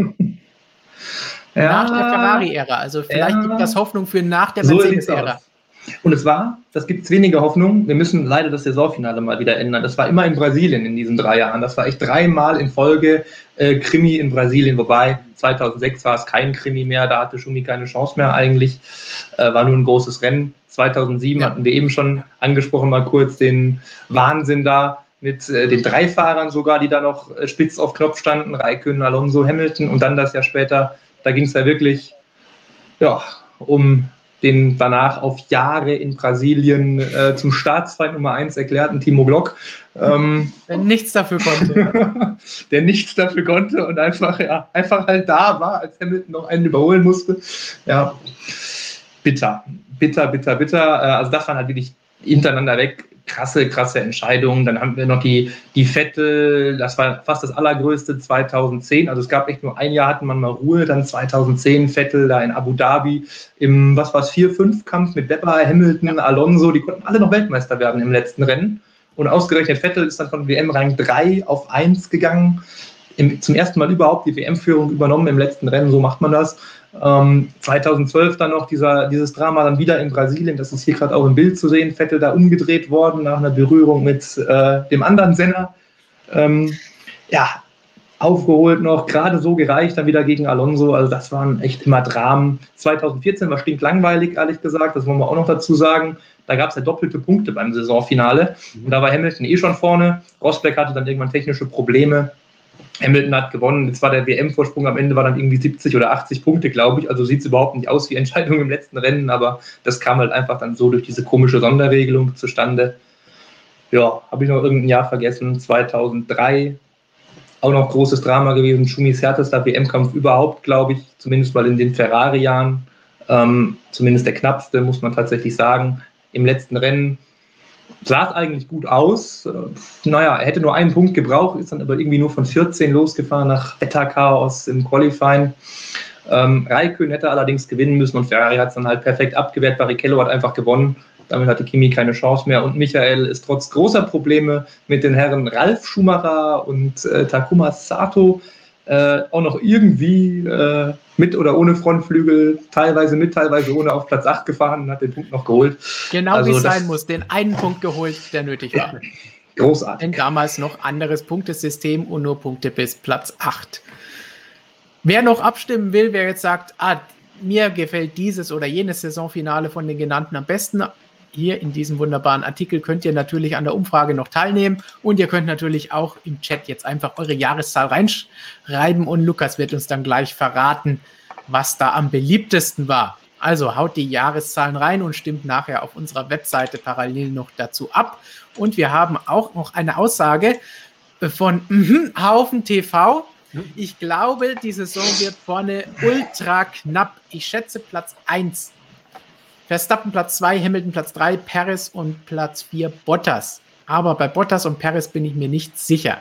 Ja, nach der Ferrari-Ära. Also vielleicht ja, gibt das Hoffnung für nach der Mercedes-Ära.
So und es war, das gibt es weniger Hoffnung, wir müssen leider das Saisonfinale mal wieder ändern. Das war immer in Brasilien in diesen drei Jahren. Das war echt dreimal in Folge äh, Krimi in Brasilien, wobei zweitausendsechs war es kein Krimi mehr, da hatte Schumi keine Chance mehr eigentlich, äh, war nur ein großes Rennen. zweitausendsieben ja. hatten wir eben schon angesprochen, mal kurz den Wahnsinn da mit äh, den drei Fahrern sogar, die da noch äh, spitz auf Knopf standen, Raikkonen, Alonso, Hamilton und dann das Jahr später, da ging es ja wirklich ja, um den danach auf Jahre in Brasilien äh, zum Staatsfeind Nummer eins erklärten Timo Glock. Ähm,
der nichts dafür konnte.
der nichts dafür konnte und einfach, ja, einfach halt da war, als Hamilton noch einen überholen musste. Ja, bitter, bitter, bitter, bitter. Also das waren halt wirklich hintereinander weg. Krasse, krasse Entscheidungen. Dann haben wir noch die, die Vettel, das war fast das allergrößte zweitausendzehn. Also es gab echt nur ein Jahr, hatten man mal Ruhe. Dann zweitausendzehn Vettel da in Abu Dhabi im, was war es, vier fünf Kampf mit Webber, Hamilton, Alonso. Die konnten alle noch Weltmeister werden im letzten Rennen. Und ausgerechnet Vettel ist dann von W M-Rang drei auf eins gegangen. Im, zum ersten Mal überhaupt die W M-Führung übernommen im letzten Rennen. So macht man das. Ähm, zweitausendzwölf dann noch dieser, dieses Drama dann wieder in Brasilien, das ist hier gerade auch im Bild zu sehen, Vettel da umgedreht worden nach einer Berührung mit äh, dem anderen Senna. Ähm, ja, aufgeholt noch, gerade so gereicht dann wieder gegen Alonso, also das waren echt immer Dramen. zweitausendvierzehn war stinklangweilig, ehrlich gesagt, das wollen wir auch noch dazu sagen. Da gab es ja doppelte Punkte beim Saisonfinale und da war Hamilton eh schon vorne. Rosberg hatte dann irgendwann technische Probleme. Hamilton hat gewonnen, jetzt war der W M-Vorsprung am Ende war dann irgendwie siebzig oder achtzig Punkte, glaube ich, also sieht es überhaupt nicht aus wie Entscheidung im letzten Rennen, aber das kam halt einfach dann so durch diese komische Sonderregelung zustande. Ja, habe ich noch irgendein Jahr vergessen, zweitausenddrei, auch noch großes Drama gewesen, Schumis härtester W M-Kampf überhaupt, glaube ich, zumindest mal in den Ferrari-Jahren, ähm, zumindest der knappste, muss man tatsächlich sagen. Im letzten Rennen sah es eigentlich gut aus. Naja, er hätte nur einen Punkt gebraucht, ist dann aber irgendwie nur von vierzehn losgefahren nach Wetterchaos im Qualifying. Ähm, Räikkönen hätte allerdings gewinnen müssen und Ferrari hat es dann halt perfekt abgewehrt. Barrichello hat einfach gewonnen. Damit hatte Kimi keine Chance mehr und Michael ist trotz großer Probleme mit den Herren Ralf Schumacher und äh, Takuma Sato äh, auch noch irgendwie äh, mit oder ohne Frontflügel, teilweise mit, teilweise ohne, auf Platz acht gefahren und hat den Punkt noch geholt.
Genau also wie es sein muss, den einen Punkt geholt, der nötig war.
Ja, großartig.
Denn damals noch anderes Punktesystem und nur Punkte bis Platz acht. Wer noch abstimmen will, wer jetzt sagt, ah, mir gefällt dieses oder jenes Saisonfinale von den genannten am besten, hier in diesem wunderbaren Artikel könnt ihr natürlich an der Umfrage noch teilnehmen und ihr könnt natürlich auch im Chat jetzt einfach eure Jahreszahl reinschreiben und Lukas wird uns dann gleich verraten, was da am beliebtesten war. Also haut die Jahreszahlen rein und stimmt nachher auf unserer Webseite parallel noch dazu ab. Und wir haben auch noch eine Aussage von mhm, Haufen T V. Ich glaube, die Saison wird vorne ultra knapp. Ich schätze Platz eins. Verstappen Platz zwei, Hamilton Platz drei, Perez und Platz vier Bottas. Aber bei Bottas und Perez bin ich mir nicht sicher.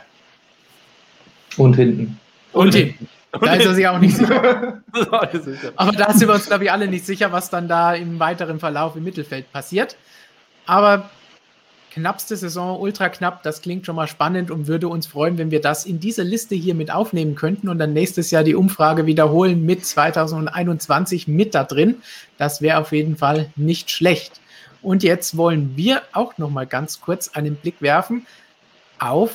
Und hinten.
Und, und hinten. hinten. Da ist er sich auch nicht sicher. Aber da sind wir uns, glaube ich, alle nicht sicher, was dann da im weiteren Verlauf im Mittelfeld passiert. Aber knappste Saison, ultra knapp, das klingt schon mal spannend und würde uns freuen, wenn wir das in diese Liste hier mit aufnehmen könnten und dann nächstes Jahr die Umfrage wiederholen mit zweitausendeinundzwanzig mit da drin. Das wäre auf jeden Fall nicht schlecht. Und jetzt wollen wir auch noch mal ganz kurz einen Blick werfen auf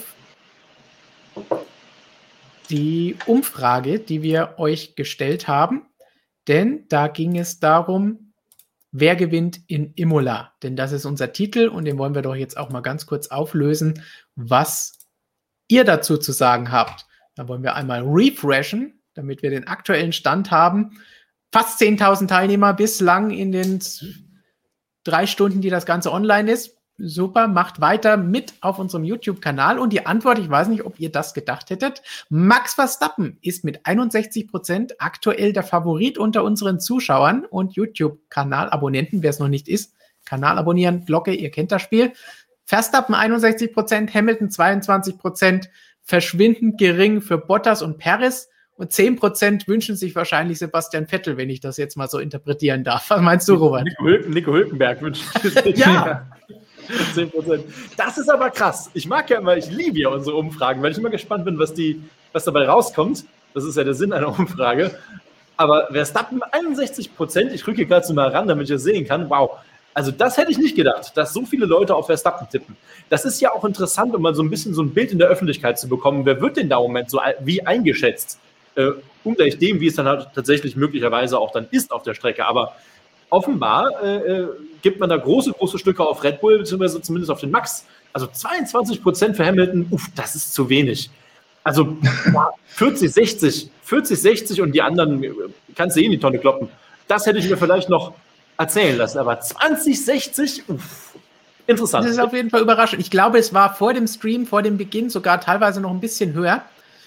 die Umfrage, die wir euch gestellt haben, denn da ging es darum, wer gewinnt in Imola? Denn das ist unser Titel und den wollen wir doch jetzt auch mal ganz kurz auflösen, was ihr dazu zu sagen habt. Da wollen wir einmal refreshen, damit wir den aktuellen Stand haben. Fast zehntausend Teilnehmer bislang in den drei Stunden, die das Ganze online ist. Super, macht weiter mit auf unserem YouTube-Kanal. Und die Antwort, ich weiß nicht, ob ihr das gedacht hättet, Max Verstappen ist mit einundsechzig Prozent aktuell der Favorit unter unseren Zuschauern und YouTube-Kanalabonnenten. Wer es noch nicht ist, Kanal abonnieren, Glocke, ihr kennt das Spiel. Verstappen einundsechzig Prozent, Hamilton zweiundzwanzig Prozent, verschwindend gering für Bottas und Perez. Und zehn Prozent wünschen sich wahrscheinlich Sebastian Vettel, wenn ich das jetzt mal so interpretieren darf. Was meinst du, Robert?
Nico, Hülken, Nico Hülkenberg wünscht sich.
Ja.
zehn Prozent. Das ist aber krass. Ich mag ja immer, ich liebe ja unsere Umfragen, weil ich immer gespannt bin, was, die, was dabei rauskommt. Das ist ja der Sinn einer Umfrage. Aber Verstappen einundsechzig Prozent, ich rücke gerade so mal ran, damit ich das sehen kann. Wow. Also das hätte ich nicht gedacht, dass so viele Leute auf Verstappen tippen. Das ist ja auch interessant, um mal so ein bisschen so ein Bild in der Öffentlichkeit zu bekommen. Wer wird denn da im Moment so wie eingeschätzt? Äh, ungleich dem, wie es dann halt tatsächlich möglicherweise auch dann ist auf der Strecke. Aber offenbar äh, gibt man da große, große Stücke auf Red Bull, beziehungsweise zumindest auf den Max. Also zweiundzwanzig Prozent für Hamilton, uff, das ist zu wenig. Also vierzig, sechzig, vierzig, sechzig und die anderen kannst du eh in die Tonne kloppen. Das hätte ich mir vielleicht noch erzählen lassen, aber zwanzig, sechzig, uff, interessant.
Das ist auf jeden Fall überraschend. Ich glaube, es war vor dem Stream, vor dem Beginn sogar teilweise noch ein bisschen höher.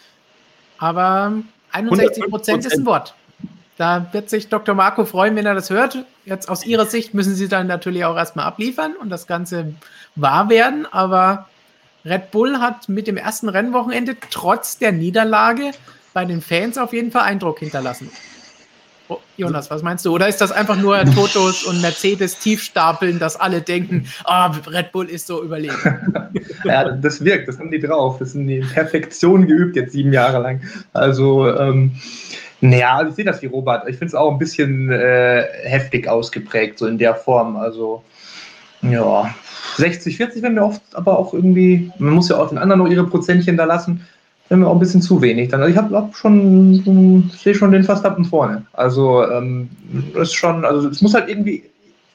Aber einundsechzig Prozent ist ein Wort. Da wird sich Doktor Marco freuen, wenn er das hört. Jetzt aus Ihrer Sicht müssen Sie dann natürlich auch erstmal abliefern und das Ganze wahr werden. Aber Red Bull hat mit dem ersten Rennwochenende trotz der Niederlage bei den Fans auf jeden Fall Eindruck hinterlassen. Oh, Jonas, was meinst du? Oder ist das einfach nur Totos und Mercedes tiefstapeln, dass alle denken, oh, Red Bull ist so überlegen?
Ja, das wirkt, das haben die drauf. Das sind die in Perfektion geübt jetzt sieben Jahre lang. Also, ähm, naja, ich sehe das wie Robert. Ich finde es auch ein bisschen äh, heftig ausgeprägt, so in der Form. Also, ja, sechzig, vierzig wären wir oft, aber auch irgendwie, man muss ja auch den anderen noch ihre Prozentchen da lassen, wären wir auch ein bisschen zu wenig. Dann, also ich habe hab schon, ich sehe schon den Verstappen vorne. Also, ähm, das ist schon, also es muss halt irgendwie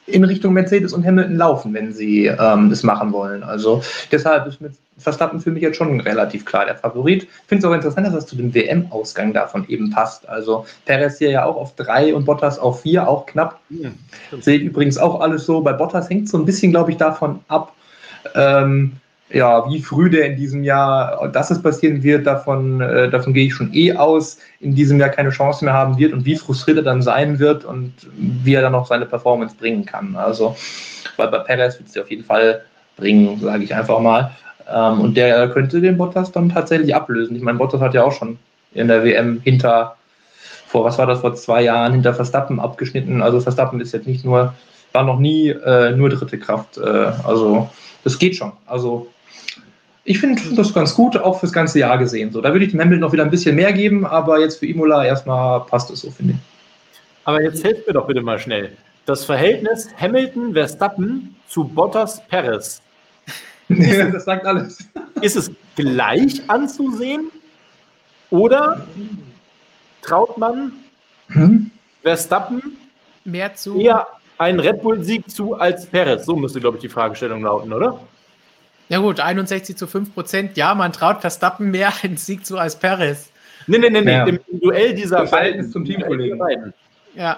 in Richtung Mercedes und Hamilton laufen, wenn sie ähm, das machen wollen. Also deshalb ist mit Verstappen für mich jetzt schon relativ klar der Favorit. Ich finde es auch interessant, dass das zu dem W M-Ausgang davon eben passt. Also Perez hier ja auch auf drei und Bottas auf vier, auch knapp. Ja, sehe ich übrigens auch alles so. Bei Bottas hängt so ein bisschen, glaube ich, davon ab, ähm, ja, wie früh der in diesem Jahr, dass es passieren wird, davon, äh, davon gehe ich schon eh aus, in diesem Jahr keine Chance mehr haben wird und wie frustriert er dann sein wird und wie er dann noch seine Performance bringen kann. Also, weil bei Perez wird es auf jeden Fall bringen, sage ich einfach mal. Ähm, und der könnte den Bottas dann tatsächlich ablösen. Ich meine, Bottas hat ja auch schon in der W M hinter, vor was war das, vor zwei Jahren hinter Verstappen abgeschnitten. Also Verstappen ist jetzt nicht nur, war noch nie äh, nur dritte Kraft. Äh, also das geht schon. Also ich finde das ganz gut, auch fürs ganze Jahr gesehen. So, da würde ich dem Hamilton noch wieder ein bisschen mehr geben, aber jetzt für Imola erstmal passt es so, finde ich.
Aber jetzt helft mir doch bitte mal schnell. Das Verhältnis Hamilton-Verstappen zu Bottas-Perez.
Ja, das sagt alles.
Ist es gleich anzusehen oder traut man hm? Verstappen
mehr zu
eher einen Red Bull-Sieg zu als Perez? So müsste, glaube ich, die Fragestellung lauten, oder?
Ja gut, einundsechzig zu fünf Prozent. Ja, man traut Verstappen mehr einen Sieg zu als Perez.
Nee, nee, nee, nee. Ja. Im Duell dieser
beiden zum Teamkollegen.
Ja.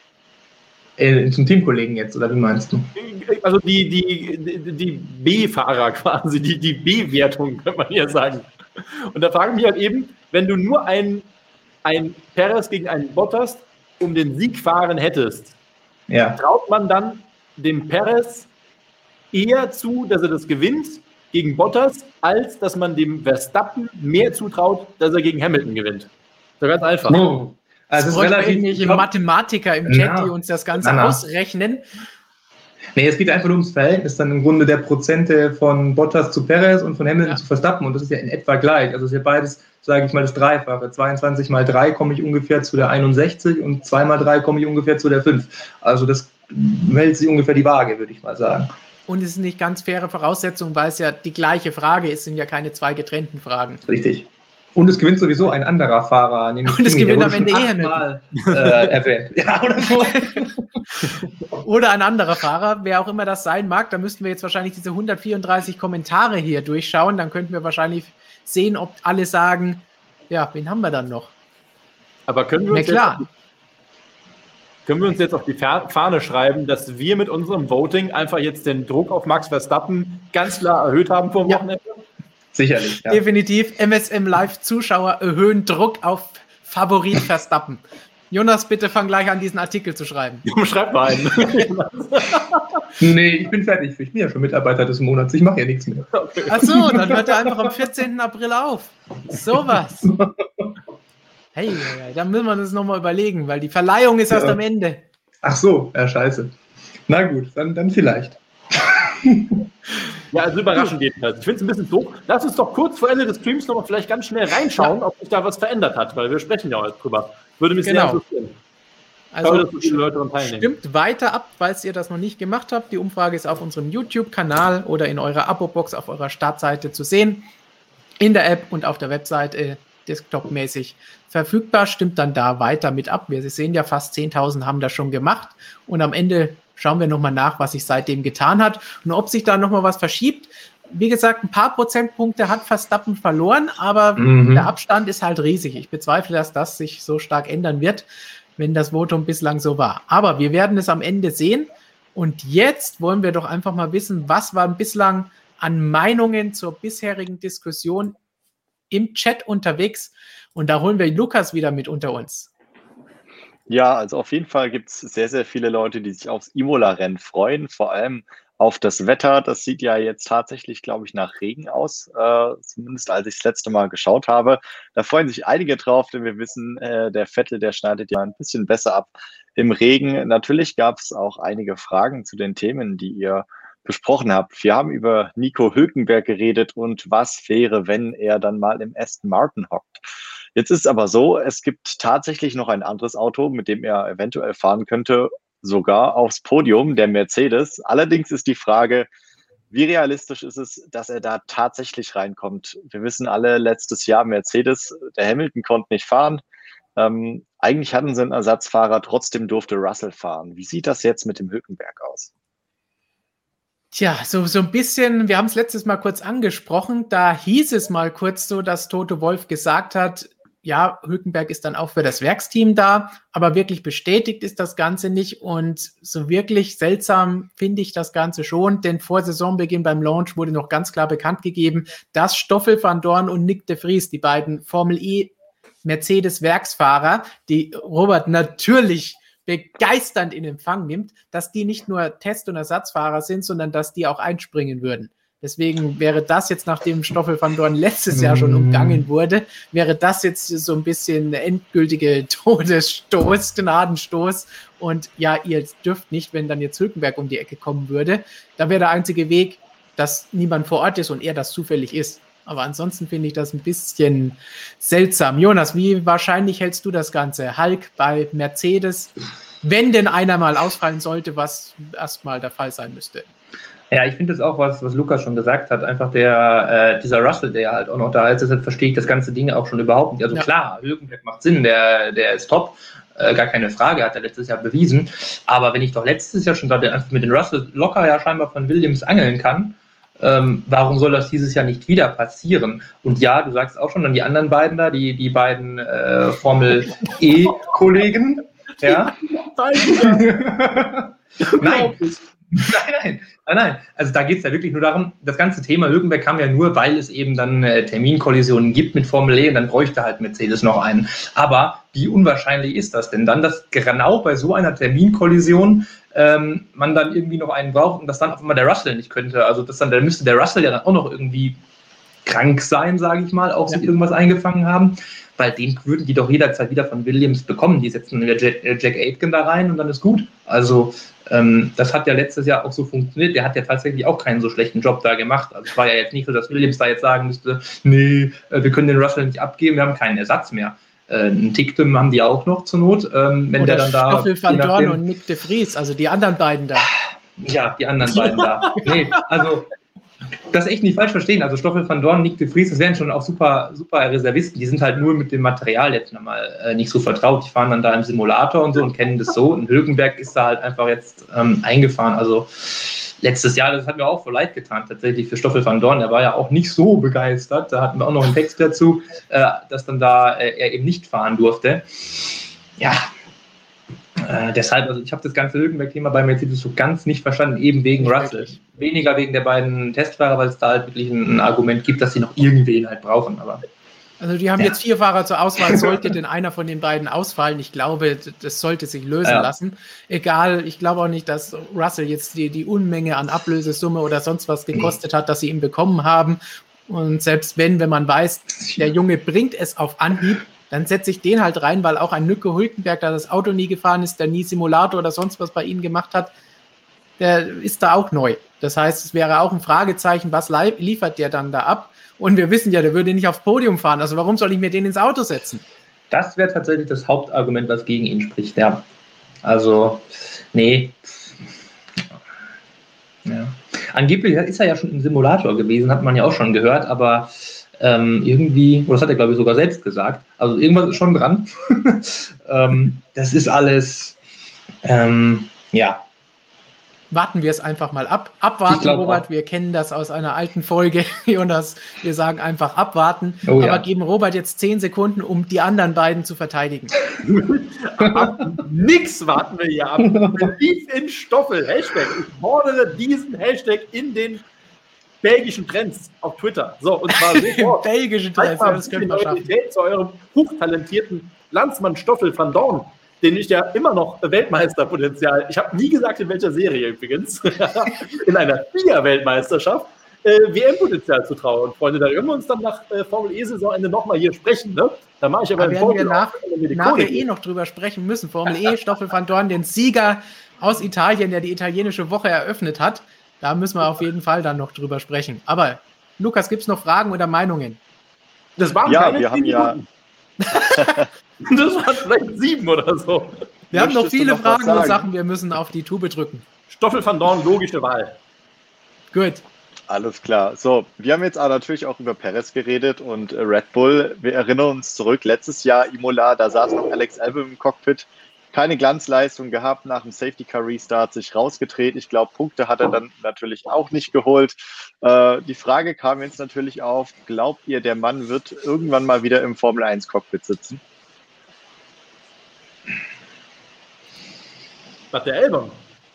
Äh, zum Teamkollegen jetzt, oder wie meinst du?
Also die, die, die, die B-Fahrer quasi, die, die B-Wertung, könnte man ja sagen. Und da frage ich mich halt eben, wenn du nur ein, ein Perez gegen einen Bottas um den Sieg fahren hättest, ja. traut man dann dem Perez eher zu, dass er das gewinnt gegen Bottas, als dass man dem Verstappen mehr zutraut, dass er gegen Hamilton gewinnt. So ganz einfach.
Oh. Also es ist relativ
nicht Mathematiker im Chat, na, die uns das Ganze na, na. ausrechnen.
Nee, es geht einfach nur ums Verhältnis dann im Grunde der Prozente von Bottas zu Perez und von Hamilton ja. zu Verstappen. Und das ist ja in etwa gleich. Also es ist ja beides, sage ich mal, das Dreifache. zweiundzwanzig mal drei komme ich ungefähr zu der einundsechzig und zwei mal drei komme ich ungefähr zu der fünf. Also das hält sich ungefähr die Waage, würde ich mal sagen.
Und es ist nicht ganz faire Voraussetzung, weil es ja die gleiche Frage ist, sind ja keine zwei getrennten Fragen.
Richtig. Und es gewinnt sowieso ein anderer Fahrer, nämlich
Und es Kimi, gewinnt am Ende eh
Hamilton. Äh, erwähnt. Ja, oder so.
Oder ein anderer Fahrer, wer auch immer das sein mag. Da müssten wir jetzt wahrscheinlich diese hundertvierunddreißig Kommentare hier durchschauen. Dann könnten wir wahrscheinlich sehen, ob alle sagen, ja, wen haben wir dann noch?
Aber können wir uns,
Na klar.
Jetzt, können wir uns jetzt auf die Fahne schreiben, dass wir mit unserem Voting einfach jetzt den Druck auf Max Verstappen ganz klar erhöht haben vor dem
ja.
Wochenende?
Sicherlich, ja.
Definitiv. M S M Live-Zuschauer erhöhen Druck auf Favorit Verstappen. Jonas, bitte fang gleich an, diesen Artikel zu schreiben.
Schreib mal einen.
Nee, ich bin fertig. Ich bin ja schon Mitarbeiter des Monats. Ich mache ja nichts mehr.
Okay. Ach so, dann hört er einfach am vierzehnten April auf. Sowas. Hey, dann müssen wir das nochmal überlegen, weil die Verleihung ist ja. erst am Ende.
Ach so, ja, scheiße. Na gut, dann, dann vielleicht.
Ja, also überraschend jedenfalls. Ich finde es ein bisschen doof. Lass uns doch kurz vor Ende des Streams nochmal vielleicht ganz schnell reinschauen, ja. ob sich da was verändert hat, weil wir sprechen ja heute drüber. Würde mich
genau.
sehr interessieren.
Also glaube, dass so viele Leute daran teilnehmen. Stimmt weiter ab, falls ihr das noch nicht gemacht habt. Die Umfrage ist auf unserem YouTube-Kanal oder in eurer Abo-Box auf eurer Startseite zu sehen. In der App und auf der Webseite desktop-mäßig verfügbar. Stimmt dann da weiter mit ab. Wir sehen ja, fast zehntausend haben das schon gemacht. Und am Ende schauen wir nochmal nach, was sich seitdem getan hat und ob sich da nochmal was verschiebt. Wie gesagt, ein paar Prozentpunkte hat Verstappen verloren, aber mhm. der Abstand ist halt riesig. Ich bezweifle, dass das sich so stark ändern wird, wenn das Votum bislang so war. Aber wir werden es am Ende sehen. Und jetzt wollen wir doch einfach mal wissen, was war bislang an Meinungen zur bisherigen Diskussion im Chat unterwegs. Und da holen wir Lukas wieder mit unter uns.
Ja, also auf jeden Fall gibt es sehr, sehr viele Leute, die sich aufs Imola-Rennen freuen, vor allem auf das Wetter. Das sieht ja jetzt tatsächlich, glaube ich, nach Regen aus, äh, zumindest als ich das letzte Mal geschaut habe. Da freuen sich einige drauf, denn wir wissen, äh, der Vettel, der schneidet ja ein bisschen besser ab im Regen. Natürlich gab es auch einige Fragen zu den Themen, die ihr besprochen habt. Wir haben über Nico Hülkenberg geredet und was wäre, wenn er dann mal im Aston Martin hockt. Jetzt ist es aber so, es gibt tatsächlich noch ein anderes Auto, mit dem er eventuell fahren könnte, sogar aufs Podium, der Mercedes. Allerdings ist die Frage, wie realistisch ist es, dass er da tatsächlich reinkommt? Wir wissen alle, letztes Jahr Mercedes, der Hamilton konnte nicht fahren. Ähm, eigentlich hatten sie einen Ersatzfahrer, trotzdem durfte Russell fahren. Wie sieht das jetzt mit dem Hülkenberg aus?
Tja, so, so ein bisschen, wir haben es letztes Mal kurz angesprochen, da hieß es mal kurz so, dass Toto Wolff gesagt hat, ja, Hülkenberg ist dann auch für das Werksteam da, aber wirklich bestätigt ist das Ganze nicht und so wirklich seltsam finde ich das Ganze schon, denn vor Saisonbeginn beim Launch wurde noch ganz klar bekannt gegeben, dass Stoffel van Dorn und Nick de Vries, die beiden Formel E Mercedes-Werksfahrer, die Robert natürlich begeisternd in Empfang nimmt, dass die nicht nur Test- und Ersatzfahrer sind, sondern dass die auch einspringen würden. Deswegen wäre das jetzt, nachdem Stoffel van Dorn letztes Jahr schon umgangen wurde, wäre das jetzt so ein bisschen der endgültige Todesstoß, Gnadenstoß. Und ja, ihr dürft nicht, wenn dann jetzt Hülkenberg um die Ecke kommen würde. Da wäre der einzige Weg, dass niemand vor Ort ist und er das zufällig ist. Aber ansonsten finde ich das ein bisschen seltsam. Jonas, wie wahrscheinlich hältst du das Ganze? Hulk bei Mercedes, wenn denn einer mal ausfallen sollte, was erstmal der Fall sein müsste?
Ja, ich finde das auch, was, was Lukas schon gesagt hat, einfach der, äh, dieser Russell, der halt auch noch da ist, deshalb verstehe ich das ganze Ding auch schon überhaupt nicht. Also ja. Klar, Hülkenberg macht Sinn, der, der ist top, äh, gar keine Frage, hat er letztes Jahr bewiesen. Aber wenn ich doch letztes Jahr schon da mit den Russell locker ja scheinbar von Williams angeln kann, Ähm, warum soll das dieses Jahr nicht wieder passieren? Und ja, du sagst auch schon, dann die anderen beiden da, die, die beiden äh, Formel-E-Kollegen. Ja. Nein. Nein, nein, nein, nein. Also da geht es ja wirklich nur darum, das ganze Thema Hülkenberg kam ja nur, weil es eben dann äh, Terminkollisionen gibt mit Formel E und dann bräuchte halt Mercedes noch einen. Aber wie unwahrscheinlich ist das denn dann, dass genau bei so einer Terminkollision ähm, man dann irgendwie noch einen braucht und dass dann auf einmal der Russell nicht könnte. Also das dann, dann müsste der Russell ja dann auch noch irgendwie krank sein, sage ich mal, auch ja. sich irgendwas eingefangen haben. Weil den würden die doch jederzeit wieder von Williams bekommen. Die setzen Jack, Jack Aitken da rein und dann ist gut. Also ähm, das hat ja letztes Jahr auch so funktioniert. Der hat ja tatsächlich auch keinen so schlechten Job da gemacht. Also es war ja jetzt nicht so, dass Williams da jetzt sagen müsste, nee, wir können den Russell nicht abgeben, wir haben keinen Ersatz mehr. Äh, einen Ticktum haben die auch noch zur Not. Ähm, wenn
Oder
der dann da,
Stoffel van Dorn und Nick de Vries, also die anderen beiden da.
Ja, die anderen beiden da. Nee, also das echt nicht falsch verstehen. Also Stoffel van Dorn, Nick de Vries, das wären schon auch super, super Reservisten. Die sind halt nur mit dem Material jetzt nochmal äh, nicht so vertraut. Die fahren dann da im Simulator und so und kennen das so. Und Hülkenberg ist da halt einfach jetzt ähm, eingefahren. Also letztes Jahr, das hat mir auch voll leid getan, tatsächlich für Stoffel van Dorn. Der war ja auch nicht so begeistert. Da hatten wir auch noch einen Text dazu, äh, dass dann da äh, er eben nicht fahren durfte. Ja, Äh, deshalb, also ich habe das ganze Hülkenberg-Thema bei Mercedes so ganz nicht verstanden, eben wegen nicht Russell. Wirklich. Weniger wegen der beiden Testfahrer, weil es da halt wirklich ein, ein Argument gibt, dass sie noch irgendwen halt brauchen. Aber
also die haben ja. jetzt vier Fahrer zur Auswahl, sollte denn einer von den beiden ausfallen. Ich glaube, das sollte sich lösen ja. lassen. Egal, ich glaube auch nicht, dass Russell jetzt die, die Unmenge an Ablösesumme oder sonst was gekostet hat, dass sie ihn bekommen haben. Und selbst wenn, wenn man weiß, der Junge bringt es auf Anhieb, dann setze ich den halt rein, weil auch ein Nico Hülkenberg, der das Auto nie gefahren ist, der nie Simulator oder sonst was bei ihnen gemacht hat, der ist da auch neu. Das heißt, es wäre auch ein Fragezeichen, was liefert der dann da ab? Und wir wissen ja, der würde nicht aufs Podium fahren. Also warum soll ich mir den ins Auto setzen?
Das wäre tatsächlich das Hauptargument, was gegen ihn spricht, ja. Also, nee. Ja. Angeblich ist er ja schon im Simulator gewesen, hat man ja auch schon gehört, aber Ähm, irgendwie, oder das hat er, glaube ich, sogar selbst gesagt, also irgendwas ist schon dran. ähm, das ist alles, ähm, ja.
Warten wir es einfach mal ab. Abwarten, Robert, auch. Wir kennen das aus einer alten Folge, Jonas, wir sagen einfach abwarten, oh, aber ja. geben Robert jetzt zehn Sekunden, um die anderen beiden zu verteidigen.
ab, nix warten wir hier ab. Beef in Stoffel, Hashtag. Ich fordere diesen Hashtag in den belgischen Trends auf Twitter. So, und zwar sofort.
belgischen Trends, ja, das können wir schaffen.
Zu eurem hochtalentierten Landsmann Stoffel van Dorn, den ich ja immer noch Weltmeisterpotenzial, ich habe nie gesagt, in welcher Serie übrigens, in einer Vier-Weltmeisterschaft, äh, W M-Potenzial zu trauen. Und Freunde, da können wir uns dann nach äh, Formel-E-Saisonende nochmal hier sprechen, ne? Da mache ich aber
da werden wir nach, nachher eh noch drüber sprechen müssen. Formel E, Stoffel van Dorn, den Sieger aus Italien, der die italienische Woche eröffnet hat. Da müssen wir auf jeden Fall dann noch drüber sprechen. Aber, Lukas, gibt es noch Fragen oder Meinungen?
Das waren
ja,
keine
wir haben ja.
Das waren vielleicht sieben oder so.
Wir haben noch viele noch Fragen und Sachen, wir müssen auf die Tube drücken.
Stoffel van Dorn, logische Wahl.
Gut.
Alles klar. So, wir haben jetzt aber natürlich auch über Perez geredet und äh, Red Bull. Wir erinnern uns zurück, letztes Jahr Imola, da saß noch Alex Albon im Cockpit. Keine Glanzleistung gehabt, nach dem Safety Car Restart sich rausgedreht. Ich glaube, Punkte hat er dann natürlich auch nicht geholt. Äh, die Frage kam jetzt natürlich auf, glaubt ihr, der Mann wird irgendwann mal wieder im Formel eins Cockpit sitzen?
Was, der Albon?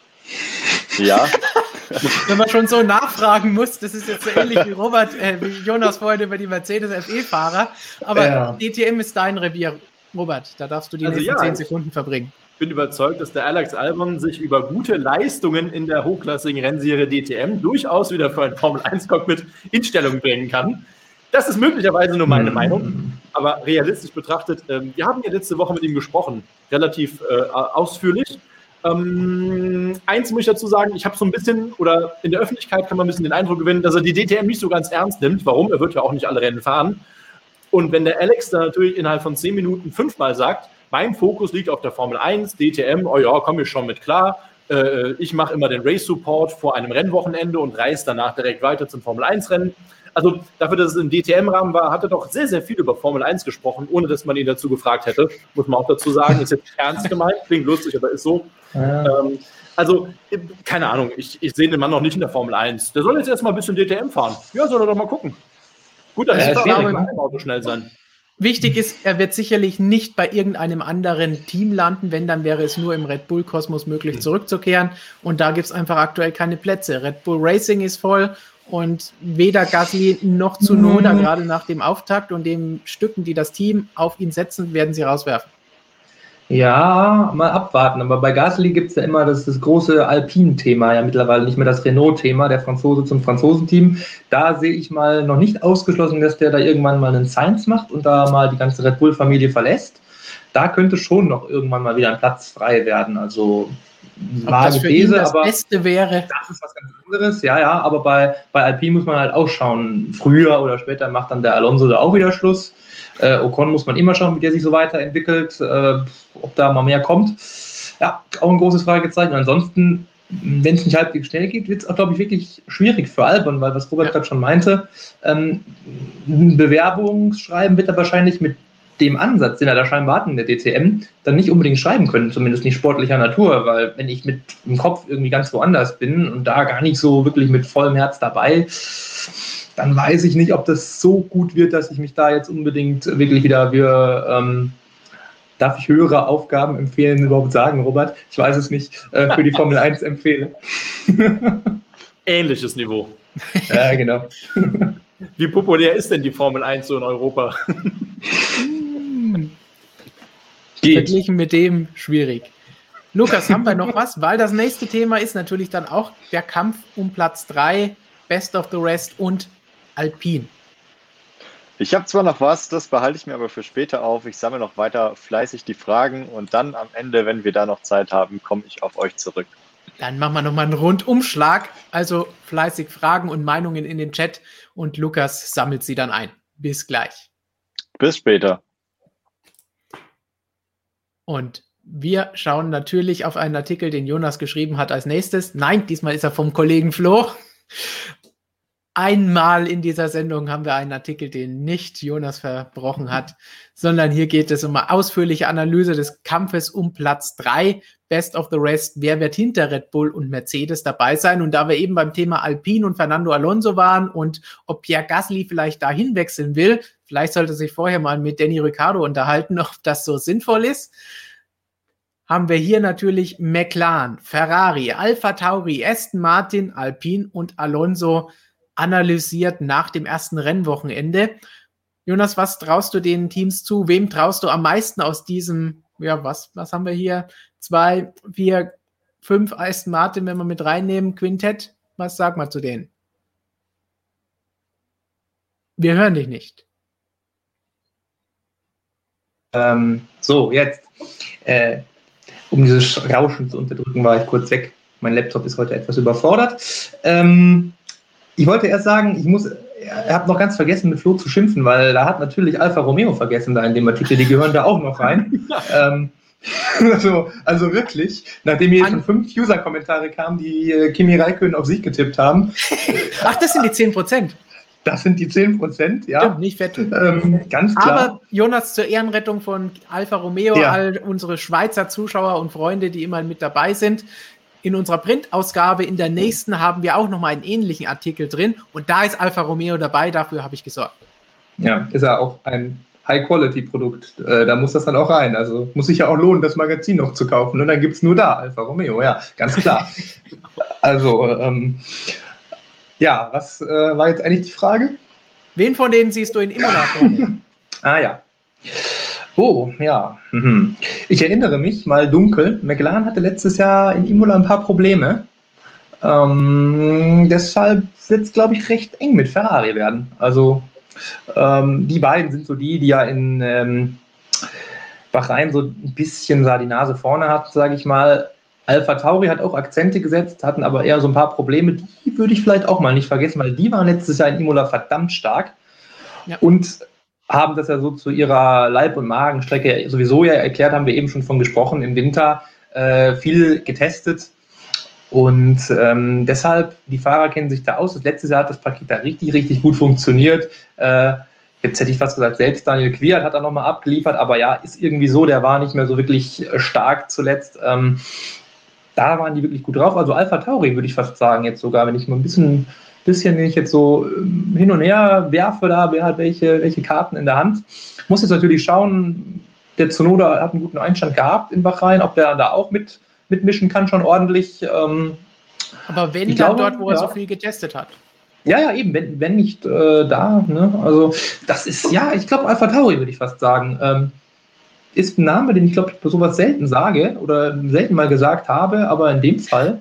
Ja.
Wenn man schon so nachfragen muss, das ist jetzt so ähnlich wie Robert, äh, wie Jonas vorhin über die Mercedes F E-Fahrer, aber
Ja.
D T M ist dein Revier, Robert, da darfst du die
Also
nächsten
ja,
zehn
ich-
Sekunden verbringen.
Ich bin überzeugt, dass der Alex Albon sich über gute Leistungen in der hochklassigen Rennserie D T M durchaus wieder für ein Formel eins Cockpit in Stellung bringen kann. Das ist möglicherweise nur meine Meinung, aber realistisch betrachtet, ähm, wir haben ja letzte Woche mit ihm gesprochen, relativ äh, ausführlich. Ähm, eins muss ich dazu sagen, ich habe so ein bisschen, oder in der Öffentlichkeit kann man ein bisschen den Eindruck gewinnen, dass er die D T M nicht so ganz ernst nimmt. Warum? Er wird ja auch nicht alle Rennen fahren. Und wenn der Alex dann natürlich innerhalb von zehn Minuten fünfmal sagt, mein Fokus liegt auf der Formel eins, D T M, oh ja, komme ich schon mit klar. Äh, ich mache immer den Race-Support vor einem Rennwochenende und reise danach direkt weiter zum Formel eins Rennen. Also dafür, dass es im D T M-Rahmen war, hat er doch sehr, sehr viel über Formel eins gesprochen, ohne dass man ihn dazu gefragt hätte. Muss man auch dazu sagen, ist jetzt ernst gemeint, klingt lustig, aber ist so.
Ja.
Ähm, also, keine Ahnung, ich, ich sehe den Mann noch nicht in der Formel eins. Der soll jetzt erstmal ein bisschen D T M fahren. Ja, soll er doch mal gucken. Gut, dann
Ja,
ist er
schwierig,
aber
ne?
im Auto schnell sein.
Wichtig ist, er wird sicherlich nicht bei irgendeinem anderen Team landen. Wenn, dann wäre es nur im Red Bull-Kosmos möglich, zurückzukehren. Und da gibt es einfach aktuell keine Plätze. Red Bull Racing ist voll und weder Gasly noch Tsunoda,
Mhm.
gerade nach dem Auftakt und den Stücken, die das Team auf ihn setzen, werden sie rauswerfen.
Ja, mal abwarten. Aber bei Gasly gibt es ja immer das, das große Alpine-Thema, ja mittlerweile nicht mehr das Renault-Thema, der Franzose zum Franzosenteam. Da sehe ich mal noch nicht ausgeschlossen, dass der da irgendwann mal einen Sainz macht und da mal die ganze Red Bull-Familie verlässt. Da könnte schon noch irgendwann mal wieder ein Platz frei werden. Also
Ob das
vage
für ihn
These,
das
aber
Beste wäre,
das ist was ganz anderes. Ja, ja, aber bei, bei Alpine muss man halt auch schauen. Früher oder später macht dann der Alonso da auch wieder Schluss. Äh, Ocon muss man immer schauen, wie der sich so weiterentwickelt, äh, ob da mal mehr kommt. Ja, auch ein großes Fragezeichen. Und ansonsten, wenn es nicht halbwegs schnell geht, wird es auch, glaube ich, wirklich schwierig für Albon, weil was Robert
Ja.
gerade schon meinte, ähm, ein Bewerbungsschreiben wird er wahrscheinlich mit dem Ansatz, den er da scheinbar hat in der D T M, dann nicht unbedingt schreiben können, zumindest nicht sportlicher Natur, weil wenn ich mit dem Kopf irgendwie ganz woanders bin und da gar nicht so wirklich mit vollem Herz dabei, dann weiß ich nicht, ob das so gut wird, dass ich mich da jetzt unbedingt wirklich wieder für, ähm, darf ich höhere Aufgaben empfehlen, überhaupt sagen, Robert? Ich weiß es nicht, äh, für die Formel eins empfehle.
Ähnliches Niveau.
Ja, genau.
Wie populär ist denn die Formel eins so in Europa?
Geht.
verglichen mit dem schwierig. Lukas, haben wir noch was? Weil das nächste Thema ist natürlich dann auch der Kampf um Platz drei, Best of the Rest und Alpine.
Ich habe zwar noch was, das behalte ich mir aber für später auf. Ich sammle noch weiter fleißig die Fragen und dann am Ende, wenn wir da noch Zeit haben, komme ich auf euch zurück.
Dann machen wir nochmal einen Rundumschlag. Also fleißig Fragen und Meinungen in den Chat und Lukas sammelt sie dann ein. Bis gleich.
Bis später.
Und wir schauen natürlich auf einen Artikel, den Jonas geschrieben hat als nächstes. Nein, diesmal ist er vom Kollegen Flo. Einmal in dieser Sendung haben wir einen Artikel, den nicht Jonas verbrochen hat, sondern hier geht es um eine ausführliche Analyse des Kampfes um Platz drei, Best of the Rest. Wer wird hinter Red Bull und Mercedes dabei sein? Und da wir eben beim Thema Alpine und Fernando Alonso waren und ob Pierre Gasly vielleicht dahin wechseln will, vielleicht sollte sich vorher mal mit Danny Ricciardo unterhalten, ob das so sinnvoll ist, haben wir hier natürlich McLaren, Ferrari, Alpha Tauri, Aston Martin, Alpine und Alonso analysiert nach dem ersten Rennwochenende. Jonas, was traust du den Teams zu? Wem traust du am meisten aus diesem, ja, was, was haben wir hier? Zwei, vier, fünf Aston Martin, wenn wir mit reinnehmen, Quintett. Was sag mal zu denen? Wir hören dich nicht.
Ähm, so, jetzt. Äh, um dieses Rauschen zu unterdrücken, war ich kurz weg. Mein Laptop ist heute etwas überfordert. Ähm, ich wollte erst sagen, ich muss, ich habe noch ganz vergessen, mit Flo zu schimpfen, weil da hat natürlich Alfa Romeo vergessen da in dem Artikel, die gehören da auch noch rein. ähm, also, also wirklich, nachdem hier schon fünf User-Kommentare kamen, die äh, Kimi Räikkönen auf Sieg getippt haben.
Ach, das sind die zehn Prozent.
Das sind die zehn Prozent, ja.
Stimmt, nicht fett.
Ähm, ganz klar.
Aber Jonas, zur Ehrenrettung von Alfa Romeo,
Ja.
all unsere Schweizer Zuschauer und Freunde, die immer mit dabei sind, in unserer Printausgabe, in der nächsten, haben wir auch nochmal einen ähnlichen Artikel drin. Und da ist Alfa Romeo dabei, dafür habe ich gesorgt.
Ja, ist ja auch ein High-Quality-Produkt. Äh, da muss das dann auch rein. Also muss sich ja auch lohnen, das Magazin noch zu kaufen. Und dann gibt es nur da Alfa Romeo, ja, ganz klar. Also, ähm, ja, was äh, war jetzt eigentlich die Frage?
Wen von denen siehst du in Imola vorne?
Ah ja. Oh, ja. Mhm. Ich erinnere mich mal dunkel, McLaren hatte letztes Jahr in Imola ein paar Probleme. Ähm, deshalb wird es, glaube ich, recht eng mit Ferrari werden. Also ähm, die beiden sind so die, die ja in ähm, Bahrain so ein bisschen da die Nase vorne hat, sage ich mal. Alpha Tauri hat auch Akzente gesetzt, hatten aber eher so ein paar Probleme. Die würde ich vielleicht auch mal nicht vergessen, weil die waren letztes Jahr in Imola verdammt stark. Ja. Und haben das ja so zu ihrer Leib- und Magenstrecke sowieso ja erklärt, haben wir eben schon von gesprochen, im Winter äh, viel getestet. Und ähm, deshalb, die Fahrer kennen sich da aus. Das letzte Jahr hat das Paket da richtig, richtig gut funktioniert. Äh, jetzt hätte ich fast gesagt, selbst Daniel Kvyat hat da nochmal abgeliefert, aber ja, ist irgendwie so, der war nicht mehr so wirklich stark zuletzt. Ähm, da waren die wirklich gut drauf. Also Alpha Tauri würde ich fast sagen jetzt sogar, wenn ich mal ein bisschen, bisschen wenn ich jetzt so hin und her werfe, da wer hat welche, welche Karten in der Hand. Muss jetzt natürlich schauen, der Tsunoda hat einen guten Einstand gehabt in Bahrain, ob der da auch mit mitmischen kann, schon ordentlich. Ähm,
Aber wenn dann
glaube,
dort, wo er
ja.
so viel getestet hat.
Ja, ja, eben, wenn, wenn nicht äh, da. Ne? Also das ist, ja, ich glaube Alpha Tauri würde ich fast sagen. Ähm, ist ein Name, den ich glaube ich bei sowas selten sage oder selten mal gesagt habe, aber in dem Fall,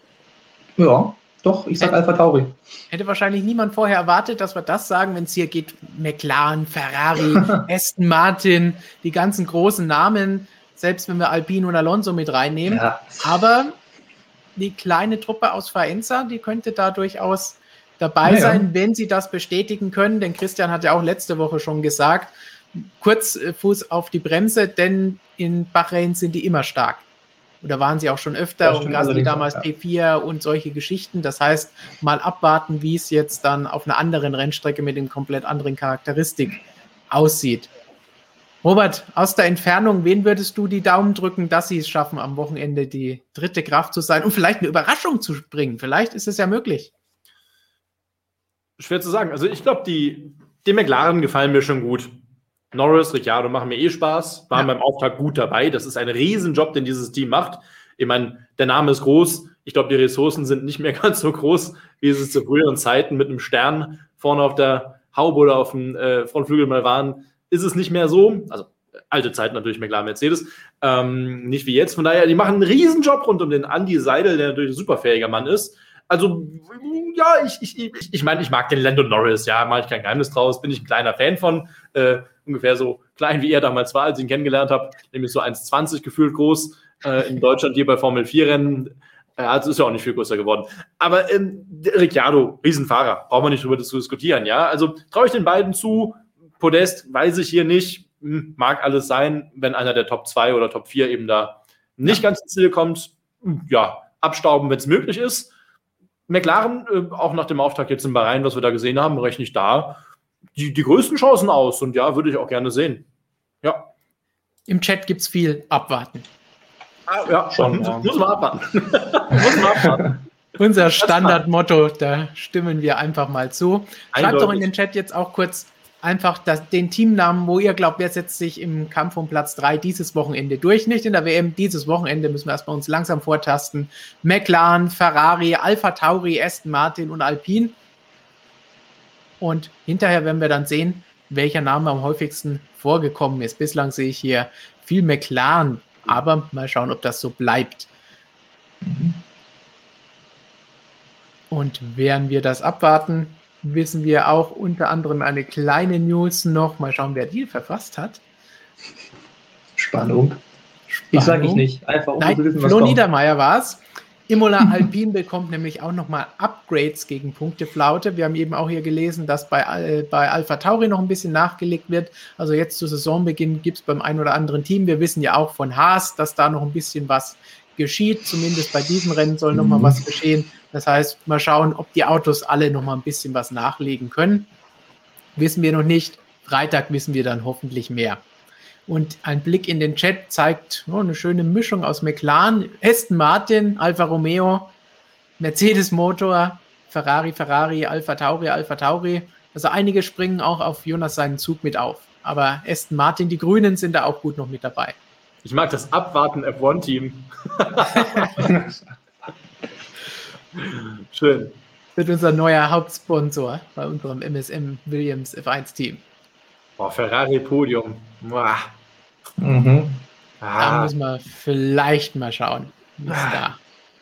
ja, doch, ich sage Alpha Tauri.
Hätte wahrscheinlich niemand vorher erwartet, dass wir das sagen, wenn es hier geht, McLaren, Ferrari, Aston Martin, die ganzen großen Namen, selbst wenn wir Alpine und Alonso mit reinnehmen. Ja. Aber die kleine Truppe aus Faenza, die könnte da durchaus dabei ja, sein, ja. wenn sie das bestätigen können. Denn Christian hat ja auch letzte Woche schon gesagt, kurz Fuß auf die Bremse, denn in Bahrain sind die immer stark. Oder waren sie auch schon öfter und Gasly damals ja. P vier und solche Geschichten. Das heißt, mal abwarten, wie es jetzt dann auf einer anderen Rennstrecke mit den komplett anderen Charakteristik aussieht. Robert, aus der Entfernung, wen würdest du die Daumen drücken, dass sie es schaffen, am Wochenende die dritte Kraft zu sein und vielleicht eine Überraschung zu bringen? Vielleicht ist es ja möglich.
Schwer zu sagen. Also ich glaube, die, die McLaren gefallen mir schon gut. Norris, Ricciardo machen mir eh Spaß, waren ja. beim Auftakt gut dabei. Das ist ein Riesenjob, den dieses Team macht. Ich meine, der Name ist groß. Ich glaube, die Ressourcen sind nicht mehr ganz so groß, wie es zu früheren Zeiten mit einem Stern vorne auf der Haube oder auf dem äh, Frontflügel mal waren. Ist es nicht mehr so. Also alte Zeit natürlich, McLaren, Mercedes. Ähm, nicht wie jetzt. Von daher, die machen einen Riesenjob rund um den Andy Seidel, der natürlich ein superfähiger Mann ist. Also, ja, ich, ich, ich, ich meine, ich mag den Lando Norris, ja, mache ich kein Geheimnis draus, bin ich ein kleiner Fan von. Äh, ungefähr so klein, wie er damals war, als ich ihn kennengelernt habe, nämlich so eins Komma zwanzig gefühlt groß, äh, in Deutschland hier bei Formel vier Rennen, äh, also ist ja auch nicht viel größer geworden. Aber ähm, Ricciardo, Riesenfahrer, brauchen wir nicht drüber zu diskutieren, ja, also traue ich den beiden zu, Podest weiß ich hier nicht, hm, mag alles sein, wenn einer der Top zwei oder Top vier eben da nicht ja. ganz ins Ziel kommt, ja, abstauben, wenn es möglich ist. McLaren, äh, auch nach dem Auftakt jetzt in Bahrain, was wir da gesehen haben, rechne ich da Die, die größten Chancen aus und ja, würde ich auch gerne sehen. Ja.
Im Chat gibt es viel abwarten.
Ah, ja, schon. Ja. Muss man abwarten. Muss man abwarten.
Unser Standardmotto, da stimmen wir einfach mal zu. Schreibt Eindeutig. Doch in den Chat jetzt auch kurz einfach das, den Teamnamen, wo ihr glaubt, wer setzt sich im Kampf um Platz drei dieses Wochenende durch. Nicht in der W M, dieses Wochenende müssen wir erstmal uns langsam vortasten. McLaren, Ferrari, Alpha Tauri, Aston Martin und Alpine. Und hinterher werden wir dann sehen, welcher Name am häufigsten vorgekommen ist. Bislang sehe ich hier viel McLaren, aber mal schauen, ob das so bleibt. Und während wir das abwarten, wissen wir auch unter anderem eine kleine News noch. Mal schauen, wer die verfasst hat.
Spannung. Spannung. Ich sage ich nicht. Einfach um
Nein,
zu wissen, was
Flo
kommt.
Niedermeyer war es. Imola Alpine bekommt nämlich auch nochmal Upgrades gegen Punkteflaute. Wir haben eben auch hier gelesen, dass bei, äh, bei Alpha Tauri noch ein bisschen nachgelegt wird. Also jetzt zu Saisonbeginn gibt es beim einen oder anderen Team. Wir wissen ja auch von Haas, dass da noch ein bisschen was geschieht. Zumindest bei diesem Rennen soll nochmal was geschehen. Das heißt, mal schauen, ob die Autos alle nochmal ein bisschen was nachlegen können. Wissen wir noch nicht. Freitag wissen wir dann hoffentlich mehr. Und ein Blick in den Chat zeigt oh, eine schöne Mischung aus McLaren, Aston Martin, Alfa Romeo, Mercedes Motor, Ferrari, Ferrari, Alfa Tauri, Alfa Tauri. Also einige springen auch auf Jonas seinen Zug mit auf. Aber Aston Martin, die Grünen sind da auch gut noch mit dabei.
Ich mag das Abwarten F eins Team. Schön.
Wird unser neuer Hauptsponsor bei unserem M S M Williams F eins Team.
Boah, Ferrari Podium. Boah.
Mhm. Ah. Da müssen wir vielleicht mal schauen, ah. da,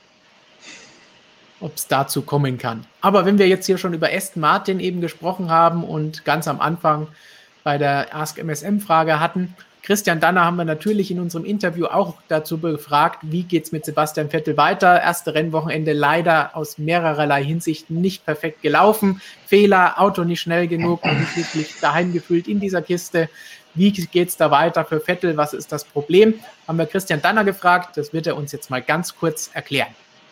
ob es dazu kommen kann. Aber wenn wir jetzt hier schon über Aston Martin eben gesprochen haben und ganz am Anfang bei der Ask M S M-Frage hatten, Christian Danner haben wir natürlich in unserem Interview auch dazu befragt, wie geht es mit Sebastian Vettel weiter. Erste Rennwochenende leider aus mehrererlei Hinsicht nicht perfekt gelaufen. Fehler, Auto nicht schnell genug und nicht wirklich daheim gefühlt in dieser Kiste. Wie geht es da weiter für Vettel? Was ist das Problem? Haben wir Christian Danner gefragt. Das wird er uns jetzt mal ganz kurz erklären.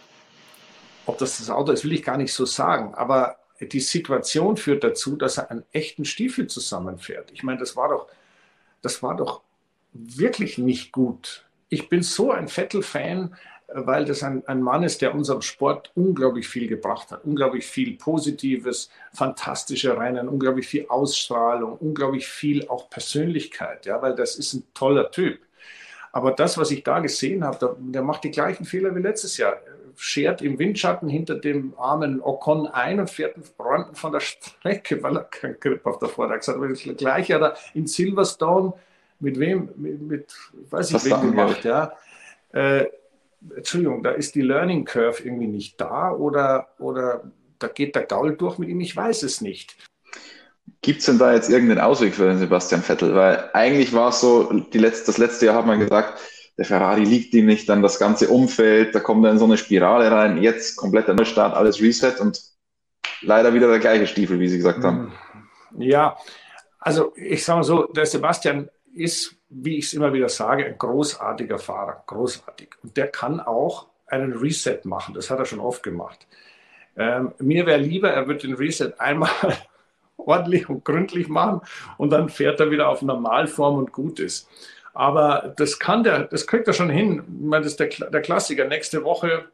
Ob das das Auto ist, will ich gar nicht so sagen. Aber die Situation führt dazu, dass er einen echten Stiefel zusammenfährt. Ich meine, das war doch, das war doch wirklich nicht gut. Ich bin so ein Vettel-Fan, weil das ein, ein Mann ist, der unserem Sport unglaublich viel gebracht hat. Unglaublich viel Positives, fantastische Rennen, unglaublich viel Ausstrahlung, unglaublich viel auch Persönlichkeit, ja, weil das ist ein toller Typ. Aber das, was ich da gesehen habe, der, der macht die gleichen Fehler wie letztes Jahr. Schert im Windschatten hinter dem armen Ocon ein und fährt räumt von der Strecke, weil er keinen Grip auf der Vorderachse hat. Aber das Gleiche hat er in Silverstone mit wem, mit, mit weiß ich, wem gemacht, ja. Äh, Entschuldigung, da ist die Learning Curve irgendwie nicht da oder, oder da geht der Gaul durch mit ihm, ich weiß es nicht.
Gibt es denn da jetzt irgendeinen Ausweg für den Sebastian Vettel? Weil eigentlich war es so, die letzte, das letzte Jahr hat man gesagt, der Ferrari liegt ihm nicht, dann das ganze Umfeld, da kommt er in so eine Spirale rein, jetzt kompletter Neustart, alles Reset und leider wieder der gleiche Stiefel, wie Sie gesagt haben.
Ja, also ich sage mal so, der Sebastian ist, wie ich es immer wieder sage, ein großartiger Fahrer, großartig. Und der kann auch einen Reset machen, das hat er schon oft gemacht. Ähm, mir wäre lieber, er wird den Reset einmal ordentlich und gründlich machen und dann fährt er wieder auf Normalform und gut ist. Aber das kann der, das kriegt er schon hin. Ich meine, das ist der, der Klassiker. Nächste Woche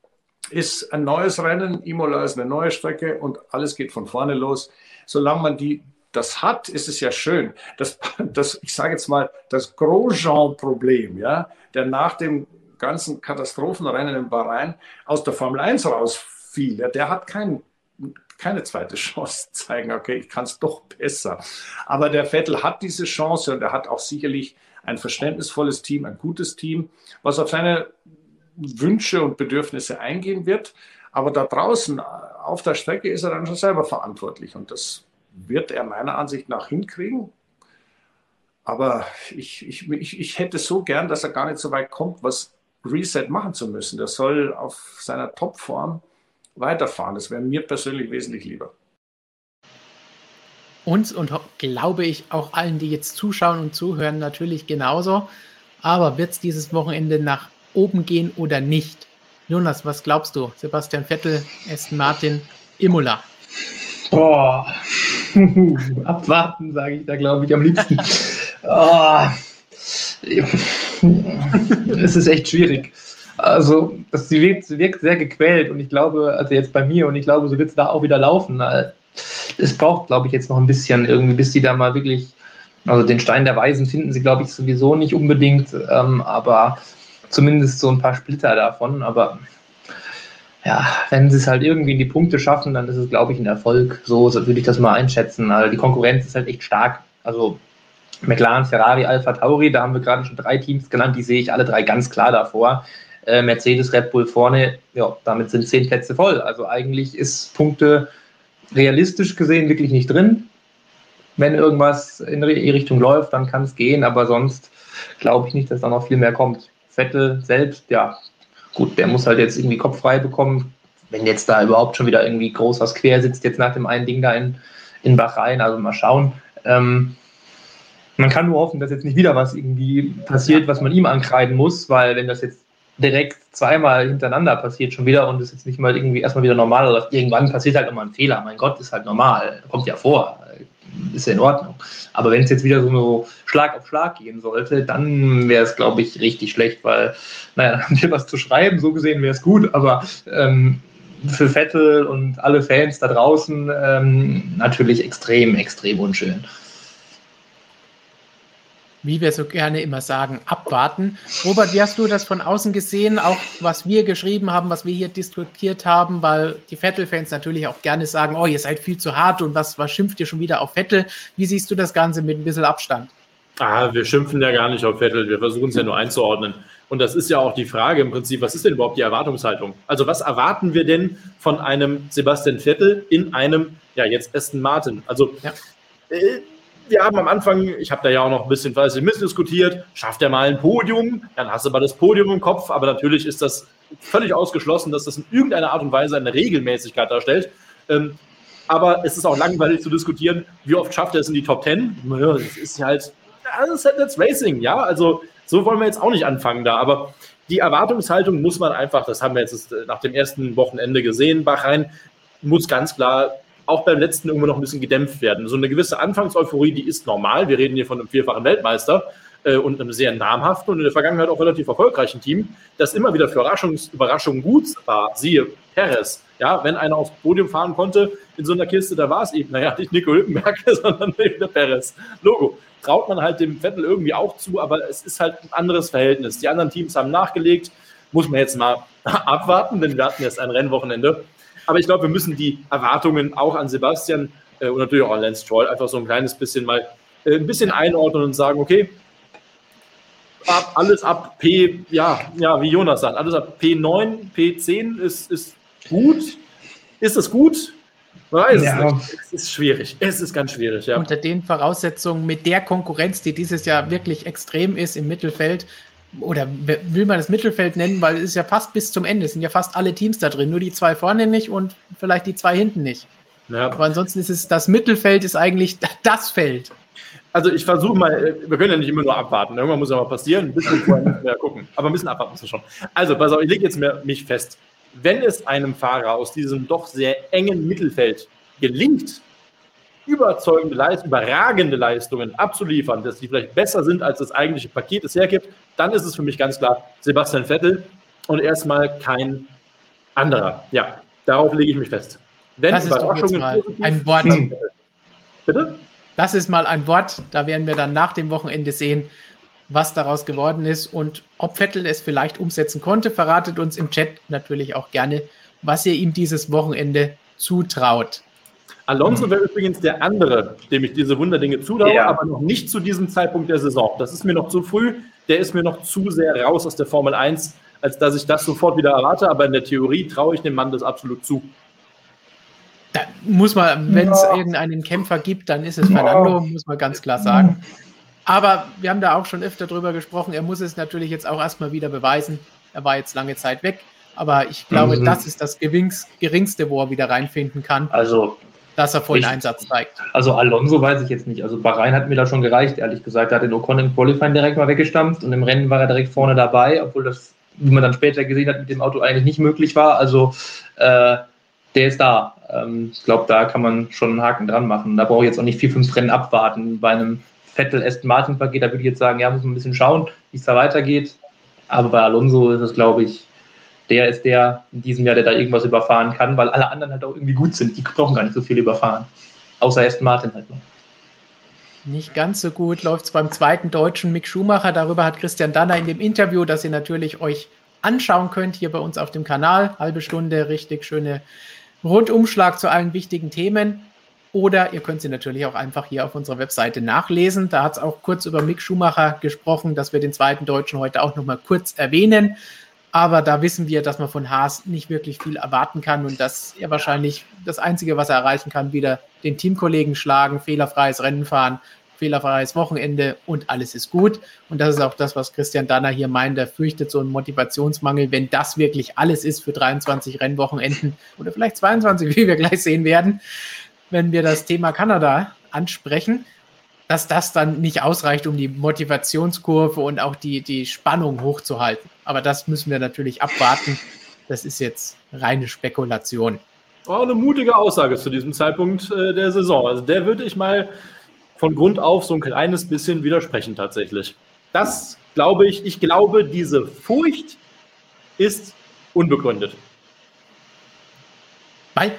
ist ein neues Rennen, Imola ist eine neue Strecke und alles geht von vorne los. Solange man die das hat, ist es ja schön. Das, das, ich sage jetzt mal, das Grosjean-Problem, ja, der nach dem ganzen Katastrophenrennen in Bahrain aus der Formel eins rausfiel, ja, der hat kein, keine zweite Chance zu zeigen, okay, ich kann es doch besser. Aber der Vettel hat diese Chance und er hat auch sicherlich ein verständnisvolles Team, ein gutes Team, was auf seine Wünsche und Bedürfnisse eingehen wird. Aber da draußen auf der Strecke ist er dann schon selber verantwortlich und das wird er meiner Ansicht nach hinkriegen. Aber ich, ich, ich, ich hätte so gern, dass er gar nicht so weit kommt, was Reset machen zu müssen. Der soll auf seiner Topform weiterfahren. Das wäre mir persönlich wesentlich lieber.
Uns und glaube ich auch allen, die jetzt zuschauen und zuhören, natürlich genauso. Aber wird es dieses Wochenende nach oben gehen oder nicht? Jonas, was glaubst du? Sebastian Vettel, Aston Martin, Imola.
Boah, abwarten, sage ich da, glaube ich, am liebsten. Oh. Es ist echt schwierig. Also, das, sie, wirkt, sie wirkt sehr gequält und ich glaube, also jetzt bei mir und ich glaube, so wird es da auch wieder laufen. Es braucht, glaube ich, jetzt noch ein bisschen irgendwie, bis die da mal wirklich, also den Stein der Weisen finden sie, glaube ich, sowieso nicht unbedingt, ähm, aber zumindest so ein paar Splitter davon, aber ja, wenn sie es halt irgendwie in die Punkte schaffen, dann ist es, glaube ich, ein Erfolg. So, so würde ich das mal einschätzen. Also die Konkurrenz ist halt echt stark. Also McLaren, Ferrari, Alpha Tauri, da haben wir gerade schon drei Teams genannt, die sehe ich alle drei ganz klar davor. Äh, Mercedes, Red Bull vorne, ja, damit sind zehn Plätze voll. Also eigentlich ist Punkte realistisch gesehen wirklich nicht drin. Wenn irgendwas in die Richtung läuft, dann kann es gehen, aber sonst glaube ich nicht, dass da noch viel mehr kommt. Vettel selbst, ja, gut, der muss halt jetzt irgendwie Kopf frei bekommen, wenn jetzt da überhaupt schon wieder irgendwie groß was quer sitzt, jetzt nach dem einen Ding da in, in Bahrain, also mal schauen. Ähm, man kann nur hoffen, dass jetzt nicht wieder was irgendwie passiert, was man ihm ankreiden muss, weil wenn das jetzt direkt zweimal hintereinander passiert schon wieder und es jetzt nicht mal irgendwie erstmal wieder normal oder irgendwann passiert halt immer ein Fehler. Mein Gott, ist halt normal, kommt ja vor, ist ja in Ordnung. Aber wenn es jetzt wieder so Schlag auf Schlag gehen sollte, dann wäre es, glaube ich, richtig schlecht, weil, naja, dann haben wir was zu schreiben, so gesehen wäre es gut, aber ähm, für Vettel und alle Fans da draußen ähm, natürlich extrem, extrem unschön.
Wie wir so gerne immer sagen, abwarten. Robert, wie hast du das von außen gesehen, auch was wir geschrieben haben, was wir hier diskutiert haben, weil die Vettel-Fans natürlich auch gerne sagen, oh, ihr seid viel zu hart und was, was schimpft ihr schon wieder auf Vettel? Wie siehst du das Ganze mit ein bisschen Abstand?
Ah, wir schimpfen ja gar nicht auf Vettel, wir versuchen es ja nur einzuordnen. Und das ist ja auch die Frage im Prinzip, was ist denn überhaupt die Erwartungshaltung? Also was erwarten wir denn von einem Sebastian Vettel in einem, ja jetzt Aston Martin? Also ja. äh, Wir haben am Anfang, ich habe da ja auch noch ein bisschen fleißig mitdiskutiert, schafft er mal ein Podium, dann hast du mal das Podium im Kopf, aber natürlich ist das völlig ausgeschlossen, dass das in irgendeiner Art und Weise eine Regelmäßigkeit darstellt. Ähm, aber es ist auch langweilig zu diskutieren, wie oft schafft er es in die Top Ten? Naja, das ist halt, das ist halt das Racing, ja, also so wollen wir jetzt auch nicht anfangen da, aber die Erwartungshaltung muss man einfach, das haben wir jetzt nach dem ersten Wochenende gesehen, Bahrain, muss ganz klar auch beim letzten irgendwo noch ein bisschen gedämpft werden. So eine gewisse Anfangseuphorie, die ist normal. Wir reden hier von einem vierfachen Weltmeister äh, und einem sehr namhaften und in der Vergangenheit auch relativ erfolgreichen Team, das immer wieder für Überraschungs- Überraschungen gut war. Siehe Perez. Ja, wenn einer aufs Podium fahren konnte in so einer Kiste, da war es eben, naja, nicht Nico Hülkenberg, sondern eben der Perez. Logo. Traut man halt dem Vettel irgendwie auch zu, aber es ist halt ein anderes Verhältnis. Die anderen Teams haben nachgelegt. Muss man jetzt mal abwarten, denn wir hatten jetzt ein Rennwochenende. Aber ich glaube, wir müssen die Erwartungen auch an Sebastian äh, und natürlich auch an Lance Stroll einfach so ein kleines bisschen mal äh, ein bisschen einordnen und sagen, okay, ab, alles ab P, ja, ja, wie Jonas sagt, alles ab P neun, P zehn ist, ist gut. Ist es gut? Man weiß ja. es nicht. Es ist schwierig. Es ist ganz schwierig, ja.
Unter den Voraussetzungen, mit der Konkurrenz, die dieses Jahr wirklich extrem ist im Mittelfeld, oder will man das Mittelfeld nennen, weil es ist ja fast bis zum Ende, es sind ja fast alle Teams da drin, nur die zwei vorne nicht und vielleicht die zwei hinten nicht. Ja. Aber ansonsten ist es, das Mittelfeld ist eigentlich das Feld.
Also ich versuche mal, wir können ja nicht immer nur abwarten, irgendwann muss ja mal passieren, ein bisschen vorher müssen wir ja gucken, aber ein bisschen abwarten müssen wir schon. Also pass auf, ich lege jetzt mir, mich fest, wenn es einem Fahrer aus diesem doch sehr engen Mittelfeld gelingt, überzeugende Leistungen, überragende Leistungen abzuliefern, dass die vielleicht besser sind, als das eigentliche Paket es hergibt, dann ist es für mich ganz klar Sebastian Vettel und erstmal kein anderer. Ja, darauf lege ich mich fest. Wenn
das ist doch jetzt mal ein Wort.
Hm. Bitte?
Das ist mal ein Wort, da werden wir dann nach dem Wochenende sehen, was daraus geworden ist und ob Vettel es vielleicht umsetzen konnte. Verratet uns im Chat natürlich auch gerne, was ihr ihm dieses Wochenende zutraut.
Alonso wäre übrigens der andere, dem ich diese Wunderdinge zutraue, ja. aber noch nicht zu diesem Zeitpunkt der Saison. Das ist mir noch zu früh, der ist mir noch zu sehr raus aus der Formel eins, als dass ich das sofort wieder erwarte, aber in der Theorie traue ich dem Mann das absolut zu.
Da muss man, wenn es ja. irgendeinen Kämpfer gibt, dann ist es Fernando, muss man ganz klar sagen. Aber wir haben da auch schon öfter drüber gesprochen, er muss es natürlich jetzt auch erstmal wieder beweisen. Er war jetzt lange Zeit weg, aber ich glaube, mhm. das ist das Geringste, wo er wieder reinfinden kann.
Also
dass er vollen Einsatz zeigt.
Also Alonso weiß ich jetzt nicht. Also Bahrain hat mir da schon gereicht, ehrlich gesagt. Er hat den Ocon im Qualifying direkt mal weggestampft und im Rennen war er direkt vorne dabei, obwohl das, wie man dann später gesehen hat, mit dem Auto eigentlich nicht möglich war. Also äh, der ist da. Ähm, ich glaube, da kann man schon einen Haken dran machen. Da brauche ich jetzt auch nicht vier, fünf Rennen abwarten. Bei einem Vettel-Aston Martin-Paket, da würde ich jetzt sagen, ja, muss man ein bisschen schauen, wie es da weitergeht. Aber bei Alonso ist es, glaube ich, der ist der in diesem Jahr, der da irgendwas überfahren kann, weil alle anderen halt auch irgendwie gut sind. Die brauchen gar nicht so viel überfahren. Außer Aston Martin halt noch.
Nicht ganz so gut läuft es beim zweiten Deutschen, Mick Schumacher. Darüber hat Christian Danner in dem Interview, das ihr natürlich euch anschauen könnt, hier bei uns auf dem Kanal. Halbe Stunde, richtig schöne Rundumschlag zu allen wichtigen Themen. Oder ihr könnt sie natürlich auch einfach hier auf unserer Webseite nachlesen. Da hat es auch kurz über Mick Schumacher gesprochen, dass wir den zweiten Deutschen heute auch nochmal kurz erwähnen. Aber da wissen wir, dass man von Haas nicht wirklich viel erwarten kann und dass er wahrscheinlich das Einzige, was er erreichen kann, wieder den Teamkollegen schlagen, fehlerfreies Rennen fahren, fehlerfreies Wochenende und alles ist gut. Und das ist auch das, was Christian Danner hier meint. Er fürchtet so einen Motivationsmangel, wenn das wirklich alles ist für dreiundzwanzig Rennwochenenden oder vielleicht zweiundzwanzig, wie wir gleich sehen werden, wenn wir das Thema Kanada ansprechen, dass das dann nicht ausreicht, um die Motivationskurve und auch die, die Spannung hochzuhalten. Aber das müssen wir natürlich abwarten. Das ist jetzt reine Spekulation.
War eine mutige Aussage zu diesem Zeitpunkt äh, der Saison. Also der würde ich mal von Grund auf so ein kleines bisschen widersprechen tatsächlich. Das glaube ich, ich glaube, diese Furcht ist unbegründet.
Weil?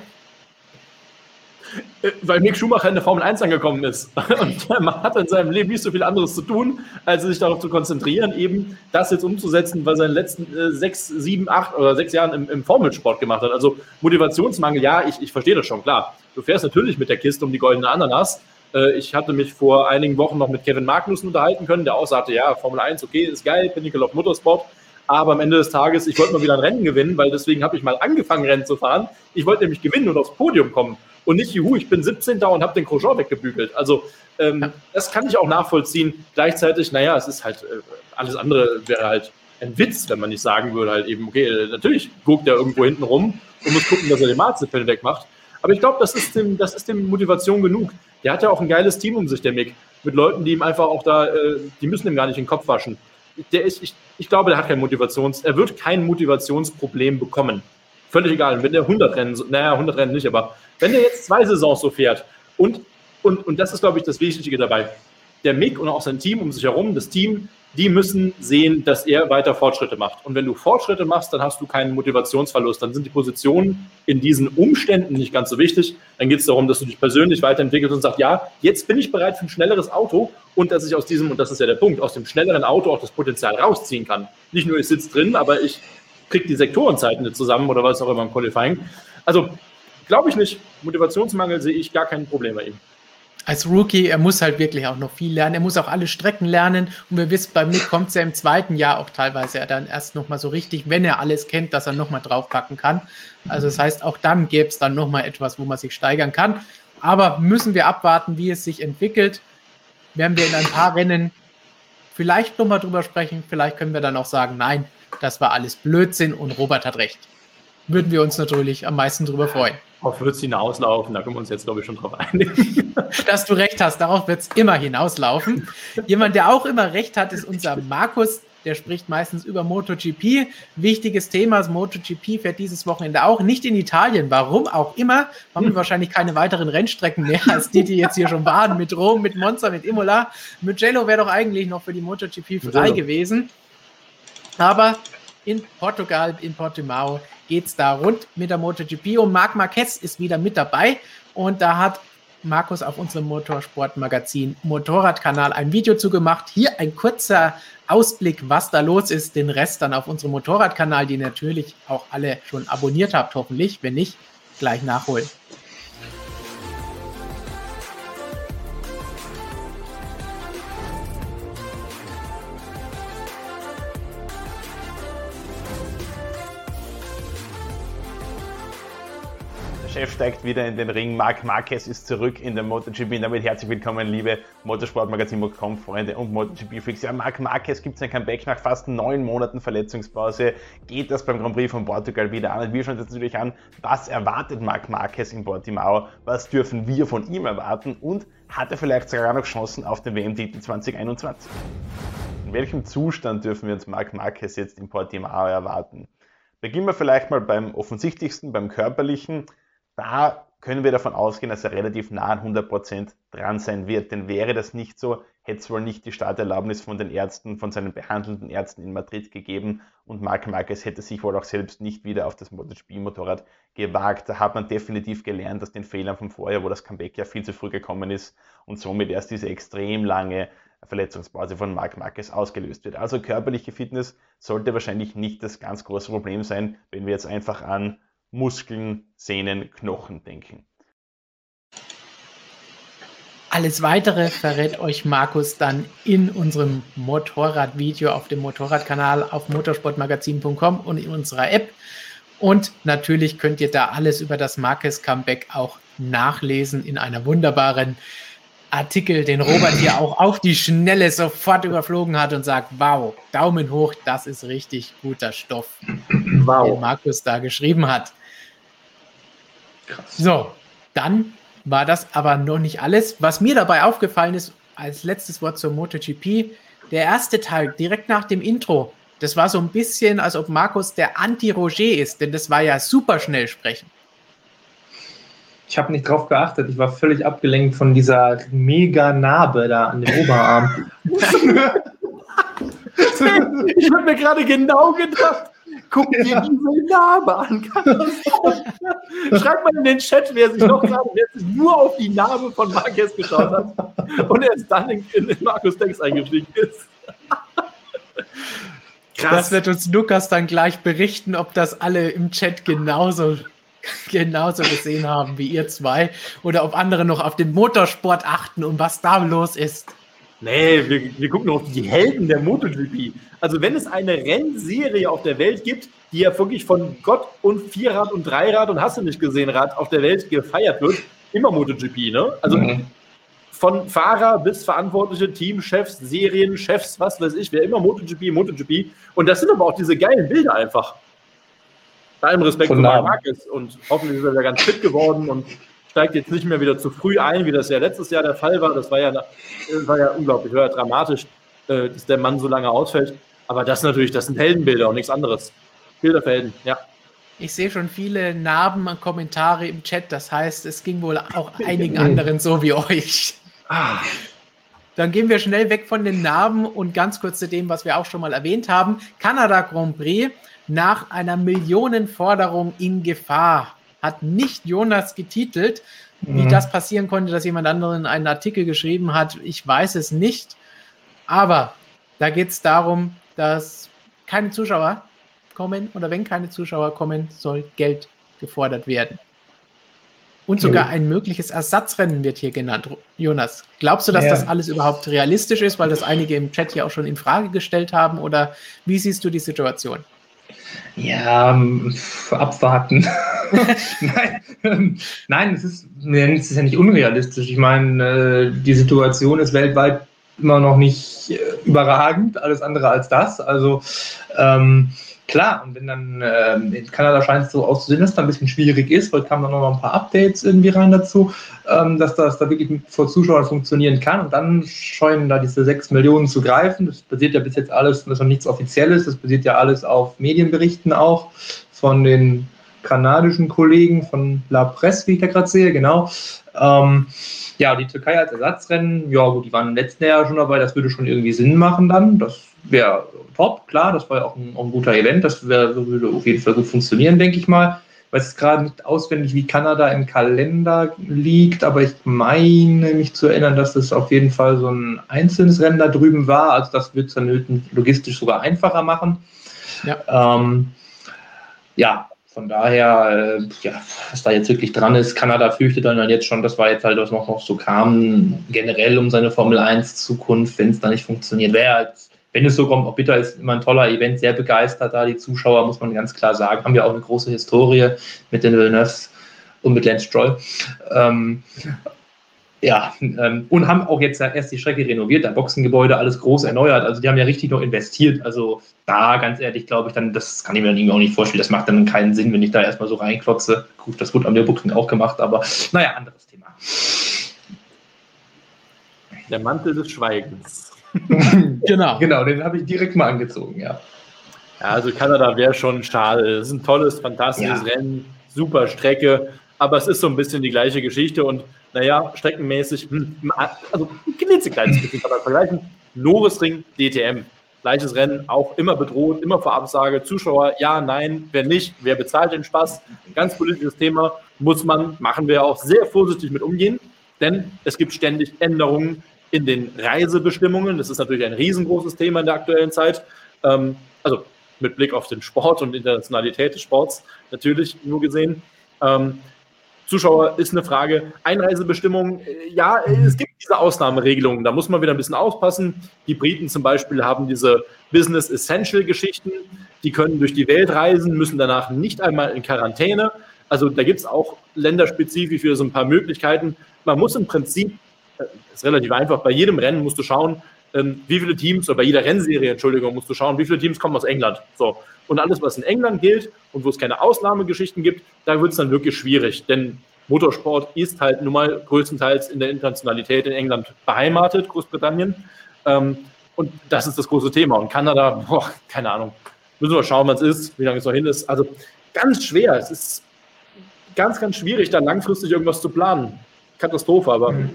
Weil Mick Schumacher in der Formel eins angekommen ist. Und man hat in seinem Leben nicht so viel anderes zu tun, als sich darauf zu konzentrieren, eben das jetzt umzusetzen, was er in den letzten äh, sechs, sieben, acht oder sechs Jahren im, im Formelsport gemacht hat. Also Motivationsmangel, ja, ich, ich verstehe das schon, klar. Du fährst natürlich mit der Kiste um die goldene Ananas. Äh, ich hatte mich vor einigen Wochen noch mit Kevin Magnussen unterhalten können, der auch sagte, ja, Formel eins, okay, ist geil, Pinnacle of Motorsport. Aber am Ende des Tages, ich wollte mal wieder ein Rennen gewinnen, weil deswegen habe ich mal angefangen, Rennen zu fahren. Ich wollte nämlich gewinnen und aufs Podium kommen. Und nicht, juhu, ich bin siebzehnter und habe den Grosjean weggebügelt. Also ähm, das kann ich auch nachvollziehen. Gleichzeitig, naja, es ist halt, äh, alles andere wäre halt ein Witz, wenn man nicht sagen würde, halt eben, okay, äh, natürlich guckt er irgendwo hinten rum und muss gucken, dass er den Marzipan wegmacht. Aber ich glaube, das ist dem, das ist dem Motivation genug. Der hat ja auch ein geiles Team um sich, der Mick. Mit Leuten, die ihm einfach auch da, äh, die müssen ihm gar nicht den Kopf waschen. Der ist, ich, ich glaube, der hat kein Motivations, er wird kein Motivationsproblem bekommen. Völlig egal, wenn der hundert Rennen, naja, hundert Rennen nicht, aber wenn der jetzt zwei Saisons so fährt und, und, und das ist, glaube ich, das Wichtige dabei, der Mick und auch sein Team um sich herum, das Team, die müssen sehen, dass er weiter Fortschritte macht. Und wenn du Fortschritte machst, dann hast du keinen Motivationsverlust. Dann sind die Positionen in diesen Umständen nicht ganz so wichtig. Dann geht es darum, dass du dich persönlich weiterentwickelst und sagst, ja, jetzt bin ich bereit für ein schnelleres Auto und dass ich aus diesem, und das ist ja der Punkt, aus dem schnelleren Auto auch das Potenzial rausziehen kann. Nicht nur ich sitze drin, aber ich kriege die Sektorenzeiten nicht zusammen oder was auch immer im Qualifying. Also glaube ich nicht. Motivationsmangel sehe ich gar kein Problem bei ihm.
Als Rookie, er muss halt wirklich auch noch viel lernen. Er muss auch alle Strecken lernen. Und wir wissen, bei Mick kommt es ja im zweiten Jahr auch teilweise ja dann erst nochmal so richtig, wenn er alles kennt, dass er nochmal draufpacken kann. Also das heißt, auch dann gäbe es dann nochmal etwas, wo man sich steigern kann. Aber müssen wir abwarten, wie es sich entwickelt. Werden wir in ein paar Rennen vielleicht nochmal drüber sprechen. Vielleicht können wir dann auch sagen, nein, das war alles Blödsinn und Robert hat recht. Würden wir uns natürlich am meisten drüber freuen.
Darauf wird es hinauslaufen, da können wir uns jetzt, glaube ich, schon drauf einigen.
Dass du recht hast, darauf wird es immer hinauslaufen. Jemand, der auch immer recht hat, ist unser Markus. Der spricht meistens über MotoGP. Wichtiges Thema, das MotoGP fährt dieses Wochenende auch nicht in Italien. Warum auch immer, haben wir wahrscheinlich keine weiteren Rennstrecken mehr als die, die jetzt hier schon waren. Mit Rom, mit Monza, mit Imola. Mugello wäre doch eigentlich noch für die MotoGP frei Mugello. gewesen. Aber in Portugal, in Portimao, geht es da rund mit der MotoGP und Marc Marquez ist wieder mit dabei und da hat Markus auf unserem Motorsportmagazin Motorradkanal ein Video zu gemacht. Hier ein kurzer Ausblick, was da los ist. Den Rest dann auf unserem Motorradkanal, die natürlich auch alle schon abonniert habt, hoffentlich. Wenn nicht, gleich nachholen.
Chef steigt wieder in den Ring, Marc Marquez ist zurück in der MotoGP. Damit herzlich willkommen, liebe Motorsportmagazin Punkt com Freunde und MotoGP-Freaks. Ja, Marc Marquez gibt sein Comeback nach fast neun Monaten Verletzungspause. Geht das beim Grand Prix von Portugal wieder an? Und wir schauen uns jetzt natürlich an, was erwartet Marc Marquez in Portimao? Was dürfen wir von ihm erwarten? Und hat er vielleicht sogar noch Chancen auf den W M-Titel zwanzig einundzwanzig? In welchem Zustand dürfen wir uns Marc Marquez jetzt in Portimao erwarten? Beginnen wir vielleicht mal beim offensichtlichsten, beim körperlichen. Da können wir davon ausgehen, dass er relativ nah an hundert Prozent dran sein wird. Denn wäre das nicht so, hätte es wohl nicht die Starterlaubnis von den Ärzten, von seinen behandelnden Ärzten in Madrid gegeben. Und Marc Marquez hätte sich wohl auch selbst nicht wieder auf das MotoGP-Motorrad gewagt. Da hat man definitiv gelernt aus den Fehlern vom Vorjahr, wo das Comeback ja viel zu früh gekommen ist und somit erst diese extrem lange Verletzungspause von Marc Marquez ausgelöst wird. Also körperliche Fitness sollte wahrscheinlich nicht das ganz große Problem sein, wenn wir jetzt einfach an Muskeln, Sehnen, Knochen denken.
Alles Weitere verrät euch Markus dann in unserem Motorradvideo auf dem Motorradkanal auf motorsportmagazin Punkt com und in unserer App. Und natürlich könnt ihr da alles über das Marquez Comeback auch nachlesen in einer wunderbaren Artikel, den Robert hier auch auf die Schnelle sofort überflogen hat und sagt, wow, Daumen hoch, das ist richtig guter Stoff, wow. den Markus da geschrieben hat. Krass. So, dann war das aber noch nicht alles. Was mir dabei aufgefallen ist, als letztes Wort zur MotoGP, der erste Teil, direkt nach dem Intro, das war so ein bisschen, als ob Markus der Anti-Roger ist, denn das war ja super schnell sprechen.
Ich habe nicht drauf geachtet, ich war völlig abgelenkt von dieser mega Narbe da an dem Oberarm.
Ich habe mir gerade genau gedacht, guck dir diese Narbe an. Schreibt mal in den Chat, wer sich noch gerade, wer sich nur auf die Narbe von Marquez geschaut hat und erst dann in, in Markus Text eingestiegen ist.
Krass. Das wird uns Lukas dann gleich berichten, ob das alle im Chat genauso genauso gesehen haben wie ihr zwei oder ob andere noch auf den Motorsport achten und was da los ist.
Nee, wir, wir gucken auf die Helden der MotoGP. Also wenn es eine Rennserie auf der Welt gibt, die ja wirklich von Gott und Vierrad und Dreirad und hast du nicht gesehen Rad auf der Welt gefeiert wird, immer MotoGP, ne? Also mhm. von Fahrer bis verantwortliche Teamchefs, Serienchefs, was weiß ich, wer immer MotoGP, MotoGP. Und das sind aber auch diese geilen Bilder einfach. Bei allem Respekt für Marc Marquez und hoffentlich ist er wieder ganz fit geworden und steigt jetzt nicht mehr wieder zu früh ein, wie das ja letztes Jahr der Fall war. Das war ja, das war ja unglaublich, war ja dramatisch, dass der Mann so lange ausfällt. Aber das natürlich, das sind Heldenbilder und nichts anderes. Bilder für Helden, ja.
Ich sehe schon viele Narben und Kommentare im Chat. Das heißt, es ging wohl auch einigen anderen so wie euch. Dann gehen wir schnell weg von den Narben und ganz kurz zu dem, was wir auch schon mal erwähnt haben. Kanada Grand Prix. Nach einer Millionenforderung in Gefahr. Hat nicht Jonas getitelt. Wie mhm. das passieren konnte, dass jemand anderen einen Artikel geschrieben hat, ich weiß es nicht. Aber da geht es darum, dass keine Zuschauer kommen oder wenn keine Zuschauer kommen, soll Geld gefordert werden. Und sogar ein mögliches Ersatzrennen wird hier genannt. Jonas, glaubst du, dass ja. das alles überhaupt realistisch ist, weil das einige im Chat hier auch schon in Frage gestellt haben? Oder wie siehst du die Situation?
Ja, abwarten. Nein, ähm, nein, es ist, es ist ja nicht unrealistisch. Ich meine, äh, die Situation ist weltweit immer noch nicht äh, überragend, alles andere als das. Also ähm, klar, und wenn dann äh, in Kanada scheint es so auszusehen, dass es da ein bisschen schwierig ist, heute kamen dann noch mal ein paar Updates irgendwie rein dazu, ähm, dass das da wirklich vor Zuschauern funktionieren kann und dann scheuen da diese sechs Millionen zu greifen. Das basiert ja bis jetzt alles, das ist noch nichts Offizielles, das basiert ja alles auf Medienberichten auch von den kanadischen Kollegen von La Presse, wie ich da gerade sehe, genau. Ähm, ja, die Türkei als Ersatzrennen, ja gut, die waren im letzten Jahr schon dabei, das würde schon irgendwie Sinn machen dann, das wäre top, klar, das war ja auch ein, auch ein guter Event, das wär, würde auf jeden Fall gut funktionieren, denke ich mal. Ich weiß jetzt gerade nicht auswendig, wie Kanada im Kalender liegt, aber ich meine mich zu erinnern, dass das auf jeden Fall so ein einzelnes Rennen da drüben war, also das wird es dann logistisch sogar einfacher machen. Ja, ähm, ja von daher, äh, ja, was da jetzt wirklich dran ist, Kanada fürchtet dann jetzt schon, das war jetzt halt, was noch, noch so kam, generell um seine Formel eins Zukunft, wenn es da nicht funktioniert, wäre halt, wenn es so kommt, auch bitter ist immer ein toller Event, sehr begeistert da, die Zuschauer, muss man ganz klar sagen, haben ja auch eine große Historie mit den Villeneuves und mit Lance Stroll. Ähm, ja, ähm, und haben auch jetzt erst die Strecke renoviert, ein Boxengebäude, alles groß erneuert, also die haben ja richtig noch investiert, also da, ganz ehrlich, glaube ich, dann, das kann ich mir dann irgendwie auch nicht vorstellen, das macht dann keinen Sinn, wenn ich da erstmal so reinklotze. Gut, das wurde am Nürburgring auch gemacht, aber naja, anderes Thema.
Der Mantel des Schweigens.
Genau. Genau, den habe ich direkt mal angezogen, ja.
Ja, also Kanada wäre schon schade. Es ist ein tolles, fantastisches ja. Rennen, super Strecke, aber es ist so ein bisschen die gleiche Geschichte und naja, streckenmäßig, also ein klitzekleines bisschen kann man vergleichen. Nürburgring, D T M, gleiches Rennen, auch immer bedroht, immer vor Absage, Zuschauer, ja, nein, wer nicht, wer bezahlt den Spaß, ganz politisches Thema, muss man, machen wir auch sehr vorsichtig mit umgehen, denn es gibt ständig Änderungen in den Reisebestimmungen, das ist natürlich ein riesengroßes Thema in der aktuellen Zeit, ähm, also mit Blick auf den Sport und Internationalität des Sports natürlich nur gesehen. Ähm, Zuschauer ist eine Frage. Einreisebestimmungen, ja, es gibt diese Ausnahmeregelungen, da muss man wieder ein bisschen aufpassen. Die Briten zum Beispiel haben diese Business Essential Geschichten, die können durch die Welt reisen, müssen danach nicht einmal in Quarantäne. Also da gibt es auch länderspezifisch für so ein paar Möglichkeiten. Man muss im Prinzip ist relativ einfach. Bei jedem Rennen musst du schauen, ähm, wie viele Teams, oder bei jeder Rennserie, Entschuldigung, musst du schauen, wie viele Teams kommen aus England. So. Und alles, was in England gilt und wo es keine Ausnahmegeschichten gibt, da wird es dann wirklich schwierig. Denn Motorsport ist halt nun mal größtenteils in der Internationalität in England beheimatet, Großbritannien. Ähm, und das ist das große Thema. Und Kanada, boah, keine Ahnung. Müssen wir schauen, was es ist, wie lange es noch hin ist. Also ganz schwer. Es ist ganz, ganz schwierig, da langfristig irgendwas zu planen. Katastrophe, aber... Mhm.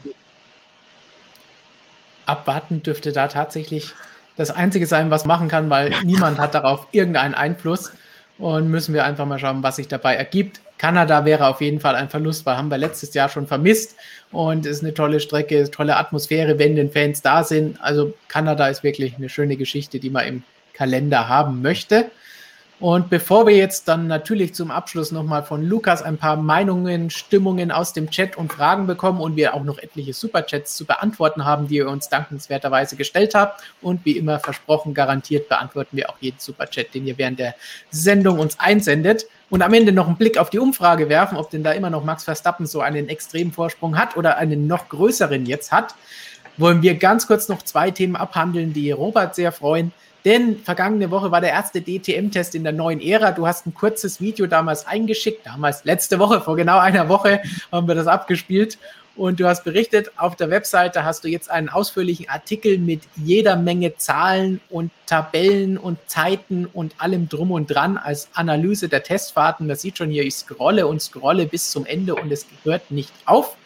Abwarten dürfte da tatsächlich das Einzige sein, was machen kann, weil niemand hat darauf irgendeinen Einfluss. Und müssen wir einfach mal schauen, was sich dabei ergibt. Kanada wäre auf jeden Fall ein Verlust, weil haben wir letztes Jahr schon vermisst. Und es ist eine tolle Strecke, tolle Atmosphäre, wenn den Fans da sind. Also Kanada ist wirklich eine schöne Geschichte, die man im Kalender haben möchte. Und bevor wir jetzt dann natürlich zum Abschluss nochmal von Lukas ein paar Meinungen, Stimmungen aus dem Chat und Fragen bekommen und wir auch noch etliche Superchats zu beantworten haben, die ihr uns dankenswerterweise gestellt habt. Und wie immer versprochen, garantiert beantworten wir auch jeden Superchat, den ihr während der Sendung uns einsendet. Und am Ende noch einen Blick auf die Umfrage werfen, ob denn da immer noch Max Verstappen so einen extremen Vorsprung hat oder einen noch größeren jetzt hat. Wollen wir ganz kurz noch zwei Themen abhandeln, die Robert sehr freuen. Denn vergangene Woche war der erste D T M-Test in der neuen Ära. Du hast ein kurzes Video damals eingeschickt, damals letzte Woche, vor genau einer Woche haben wir das abgespielt. Und du hast berichtet, auf der Webseite hast du jetzt einen ausführlichen Artikel mit jeder Menge Zahlen und Tabellen und Zeiten und allem drum und dran als Analyse der Testfahrten. Man sieht schon hier, ich scrolle und scrolle bis zum Ende und es hört nicht auf.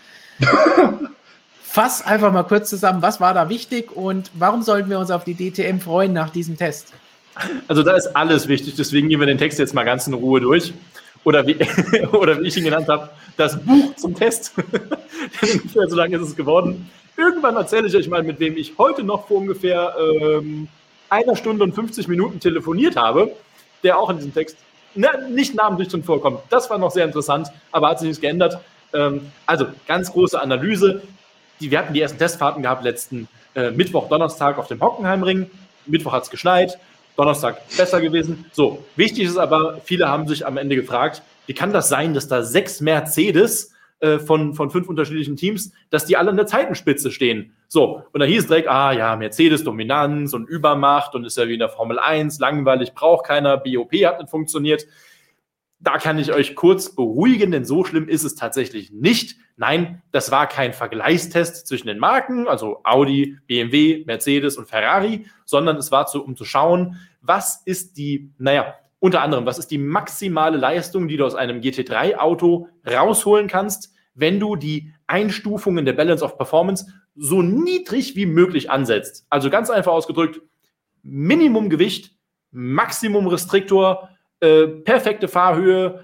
Fass einfach mal kurz zusammen, was war da wichtig und warum sollten wir uns auf die D T M freuen nach diesem Test?
Also da ist alles wichtig, deswegen gehen wir den Text jetzt mal ganz in Ruhe durch. Oder wie, oder wie ich ihn genannt habe, das Buch zum Test. Ungefähr so lange ist es geworden. Irgendwann erzähle ich euch mal, mit wem ich heute noch vor ungefähr ähm, einer Stunde und fünfzig Minuten telefoniert habe, der auch in diesem Text na, nicht namentlich drin vorkommt. Das war noch sehr interessant, aber hat sich nichts geändert. Ähm, also ganz große Analyse. Die, wir hatten die ersten Testfahrten gehabt letzten äh, Mittwoch, Donnerstag auf dem Hockenheimring. Mittwoch hat es geschneit, Donnerstag besser gewesen. So, wichtig ist aber, viele haben sich am Ende gefragt, wie kann das sein, dass da sechs Mercedes äh, von, von fünf unterschiedlichen Teams, dass die alle an der Zeitenspitze stehen. So, und da hieß es direkt, ah ja, Mercedes Dominanz und Übermacht und ist ja wie in der Formel eins, langweilig, braucht keiner, B O P hat nicht funktioniert. Da kann ich euch kurz beruhigen, denn so schlimm ist es tatsächlich nicht. Nein, das war kein Vergleichstest zwischen den Marken, also Audi, B M W, Mercedes und Ferrari, sondern es war zu, um zu schauen, was ist die, naja, unter anderem, was ist die maximale Leistung, die du aus einem G T drei Auto rausholen kannst, wenn du die Einstufungen der Balance of Performance so niedrig wie möglich ansetzt. Also ganz einfach ausgedrückt, Minimum Gewicht, Maximum Restriktor, Äh, perfekte Fahrhöhe,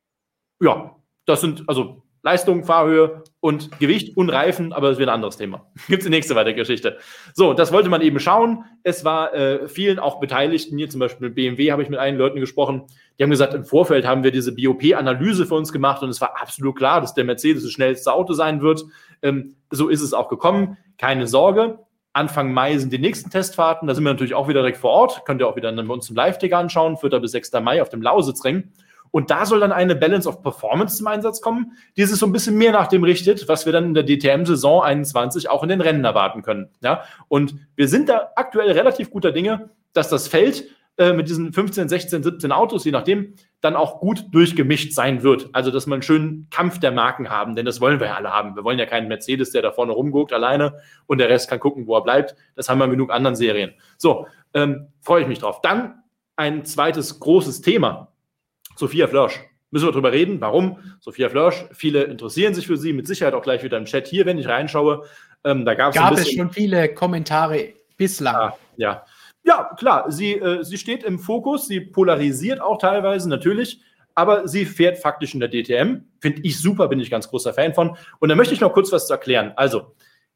ja, das sind also Leistung, Fahrhöhe und Gewicht und Reifen, aber das wäre ein anderes Thema. Gibt es die nächste weitere Geschichte. So, das wollte man eben schauen. Es war äh, vielen auch Beteiligten, hier zum Beispiel B M W habe ich mit einigen Leuten gesprochen, die haben gesagt, im Vorfeld haben wir diese B O P-Analyse für uns gemacht und es war absolut klar, dass der Mercedes das schnellste Auto sein wird. Ähm, so ist es auch gekommen, keine Sorge. Anfang Mai sind die nächsten Testfahrten. Da sind wir natürlich auch wieder direkt vor Ort. Könnt ihr auch wieder bei uns im Live-Ticker anschauen. vierter bis sechster Mai auf dem Lausitzring. Und da soll dann eine Balance of Performance zum Einsatz kommen, die sich so ein bisschen mehr nach dem richtet, was wir dann in der D T M-Saison einundzwanzig auch in den Rennen erwarten können. Ja? Und wir sind da aktuell relativ guter Dinge, dass das Feld äh, mit diesen fünfzehn, sechzehn, siebzehn Autos, je nachdem, dann auch gut durchgemischt sein wird. Also, dass wir einen schönen Kampf der Marken haben, denn das wollen wir ja alle haben. Wir wollen ja keinen Mercedes, der da vorne rumguckt alleine und der Rest kann gucken, wo er bleibt. Das haben wir in genug anderen Serien. So, ähm, freue ich mich drauf. Dann ein zweites großes Thema. Sophia Flörsch. Müssen wir drüber reden. Warum? Sophia Flörsch. Viele interessieren sich für sie. Mit Sicherheit auch gleich wieder im Chat hier, wenn ich reinschaue. Ähm, da gab's
Gab
ein bisschen,
es schon viele Kommentare bislang.
Ja, ja. Ja, klar, sie, äh, sie steht im Fokus, sie polarisiert auch teilweise, natürlich, aber sie fährt faktisch in der D T M. Finde ich super, bin ich ganz großer Fan von. Und da möchte ich noch kurz was zu erklären. Also,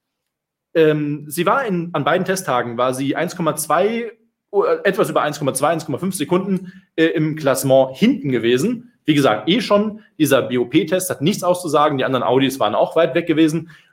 ähm, sie war in, an beiden Testtagen, war sie eins Komma zwei, etwas über eins Komma zwei, eins Komma fünf Sekunden äh, im Klassement hinten gewesen. Wie gesagt, eh schon, dieser B O P-Test hat nichts auszusagen, die anderen Audis waren auch weit weg gewesen.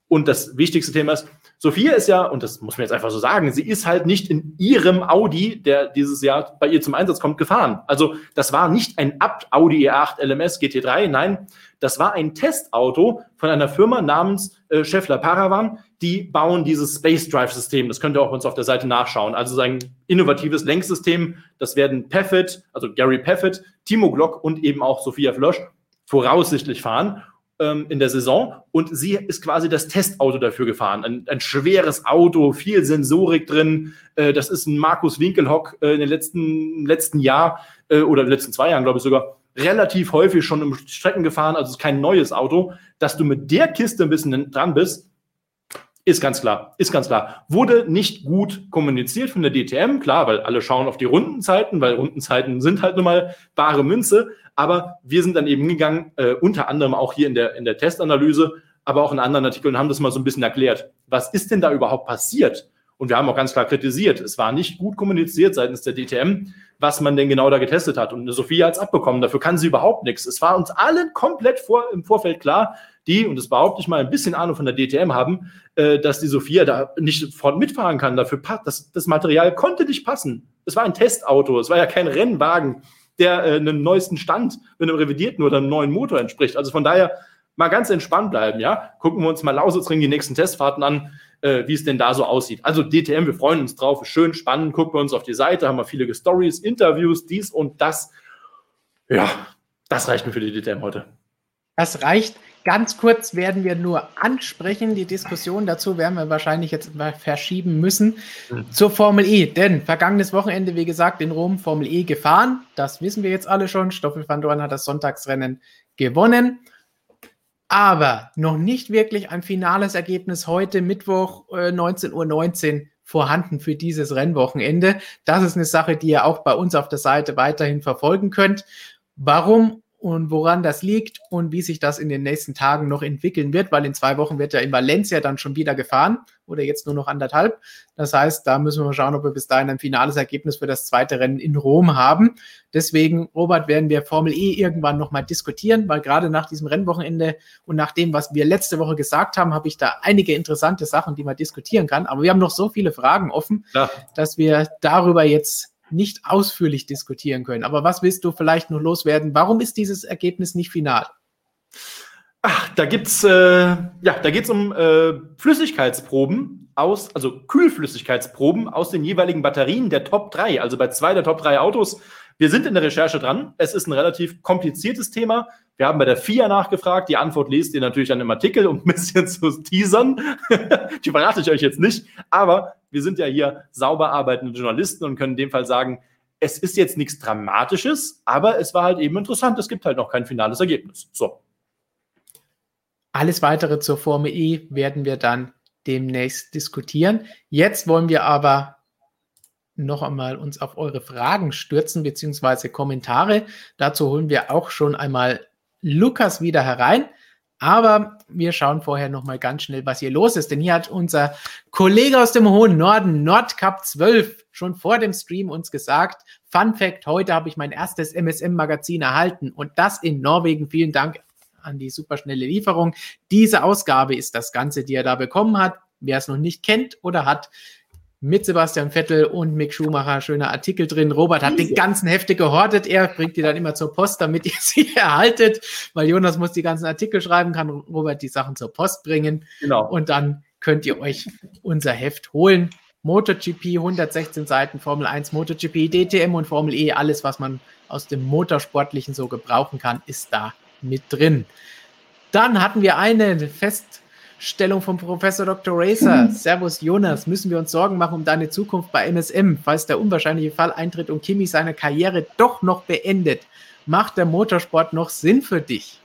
Und das wichtigste Thema ist, Sophia ist ja, und das muss man jetzt einfach so sagen, sie ist halt nicht in ihrem Audi, der dieses Jahr bei ihr zum Einsatz kommt, gefahren. Also das war nicht ein Audi E acht L M S G T drei, nein, das war ein Testauto von einer Firma namens äh, Schaeffler Paravan, die bauen dieses Space Drive System. Das könnt ihr auch bei uns auf der Seite nachschauen. Also ein innovatives Lenksystem. Das werden Paffett, also Gary Paffett, Timo Glock und eben auch Sophia Flosch voraussichtlich fahren ähm, in der Saison. Und sie ist quasi das Testauto dafür gefahren. Ein, ein schweres Auto, viel Sensorik drin. Äh, das ist ein Markus Winkelhock äh, in den letzten, im letzten Jahr äh, oder in den letzten zwei Jahren, glaube ich sogar, relativ häufig schon im Strecken gefahren. Also es ist kein neues Auto. Dass du mit der Kiste ein bisschen dran bist, ist ganz klar, ist ganz klar. Wurde nicht gut kommuniziert von der D T M, klar, weil alle schauen auf die Rundenzeiten, weil Rundenzeiten sind halt nun mal bare Münze. Aber wir sind dann eben gegangen, äh, unter anderem auch hier in der, in der Testanalyse, aber auch in anderen Artikeln und haben das mal so ein bisschen erklärt. Was ist denn da überhaupt passiert? Und wir haben auch ganz klar kritisiert, es war nicht gut kommuniziert seitens der D T M, was man denn genau da getestet hat. Und eine Sophia hat es abbekommen, dafür kann sie überhaupt nichts. Es war uns allen komplett vor, im Vorfeld klar, die, und das behaupte ich mal, ein bisschen Ahnung von der D T M haben, äh, dass die Sophia da nicht sofort mitfahren kann. Dafür das, das Material konnte nicht passen. Es war ein Testauto, es war ja kein Rennwagen, der äh, einem neuesten Stand mit einem revidierten oder einem neuen Motor entspricht. Also von daher mal ganz entspannt bleiben, ja. Gucken wir uns mal Lausitzring die nächsten Testfahrten an, äh, wie es denn da so aussieht. Also D T M, wir freuen uns drauf, ist schön spannend. Gucken wir uns auf die Seite, haben wir viele Stories, Interviews, dies und das. Ja, das reicht mir für die D T M heute.
Das reicht. Ganz kurz werden wir nur ansprechen. Die Diskussion dazu werden wir wahrscheinlich jetzt mal verschieben müssen mhm. zur Formel E. Denn vergangenes Wochenende, wie gesagt, in Rom Formel E gefahren. Das wissen wir jetzt alle schon. Stoffel van Dorn hat das Sonntagsrennen gewonnen. Aber noch nicht wirklich ein finales Ergebnis heute, Mittwoch, äh, neunzehn Uhr neunzehn, vorhanden für dieses Rennwochenende. Das ist eine Sache, die ihr auch bei uns auf der Seite weiterhin verfolgen könnt. Warum und woran das liegt und wie sich das in den nächsten Tagen noch entwickeln wird, weil in zwei Wochen wird ja in Valencia dann schon wieder gefahren oder jetzt nur noch anderthalb. Das heißt, da müssen wir mal schauen, ob wir bis dahin ein finales Ergebnis für das zweite Rennen in Rom haben. Deswegen, Robert, werden wir Formel E irgendwann nochmal diskutieren, weil gerade nach diesem Rennwochenende und nach dem, was wir letzte Woche gesagt haben, habe ich da einige interessante Sachen, die man diskutieren kann. Aber wir haben noch so viele Fragen offen, ja, dass wir darüber jetzt nicht ausführlich diskutieren können. Aber was willst du vielleicht noch loswerden? Warum ist dieses Ergebnis nicht final?
Ach, da gibt's, äh, ja, da geht's um äh, Flüssigkeitsproben aus, also Kühlflüssigkeitsproben aus den jeweiligen Batterien der Top drei, also bei zwei der Top drei Autos. Wir sind in der Recherche dran. Es ist ein relativ kompliziertes Thema. Wir haben bei der F I A nachgefragt. Die Antwort lest ihr natürlich dann im Artikel, um ein bisschen zu teasern. Die verrate ich euch jetzt nicht. Aber wir sind ja hier sauber arbeitende Journalisten und können in dem Fall sagen, es ist jetzt nichts Dramatisches, aber es war halt eben interessant. Es gibt halt noch kein finales Ergebnis. So.
Alles Weitere zur Formel E werden wir dann demnächst diskutieren. Jetzt wollen wir aber noch einmal uns auf eure Fragen stürzen, beziehungsweise Kommentare. Dazu holen wir auch schon einmal Lukas wieder herein. Aber wir schauen vorher noch mal ganz schnell, was hier los ist. Denn hier hat unser Kollege aus dem hohen Norden, Nordcup zwölf, schon vor dem Stream uns gesagt, Fun Fact, heute habe ich mein erstes M S M-Magazin erhalten und das in Norwegen. Vielen Dank an die superschnelle Lieferung. Diese Ausgabe ist das Ganze, die er da bekommen hat. Wer es noch nicht kennt oder hat, mit Sebastian Vettel und Mick Schumacher, schöner Artikel drin. Robert hat die ganzen Hefte gehortet. Er bringt die dann immer zur Post, damit ihr sie erhaltet, weil Jonas muss die ganzen Artikel schreiben, kann Robert die Sachen zur Post bringen. Genau. Und dann könnt ihr euch unser Heft holen. MotoGP, hundertsechzehn Seiten, Formel eins, MotoGP, D T M und Formel E, alles, was man aus dem Motorsportlichen so gebrauchen kann, ist da mit drin. Dann hatten wir eine Feststellung vom Professor Doktor Racer. Servus Jonas, müssen wir uns Sorgen machen um deine Zukunft bei M S M, falls der unwahrscheinliche Fall eintritt und Kimi seine Karriere doch noch beendet. Macht der Motorsport noch Sinn für dich?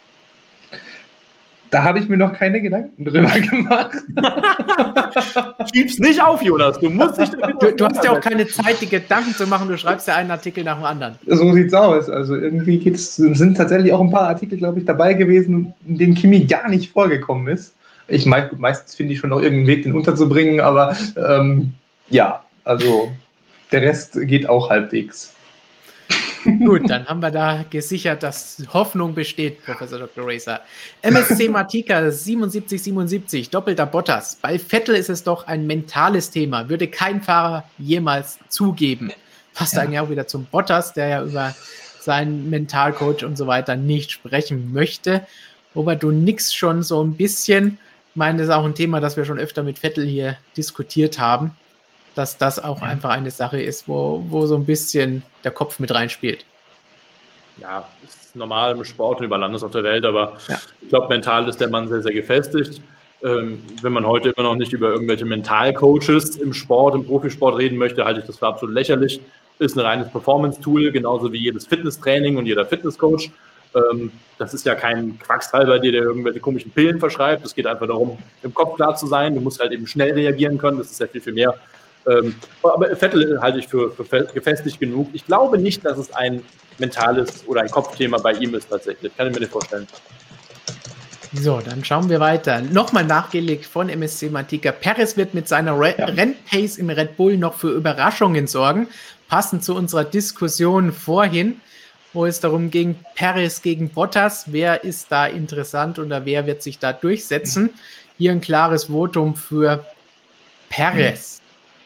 Da habe ich mir noch keine Gedanken drüber gemacht.
Schieb's nicht auf, Jonas. Du musst nicht.
Du, du hast ja auch keine Zeit, die Gedanken zu machen. Du schreibst ja einen Artikel nach dem anderen.
So sieht's aus. Also irgendwie geht's, sind tatsächlich auch ein paar Artikel, glaube ich, dabei gewesen, in denen Kimi gar nicht vorgekommen ist. Ich meine, meistens finde ich schon noch irgendeinen Weg, den unterzubringen, aber ähm, ja, also der Rest geht auch halbwegs.
Gut, dann haben wir da gesichert, dass Hoffnung besteht, Professor Doktor Racer. M S C Matika siebenundsiebzig siebenundsiebzig, doppelter Bottas. Bei Vettel ist es doch ein mentales Thema, würde kein Fahrer jemals zugeben. Passt ja eigentlich auch wieder zum Bottas, der ja über seinen Mentalcoach und so weiter nicht sprechen möchte. Robert, du nix schon so ein bisschen. Ich meine, das ist auch ein Thema, das wir schon öfter mit Vettel hier diskutiert haben, dass das auch ja. einfach eine Sache ist, wo, wo so ein bisschen der Kopf mit reinspielt.
Ja, ist normal im Sport und über Landes auf der Welt, aber
ja.
ich glaube, mental ist der Mann sehr, sehr gefestigt. Ähm, wenn man heute immer noch nicht über irgendwelche Mentalcoaches im Sport, im Profisport reden möchte, halte ich das für absolut lächerlich. Ist ein reines Performance-Tool, genauso wie jedes Fitnesstraining und jeder Fitnesscoach. Ähm, das ist ja kein Quacksalber, der dir irgendwelche komischen Pillen verschreibt. Es geht einfach darum, im Kopf klar zu sein. Du musst halt eben schnell reagieren können. Das ist ja viel, viel mehr. Ähm, aber Vettel halte ich für, für gefestigt genug. Ich glaube nicht, dass es ein mentales oder ein Kopfthema bei ihm ist tatsächlich. Kann ich mir nicht vorstellen.
So, dann schauen wir weiter. Nochmal nachgelegt von M S C Matika. Perez wird mit seiner Re- ja. Rennpace im Red Bull noch für Überraschungen sorgen. Passend zu unserer Diskussion vorhin, wo es darum ging, Perez gegen Bottas. Wer ist da interessant oder wer wird sich da durchsetzen? Hier ein klares Votum für Perez.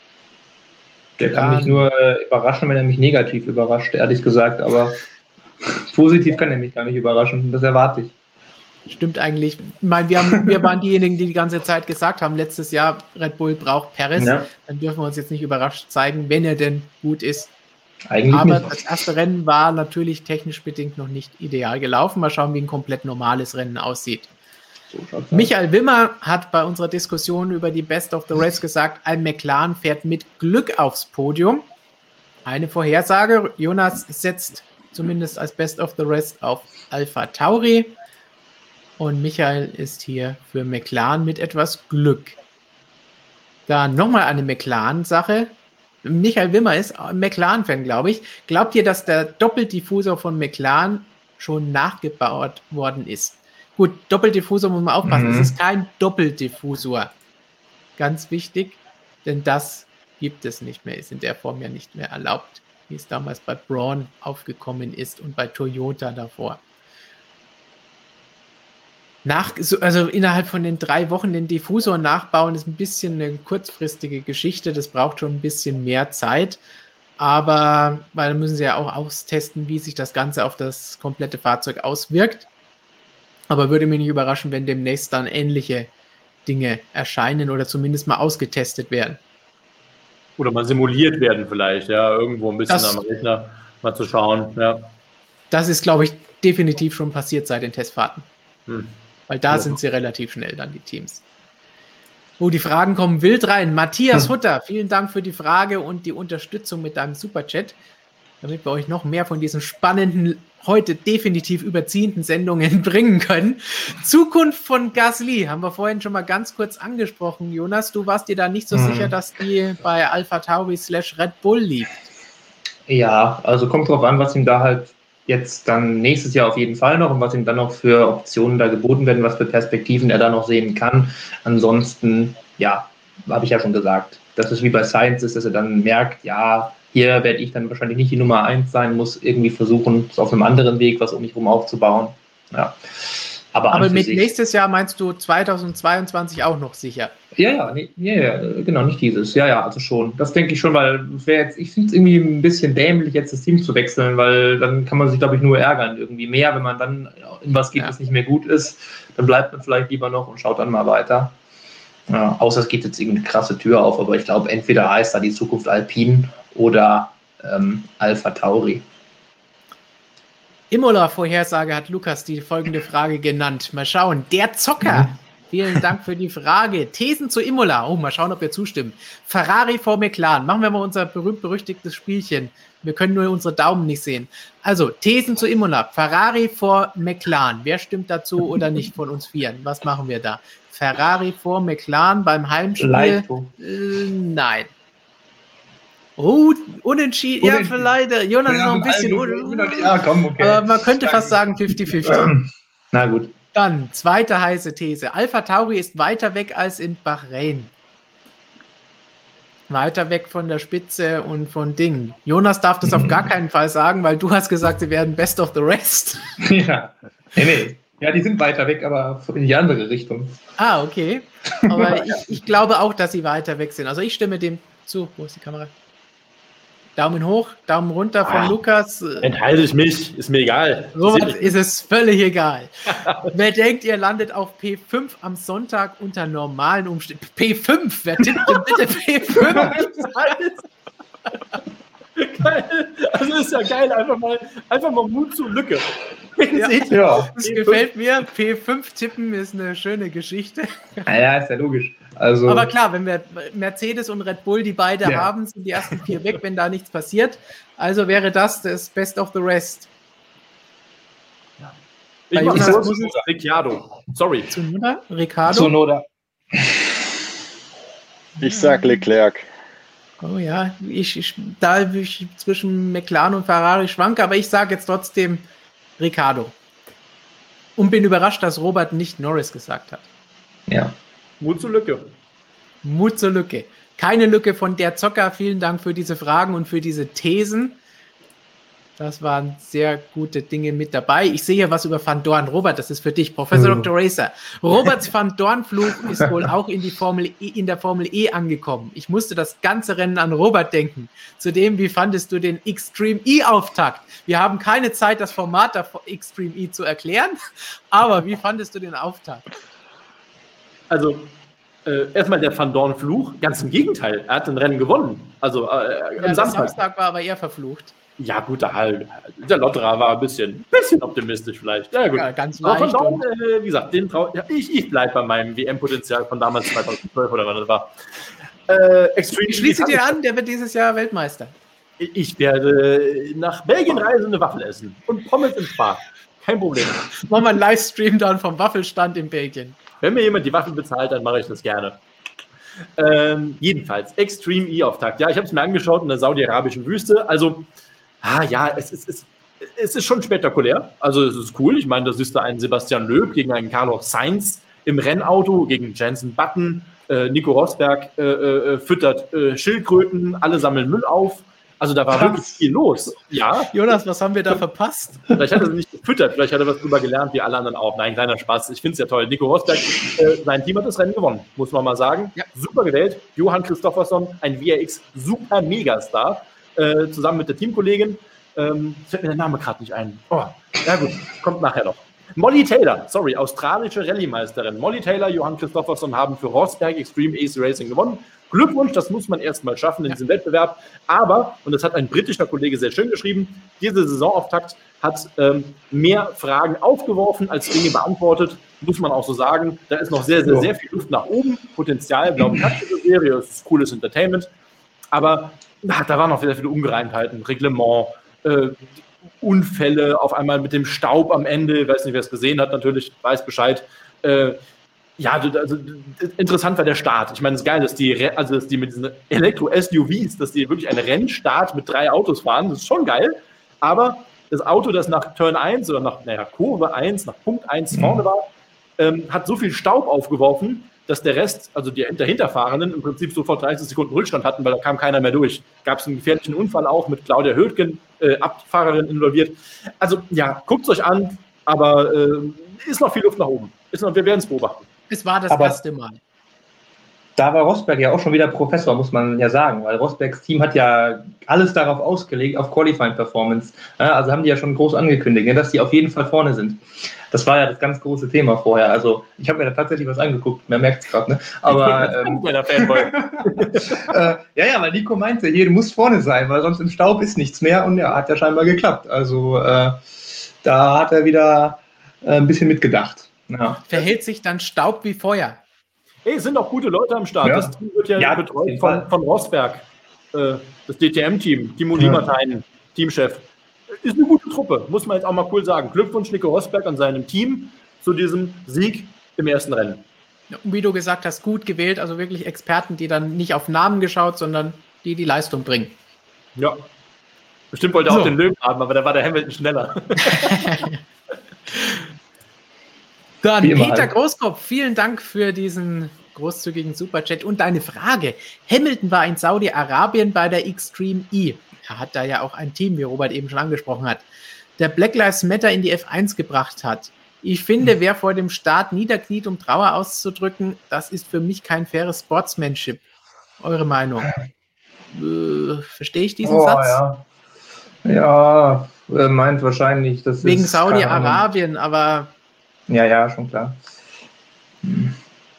Der kann mich nur äh, überraschen, wenn er mich negativ überrascht, ehrlich gesagt. Aber positiv kann er mich gar nicht überraschen. Das erwarte ich.
Stimmt eigentlich. Ich meine, wir, haben, wir waren diejenigen, die die ganze Zeit gesagt haben, letztes Jahr Red Bull braucht Perez. Ja. Dann dürfen wir uns jetzt nicht überrascht zeigen, wenn er denn gut ist.
Eigentlich
Aber
nicht.
Das erste Rennen war natürlich technisch bedingt noch nicht ideal gelaufen. Mal schauen, wie ein komplett normales Rennen aussieht. So Michael Wimmer hat bei unserer Diskussion über die Best of the Race gesagt, ein McLaren fährt mit Glück aufs Podium. Eine Vorhersage, Jonas setzt zumindest als Best of the Rest auf Alpha Tauri. Und Michael ist hier für McLaren mit etwas Glück. Dann nochmal eine McLaren-Sache. Michael Wimmer ist McLaren-Fan, glaube ich. Glaubt ihr, dass der Doppeldiffusor von McLaren schon nachgebaut worden ist? Gut, Doppeldiffusor muss man aufpassen. Mhm. Es ist kein Doppeldiffusor. Ganz wichtig, denn das gibt es nicht mehr, ist in der Form ja nicht mehr erlaubt, wie es damals bei Braun aufgekommen ist und bei Toyota davor. Nach, also innerhalb von den drei Wochen den Diffusor nachbauen, ist ein bisschen eine kurzfristige Geschichte. Das braucht schon ein bisschen mehr Zeit. Aber, weil dann müssen sie ja auch austesten, wie sich das Ganze auf das komplette Fahrzeug auswirkt. Aber würde mich nicht überraschen, wenn demnächst dann ähnliche Dinge erscheinen oder zumindest mal ausgetestet werden.
Oder mal simuliert werden vielleicht, ja, irgendwo ein bisschen
das,
am Rechner mal zu schauen. Ja.
Das ist, glaube ich, definitiv schon passiert seit den Testfahrten.
Hm.
Weil da ja. sind sie relativ schnell dann, die Teams. Oh, die Fragen kommen wild rein. Matthias hm. Hutter, vielen Dank für die Frage und die Unterstützung mit deinem Superchat, damit wir euch noch mehr von diesen spannenden, heute definitiv überziehenden Sendungen bringen können. Zukunft von Gasly haben wir vorhin schon mal ganz kurz angesprochen. Jonas, du warst dir da nicht so hm. sicher, dass die bei Alpha Tauri slash Red Bull liegt.
Ja, also kommt drauf an, was ihm da halt jetzt dann nächstes Jahr auf jeden Fall noch und was ihm dann noch für Optionen da geboten werden, was für Perspektiven er da noch sehen kann. Ansonsten, ja, habe ich ja schon gesagt, dass es wie bei Sainz ist, dass er dann merkt, ja, hier werde ich dann wahrscheinlich nicht die Nummer eins sein, muss irgendwie versuchen, es auf einem anderen Weg was um mich herum aufzubauen. Ja. Aber,
Aber mit sich, nächstes Jahr meinst du zweitausendzweiundzwanzig auch noch sicher?
Ja, ja, nee, ja, genau, nicht dieses. Ja, ja, also schon. Das denke ich schon, weil jetzt, ich finde es irgendwie ein bisschen dämlich, jetzt das Team zu wechseln, weil dann kann man sich, glaube ich, nur ärgern. Irgendwie mehr, wenn man dann in was geht, ja. was nicht mehr gut ist, dann bleibt man vielleicht lieber noch und schaut dann mal weiter. Ja, außer es geht jetzt irgendeine krasse Tür auf, aber ich glaube, entweder heißt da die Zukunft Alpine oder ähm, Alpha Tauri.
Imola-Vorhersage hat Lukas die folgende Frage genannt. Mal schauen. Der Zocker. Mhm. Vielen Dank für die Frage. Thesen zu Imola. Oh, mal schauen, ob wir zustimmen. Ferrari vor McLaren. Machen wir mal unser berühmt-berüchtigtes Spielchen. Wir können nur unsere Daumen nicht sehen. Also, Thesen zu Imola. Ferrari vor McLaren. Wer stimmt dazu oder nicht von uns Vieren? Was machen wir da? Ferrari vor McLaren beim Heimspiel? Äh, nein. Oh, unentschieden. Ja, vielleicht. Jonas ist noch ein bisschen unentschieden.
Ja, komm, okay.
Aber man könnte fast sagen fünfzig fünfzig.
Na gut.
Dann, zweite heiße These. Alpha Tauri ist weiter weg als in Bahrain. weiter weg von der Spitze und von Dingen. Jonas darf das auf gar keinen Fall sagen, weil du hast gesagt, sie werden Best of the Rest.
Ja, nee, nee. Ja, die sind weiter weg, aber in die andere Richtung.
Ah, okay. Aber ich, ich glaube auch, dass sie weiter weg sind. Also ich stimme dem zu. Wo ist die Kamera? Daumen hoch, Daumen runter von ah, Lukas.
Enthalte ich mich, ist mir egal.
Robert ist es völlig egal. Wer denkt, ihr landet auf P fünf am Sonntag unter normalen Umständen? P fünf? Wer tippt denn bitte P fünf?
Geil. Also ist ja geil, einfach mal, einfach mal Mut zur Lücke.
Ja, ja. Das gefällt mir. P fünf tippen ist eine schöne Geschichte.
Ja, ja, ist ja logisch. Also,
aber klar, wenn wir Mercedes und Red Bull, die beide ja. haben, sind die ersten vier weg, wenn da nichts passiert. Also wäre das das Best of the Rest.
Ja. Ich mache das muss es Ricciardo. Sorry.
Zunoda? Ricciardo?
Zunoda.
Ich sag Leclerc.
Oh ja, ich, ich, da ich zwischen McLaren und Ferrari schwanke, aber ich sage jetzt trotzdem Ricciardo. Und bin überrascht, dass Robert nicht Norris gesagt hat.
Ja.
Mut zur Lücke.
Mut zur Lücke. Keine Lücke von der Zocker. Vielen Dank für diese Fragen und für diese Thesen. Das waren sehr gute Dinge mit dabei. Ich sehe hier was über Van Dorn. Robert, das ist für dich. Professor Doktor Racer. Roberts Van Dorn-Flug ist wohl auch in, die Formel e, in der Formel E angekommen. Ich musste das ganze Rennen an Robert denken. Zudem, wie fandest du den Extreme E-Auftakt? Wir haben keine Zeit, das Format der Extreme E zu erklären, aber wie fandest du den Auftakt?
Also, äh, erstmal der Van Dorn-Fluch. Ganz im Gegenteil, er hat ein Rennen gewonnen. Also, äh, am
ja,
Samstag.
Samstag war aber eher verflucht.
Ja, gut, der, der Lotterer war ein bisschen, bisschen optimistisch vielleicht. Ja, gut. Ja,
ganz leicht.
Von Dorn, äh, wie gesagt, den trau ja, ich, ich bleibe bei meinem W M-Potenzial von damals zweitausendzwölf oder wann das war. Äh, Extreme
ich schließe dir an, der wird dieses Jahr Weltmeister.
Ich, ich werde nach Belgien reisen, eine Waffel essen und Pommes im Spa. Kein Problem.
Machen wir einen Livestream dann vom Waffelstand in Belgien.
Wenn mir jemand die Waffen bezahlt, dann mache ich das gerne. Ähm, jedenfalls, Extreme E-Auftakt. Ja, ich habe es mir angeschaut in der saudi-arabischen Wüste. Also, ah, ja, es ist, es, es ist schon spektakulär. Also, es ist cool. Ich meine, da siehst du einen Sebastian Loeb gegen einen Carlos Sainz im Rennauto, gegen Jenson Button. Äh, Nico Rosberg äh, äh, füttert äh, Schildkröten, alle sammeln Müll auf. Also da war Krass. wirklich viel los. Ja.
Jonas, was haben wir da verpasst?
Vielleicht hat er sie nicht gefüttert, vielleicht hat er was drüber gelernt, wie alle anderen auch. Nein, kleiner Spaß. Ich finde es ja toll. Nico Rosberg, äh, sein Team hat das Rennen gewonnen, muss man mal sagen. Ja. Super gewählt. Johann Christoffersson, ein V R X-Super-Megastar, äh, zusammen mit der Teamkollegin. Ähm, fällt mir der Name gerade nicht ein. Oh, ja gut, kommt nachher noch. Molly Taylor, sorry, australische Rallye-Meisterin. Molly Taylor, Johann Christoffersson haben für Rosberg Extreme Ace Racing gewonnen. Glückwunsch, das muss man erstmal schaffen in ja. diesem Wettbewerb. Aber, und das hat ein britischer Kollege sehr schön geschrieben, diese Saisonauftakt hat ähm, mehr Fragen aufgeworfen als Dinge beantwortet, muss man auch so sagen. Da ist noch sehr, sehr, sehr viel Luft nach oben. Potenzial, glaube ich, hat diese Serie. Es ist cooles Entertainment. Aber ach, da waren noch sehr viele Ungereimtheiten. Reglement, äh, Unfälle, auf einmal mit dem Staub am Ende. Ich weiß nicht, wer es gesehen hat, natürlich, weiß Bescheid. Äh, Ja, also interessant war der Start. Ich meine, es ist geil, dass die, also dass die mit diesen Elektro-S U Vs, dass die wirklich einen Rennstart mit drei Autos fahren, das ist schon geil. Aber das Auto, das nach Turn eins oder nach naja, Kurve eins, nach Punkt eins vorne war, ähm, hat so viel Staub aufgeworfen, dass der Rest, also die Dahinterfahrenden, im Prinzip sofort dreißig Sekunden Rückstand hatten, weil da kam keiner mehr durch. Gab es einen gefährlichen Unfall auch mit Claudia Hültgen, äh, Abfahrerin involviert. Also ja, guckt es euch an, aber äh, ist noch viel Luft nach oben. Ist noch, wir werden es beobachten.
Es war das
Aber
erste Mal.
Da war Rosberg ja auch schon wieder Professor, muss man ja sagen, weil Rosbergs Team hat ja alles darauf ausgelegt, auf Qualifying Performance. Ja, also haben die ja schon groß angekündigt, ja, dass die auf jeden Fall vorne sind. Das war ja das ganz große Thema vorher. Also ich habe mir da tatsächlich was angeguckt, man merkt es gerade, ne? Aber ähm, äh, ja, ja, weil Nico meinte, jeder muss vorne sein, weil sonst im Staub ist nichts mehr und ja, hat ja scheinbar geklappt. Also äh, da hat er wieder äh, ein bisschen mitgedacht. Ja.
Verhält sich dann Staub wie Feuer.
Ey, es sind auch gute Leute am Start.
Ja.
Das Team wird ja,
ja
betreut von, von Rosberg. Äh, das D T M-Team, Timo ja. Liebertein, Teamchef. Ist eine gute Truppe, muss man jetzt auch mal cool sagen. Glückwunsch Nico Rosberg an seinem Team zu diesem Sieg im ersten Rennen.
Ja, und wie du gesagt hast, gut gewählt, also wirklich Experten, die dann nicht auf Namen geschaut, sondern die die Leistung bringen.
Ja. Bestimmt wollte er so. auch den Löwen haben, aber da war der Hamilton schneller.
Dann Peter halt. Großkopf, vielen Dank für diesen großzügigen Superchat. Und deine Frage, Hamilton war in Saudi-Arabien bei der Extreme E. Er hat da ja auch ein Team, wie Robert eben schon angesprochen hat, der Black Lives Matter in die F eins gebracht hat. Ich finde, wer vor dem Start niederkniet, um Trauer auszudrücken, das ist für mich kein faires Sportsmanship. Eure Meinung? Äh, verstehe ich diesen
oh,
Satz?
Ja, ja er meint wahrscheinlich, das
wegen
ist
Saudi-Arabien, aber...
Ja, ja, schon klar. Hm.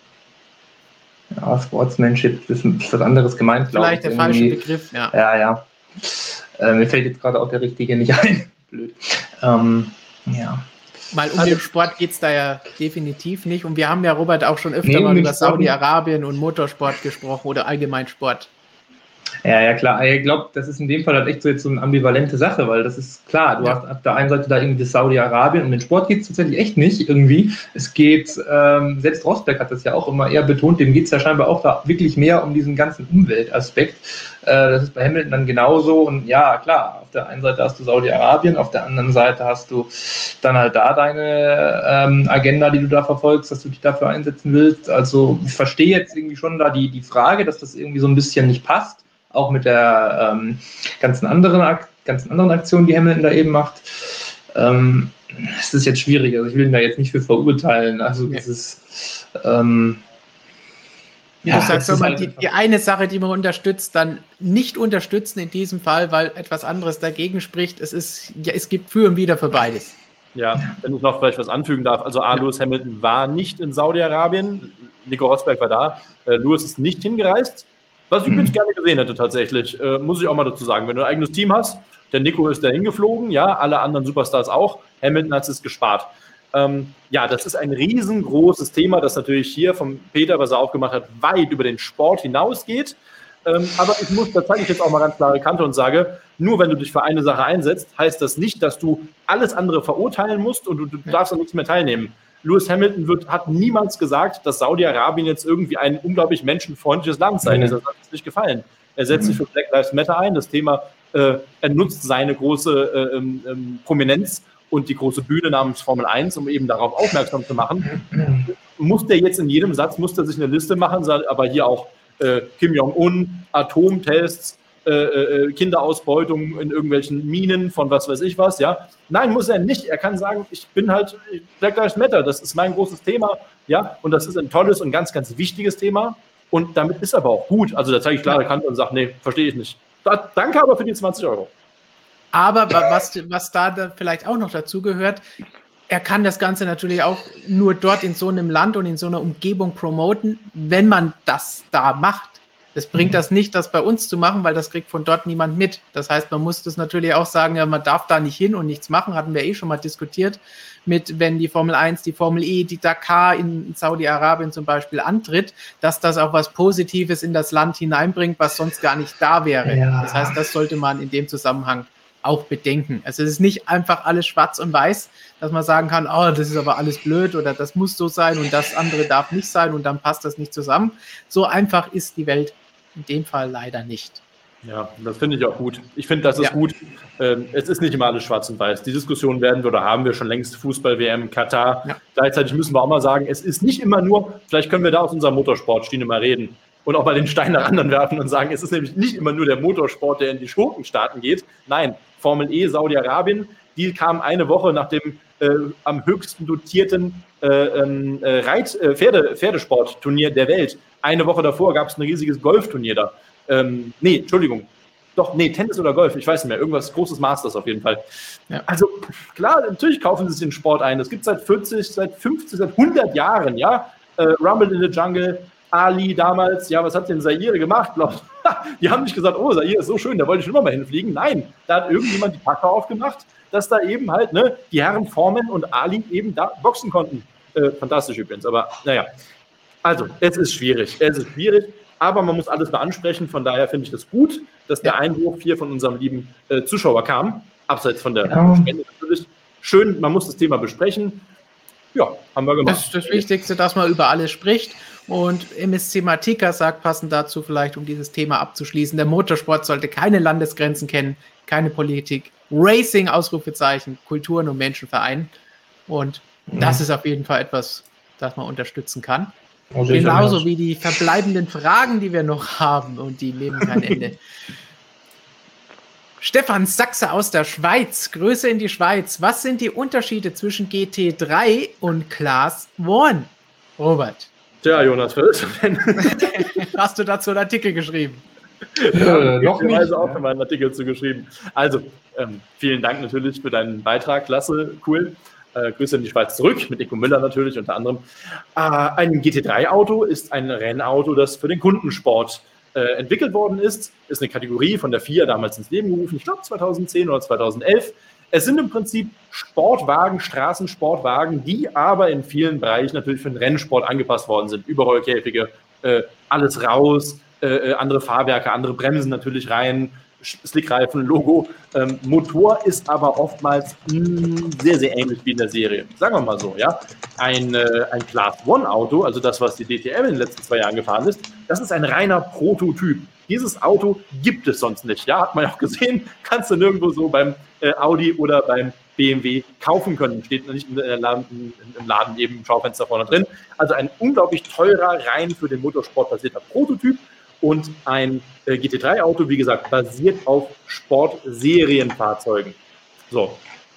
Ja, Sportsmanship ist was anderes gemeint, glaube ich.
Vielleicht der falsche Begriff, ja.
Ja, ja. Äh, mir fällt jetzt gerade auch der richtige nicht ein. Blöd. Ähm, ja.
Weil um also, den Sport geht es da ja definitiv nicht. Und wir haben ja, Robert, auch schon öfter
nee,
mal über Saudi-Arabien und Motorsport gesprochen oder allgemein Sport.
Ja, ja, klar. Ich glaube, das ist in dem Fall halt echt so jetzt so eine ambivalente Sache, weil das ist klar, du ja. hast auf der einen Seite da irgendwie Saudi-Arabien, um den Sport geht es tatsächlich echt nicht irgendwie. Es geht, ähm, selbst Rosberg hat das ja auch immer eher betont, dem geht es ja scheinbar auch da wirklich mehr um diesen ganzen Umweltaspekt. Äh, das ist bei Hamilton dann genauso und ja, klar, auf der einen Seite hast du Saudi-Arabien, auf der anderen Seite hast du dann halt da deine ähm, Agenda, die du da verfolgst, dass du dich dafür einsetzen willst. Also ich verstehe jetzt irgendwie schon da die, die Frage, dass das irgendwie so ein bisschen nicht passt. Auch mit der ähm, ganzen, anderen, ganzen anderen Aktion, die Hamilton da eben macht. Ähm, es ist jetzt schwierig, also ich will ihn da jetzt nicht für verurteilen. Also das ja. ist ähm,
Wie ja, du sagst, wenn man die, die eine Sache, die man unterstützt, dann nicht unterstützen in diesem Fall, weil etwas anderes dagegen spricht. Es ist, ja, es gibt für und wider für beides.
Ja, wenn ich noch vielleicht was anfügen darf. Also A, Lewis Hamilton war nicht in Saudi-Arabien. Nico Rosberg war da. Äh, Lewis ist nicht hingereist. Was ich übrigens gerne gesehen hätte tatsächlich, äh, muss ich auch mal dazu sagen. Wenn du ein eigenes Team hast, der Nico ist da hingeflogen, ja, alle anderen Superstars auch, Hamilton hat es gespart. Ähm, ja, das ist ein riesengroßes Thema, das natürlich hier vom Peter, was er aufgemacht hat, weit über den Sport hinausgeht. Ähm, aber ich muss, da zeige ich jetzt auch mal ganz klare Kante und sage, nur wenn du dich für eine Sache einsetzt, heißt das nicht, dass du alles andere verurteilen musst und du, du darfst an nichts mehr teilnehmen. Lewis Hamilton wird, hat niemals gesagt, dass Saudi-Arabien jetzt irgendwie ein unglaublich menschenfreundliches Land sei. Mhm. Das hat uns nicht gefallen. Er setzt mhm. sich für Black Lives Matter ein. Das Thema, äh, er nutzt seine große äh, ähm, Prominenz und die große Bühne namens Formel eins, um eben darauf aufmerksam zu machen. Mhm. Muss der jetzt in jedem Satz, muss der sich eine Liste machen, aber hier auch äh, Kim Jong-un, Atomtests, äh, äh, Kinderausbeutung in irgendwelchen Minen von was weiß ich was, ja. Nein, muss er nicht. Er kann sagen, ich bin halt Black Lives Matter, das ist mein großes Thema, ja, und das ist ein tolles und ganz, ganz wichtiges Thema und damit ist aber auch gut. Also da zeige ich klare Kante und sage, nee, verstehe ich nicht. Da, danke aber für die zwanzig Euro.
Aber was, was da vielleicht auch noch dazu gehört, er kann das Ganze natürlich auch nur dort in so einem Land und in so einer Umgebung promoten, wenn man das da macht. Das bringt das nicht, das bei uns zu machen, weil das kriegt von dort niemand mit. Das heißt, man muss das natürlich auch sagen, ja, man darf da nicht hin und nichts machen, hatten wir eh schon mal diskutiert, mit wenn die Formel eins, die Formel E, die Dakar in Saudi-Arabien zum Beispiel antritt, dass das auch was Positives in das Land hineinbringt, was sonst gar nicht da wäre. Ja. Das heißt, das sollte man in dem Zusammenhang auch bedenken. Also es ist nicht einfach alles schwarz und weiß, dass man sagen kann, oh, das ist aber alles blöd oder das muss so sein und das andere darf nicht sein und dann passt das nicht zusammen. So einfach ist die Welt in dem Fall leider nicht.
Ja, das finde ich auch gut. Ich finde, das ist ja. gut. Ähm, es ist nicht immer alles schwarz und weiß. Die Diskussion werden wir oder haben wir schon längst, Fußball-W M, Katar. Ja. Gleichzeitig müssen wir auch mal sagen, es ist nicht immer nur, vielleicht können wir da aus unserer Motorsportschiene mal reden und auch mal den Stein nach anderen werfen und sagen, es ist nämlich nicht immer nur der Motorsport, der in die Schurkenstaaten geht. Nein, Formel E, Saudi-Arabien, die kam eine Woche nach dem äh, am höchsten dotierten äh, äh, Reit, äh, Pferde, Pferdesportturnier der Welt. Eine Woche davor gab es ein riesiges Golfturnier da. Ähm, nee, Entschuldigung. Doch, nee, Tennis oder Golf, ich weiß nicht mehr. Irgendwas großes Masters auf jeden Fall. Ja. Also klar, natürlich kaufen sie sich den Sport ein. Das gibt es seit vierzig, seit fünfzig, seit hundert Jahren, ja. Äh, Rumble in the Jungle, Ali damals, ja, was hat denn Zaire gemacht? Glaub, die haben nicht gesagt, oh, Zaire ist so schön, da wollte ich schon immer mal hinfliegen. Nein, da hat irgendjemand die Packe aufgemacht, dass da eben halt ne, die Herren Foreman und Ali eben da boxen konnten. Äh, fantastisch übrigens, aber naja. Also, es ist schwierig, es ist schwierig, aber man muss alles mal ansprechen. Von daher finde ich das gut, dass der Einwurf hier von unserem lieben äh, Zuschauer kam, abseits von der ja. Spende natürlich. Schön, man muss das Thema besprechen. Ja, haben wir gemacht.
Das ist das Wichtigste, dass man über alles spricht. Und M S C Matika sagt passend dazu vielleicht, um dieses Thema abzuschließen, der Motorsport sollte keine Landesgrenzen kennen, keine Politik, Racing, Ausrufezeichen, Kulturen und Menschen vereinen. Und das ist auf jeden Fall etwas, das man unterstützen kann.
Also ich
Genauso
anders.
wie die verbleibenden Fragen, die wir noch haben und die nehmen kein Ende. Stefan Sachse aus der Schweiz, Grüße in die Schweiz. Was sind die Unterschiede zwischen G T drei und Class One? Robert,
Tja, Jonas, was ist denn?
hast du dazu einen Artikel geschrieben?
Äh, noch nicht.
Ich habe auch schon mal einen Artikel zugeschrieben. Also, ähm, vielen Dank natürlich für deinen Beitrag. Klasse, cool. Äh, Grüße in die Schweiz zurück, mit Nico Müller natürlich unter anderem. Äh, ein G T drei Auto ist ein Rennauto, das für den Kundensport äh, entwickelt worden ist. Ist eine Kategorie von der F I A damals ins Leben gerufen, ich glaube zweitausendzehn oder zweitausendelf. Es sind im Prinzip Sportwagen, Straßensportwagen, die aber in vielen Bereichen natürlich für den Rennsport angepasst worden sind. Überrollkäfige, äh, alles raus, äh, andere Fahrwerke, andere Bremsen natürlich rein, Slickreifen, Logo. Ähm, Motor ist aber oftmals mh, sehr, sehr ähnlich wie in der Serie. Sagen wir mal so, ja. Ein, äh, ein Class One Auto, also das, was die D T M in den letzten zwei Jahren gefahren ist, das ist ein reiner Prototyp. Dieses Auto gibt es sonst nicht. Ja, hat man ja auch gesehen, kannst du nirgendwo so beim äh, Audi oder beim B M W kaufen können. Steht nicht in der Laden, im Laden eben im Schaufenster vorne drin. Also ein unglaublich teurer, rein für den Motorsport basierter Prototyp. Und ein äh, G T drei Auto, wie gesagt, basiert auf Sportserienfahrzeugen. So.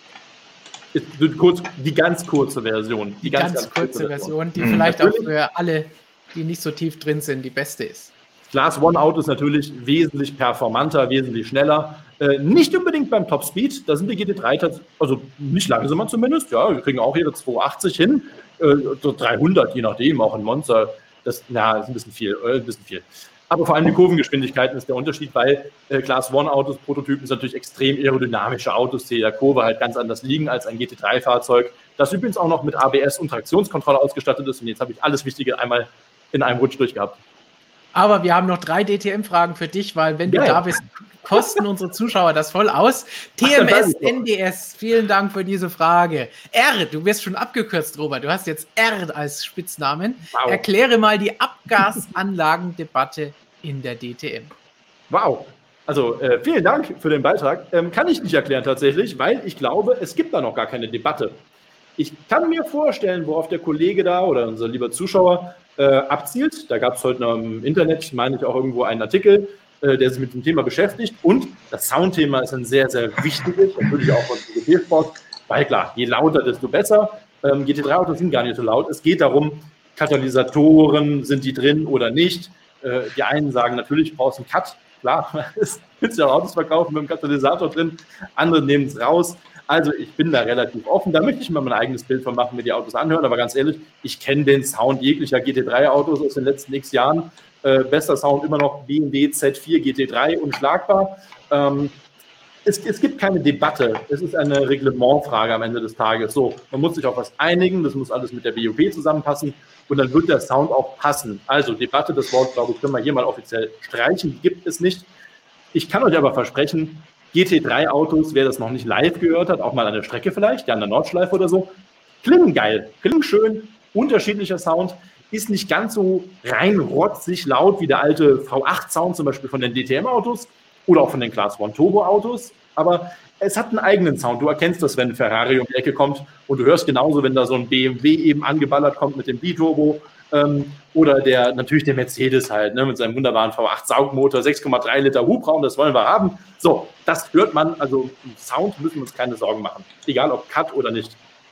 Ist kurz, die ganz kurze Version.
Die ganz, ganz kurze, kurze Version, die mhm. vielleicht natürlich auch für alle, die nicht so tief drin sind, die beste ist.
Class One Auto ist natürlich wesentlich performanter, wesentlich schneller. Äh, nicht unbedingt beim Top Speed, da sind die G T drei, also nicht langsamer zumindest. Ja, wir kriegen auch jede zweihundertachtzig hin, äh, dreihundert, je nachdem, auch in Monza. Das na, ist ein bisschen viel, äh, ein bisschen viel. Aber vor allem die Kurvengeschwindigkeiten ist der Unterschied, weil äh, Class One Autos, Prototypen sind natürlich extrem aerodynamische Autos, die in der Kurve halt ganz anders liegen als ein G T drei Fahrzeug, das übrigens auch noch mit A B S und Traktionskontrolle ausgestattet ist. Und jetzt habe ich alles Wichtige einmal in einem Rutsch durchgehabt.
Aber wir haben noch drei D T M-Fragen für dich, weil wenn du ja. da bist, kosten unsere Zuschauer das voll aus. T M S, N D S, vielen Dank für diese Frage. R, du wirst schon abgekürzt, Robert. Du hast jetzt R als Spitznamen. Wow. Erkläre mal die Abgasanlagendebatte in der D T M.
Wow. Also äh, vielen Dank für den Beitrag. Ähm, kann ich nicht erklären tatsächlich, weil ich glaube, es gibt da noch gar keine Debatte. Ich kann mir vorstellen, worauf der Kollege da oder unser lieber Zuschauer äh, abzielt. Da gab es heute noch im Internet, meine ich, auch irgendwo einen Artikel, äh, der sich mit dem Thema beschäftigt. Und das Soundthema ist ein sehr, sehr wichtiges, natürlich auch von G T Sport, weil klar, je lauter, desto besser. Ähm, G T drei Autos sind gar nicht so laut. Es geht darum, Katalysatoren, sind die drin oder nicht. Äh, die einen sagen, natürlich brauchst du einen Cut. Klar, es willst ja Autos verkaufen mit einem Katalysator drin. Andere nehmen es raus. Also ich bin da relativ offen. Da möchte ich mir mein eigenes Bild von machen, mir die Autos anhören. Aber ganz ehrlich, ich kenne den Sound jeglicher G T drei Autos aus den letzten x Jahren. Äh, bester Sound immer noch B M W Z vier G T drei, unschlagbar. Ähm, es, es gibt keine Debatte. Es ist eine Reglementfrage am Ende des Tages. So, man muss sich auf was einigen. Das muss alles mit der B O P zusammenpassen. Und dann wird der Sound auch passen. Also Debatte, das Wort, glaube ich, können wir hier mal offiziell streichen. Gibt es nicht. Ich kann euch aber versprechen, G T drei Autos, wer das noch nicht live gehört hat, auch mal an der Strecke vielleicht, ja an der Nordschleife oder so, klingen geil, klingen schön, unterschiedlicher Sound, ist nicht ganz so rein rotzig laut wie der alte V acht Sound zum Beispiel von den D T M-Autos oder auch von den Class One Turbo-Autos, aber es hat einen eigenen Sound. Du erkennst das, wenn ein Ferrari um die Ecke kommt und du hörst genauso, wenn da so ein B M W eben angeballert kommt mit dem B-Turbo ähm, oder der natürlich der Mercedes halt, ne, mit seinem wunderbaren V acht Saugmotor, sechs Komma drei Liter Hubraum, das wollen wir haben. So, das hört man, also im Sound müssen wir uns keine Sorgen machen, egal ob Cut oder nicht.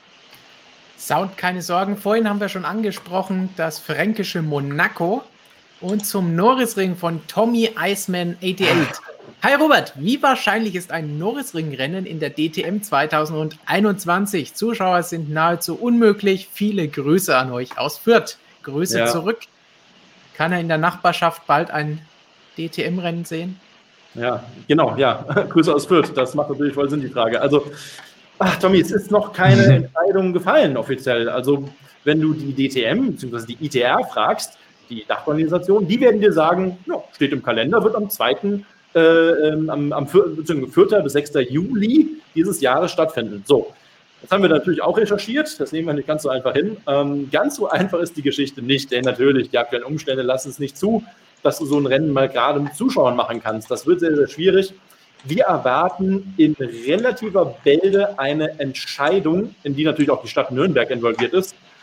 Sound, keine Sorgen. Vorhin haben wir schon angesprochen, das fränkische Monaco und zum Norrisring von Tommy Iceman achtundachtzig. Hi Robert, wie wahrscheinlich ist ein Norrisring-Rennen in der D T M zweitausendeinundzwanzig? Zuschauer sind nahezu unmöglich. Viele Grüße an euch aus Fürth. Grüße ja. zurück. Kann er in der Nachbarschaft bald ein D T M-Rennen sehen?
Ja, genau, ja. Grüße aus Fürth. Das macht natürlich voll Sinn, die Frage. Also, ach Tommy, es ist noch keine Entscheidung gefallen offiziell. Also, wenn du die D T M bzw. die I T R fragst, die Dachorganisation, die werden dir sagen, ja, steht im Kalender, wird am zweiten Äh, am, am vierten bis sechsten Juli dieses Jahres stattfinden. So, das haben wir natürlich auch recherchiert, das nehmen wir nicht ganz so einfach hin. Ähm, ganz so einfach ist die Geschichte nicht, denn natürlich, die aktuellen Umstände lassen es nicht zu, dass du so ein Rennen mal gerade mit Zuschauern machen kannst. Das wird sehr, sehr schwierig. Wir erwarten in relativer Bälde eine Entscheidung, in die natürlich auch die Stadt Nürnberg involviert ist.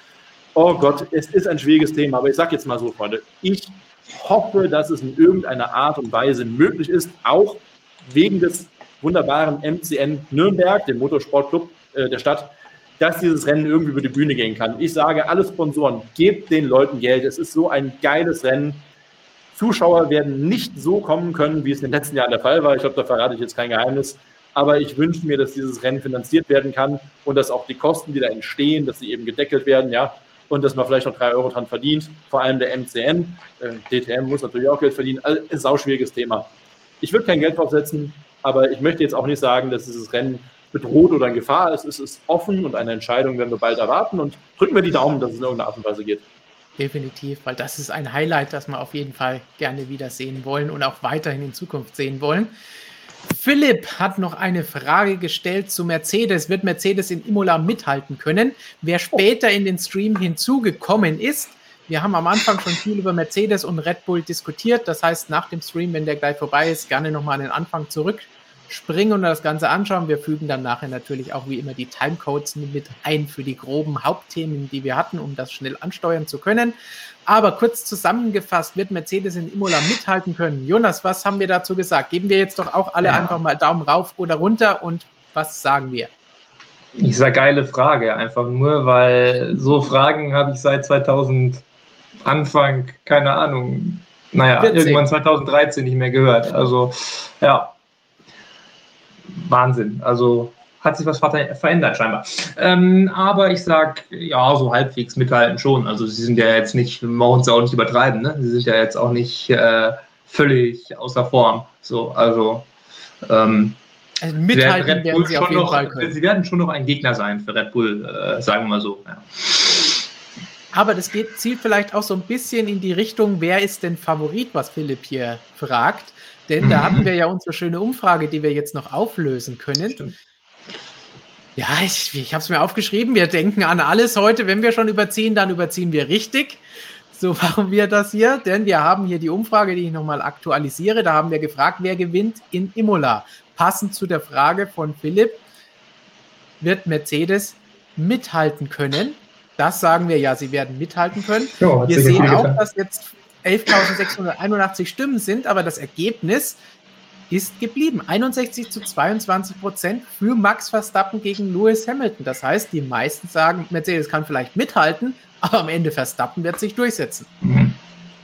Oh Gott, es ist ein schwieriges Thema, aber ich sage jetzt mal so, Freunde, ich hoffe, dass es in irgendeiner Art und Weise möglich ist, auch wegen des wunderbaren M C N Nürnberg, dem Motorsportclub äh, der Stadt, dass dieses Rennen irgendwie über die Bühne gehen kann. Ich sage, alle Sponsoren, gebt den Leuten Geld. Es ist so ein geiles Rennen. Zuschauer werden nicht so kommen können, wie es in den letzten Jahren der Fall war. Ich glaube, da verrate ich jetzt kein Geheimnis. Aber ich wünsche mir, dass dieses Rennen finanziert werden kann und dass auch die Kosten, die da entstehen, dass sie eben gedeckelt werden, ja, und dass man vielleicht noch drei Euro dran verdient. Vor allem der M C N. Äh, D T M muss natürlich auch Geld verdienen. Also, ist auch ein schwieriges Thema. Ich würde kein Geld drauf setzen, aber ich möchte jetzt auch nicht sagen, dass dieses Rennen bedroht oder in Gefahr ist. Es ist offen und eine Entscheidung werden wir bald erwarten und drücken wir die Daumen, dass es in irgendeiner Art und Weise geht.
Definitiv, weil das ist ein Highlight, das wir auf jeden Fall gerne wieder sehen wollen und auch weiterhin in Zukunft sehen wollen. Philipp hat noch eine Frage gestellt zu Mercedes. Wird Mercedes in Imola mithalten können? Wer später in den Stream hinzugekommen ist, wir haben am Anfang schon viel über Mercedes und Red Bull diskutiert. Das heißt, nach dem Stream, wenn der gleich vorbei ist, gerne nochmal an den Anfang zurückspringen und das Ganze anschauen. Wir fügen dann nachher natürlich auch wie immer die Timecodes mit ein für die groben Hauptthemen, die wir hatten, um das schnell ansteuern zu können. Aber kurz zusammengefasst, wird Mercedes in Imola mithalten können? Jonas, was haben wir dazu gesagt? Geben wir jetzt doch auch alle ja. einfach mal Daumen rauf oder runter und was sagen wir?
Ich sage geile Frage, einfach nur, weil so Fragen habe ich seit zweitausend Anfang, keine Ahnung, naja, vierzehn irgendwann zweitausenddreizehn nicht mehr gehört. Also, ja, Wahnsinn. Also, hat sich was verändert scheinbar. Ähm, aber ich sag, ja, so halbwegs mithalten schon. Also, sie sind ja jetzt nicht, wir brauchen es auch nicht übertreiben, ne? Sie sind ja jetzt auch nicht äh, völlig außer Form. So, also, ähm,
also mithalten
werden,
werden sie auf jeden
noch,
Fall können.
Sie werden schon noch ein Gegner sein für Red Bull, äh, sagen wir mal so. Ja.
Aber das geht, zielt vielleicht auch so ein bisschen in die Richtung, wer ist denn Favorit, was Philipp hier fragt. Denn da hatten wir ja unsere schöne Umfrage, die wir jetzt noch auflösen können. Stimmt. Ja, ich, ich habe es mir aufgeschrieben. Wir denken an alles heute. Wenn wir schon überziehen, dann überziehen wir richtig. So machen wir das hier. Denn wir haben hier die Umfrage, die ich nochmal aktualisiere. Da haben wir gefragt, wer gewinnt in Imola. Passend zu der Frage von Philipp, wird Mercedes mithalten können? Das sagen wir ja, sie werden mithalten können. Jo, wir sehen auch, getan. dass jetzt elftausendsechshunderteinundachtzig Stimmen sind, aber das Ergebnis ist geblieben. einundsechzig zu zweiundzwanzig Prozent für Max Verstappen gegen Lewis Hamilton. Das heißt, die meisten sagen, Mercedes kann vielleicht mithalten, aber am Ende Verstappen wird sich durchsetzen. Mhm.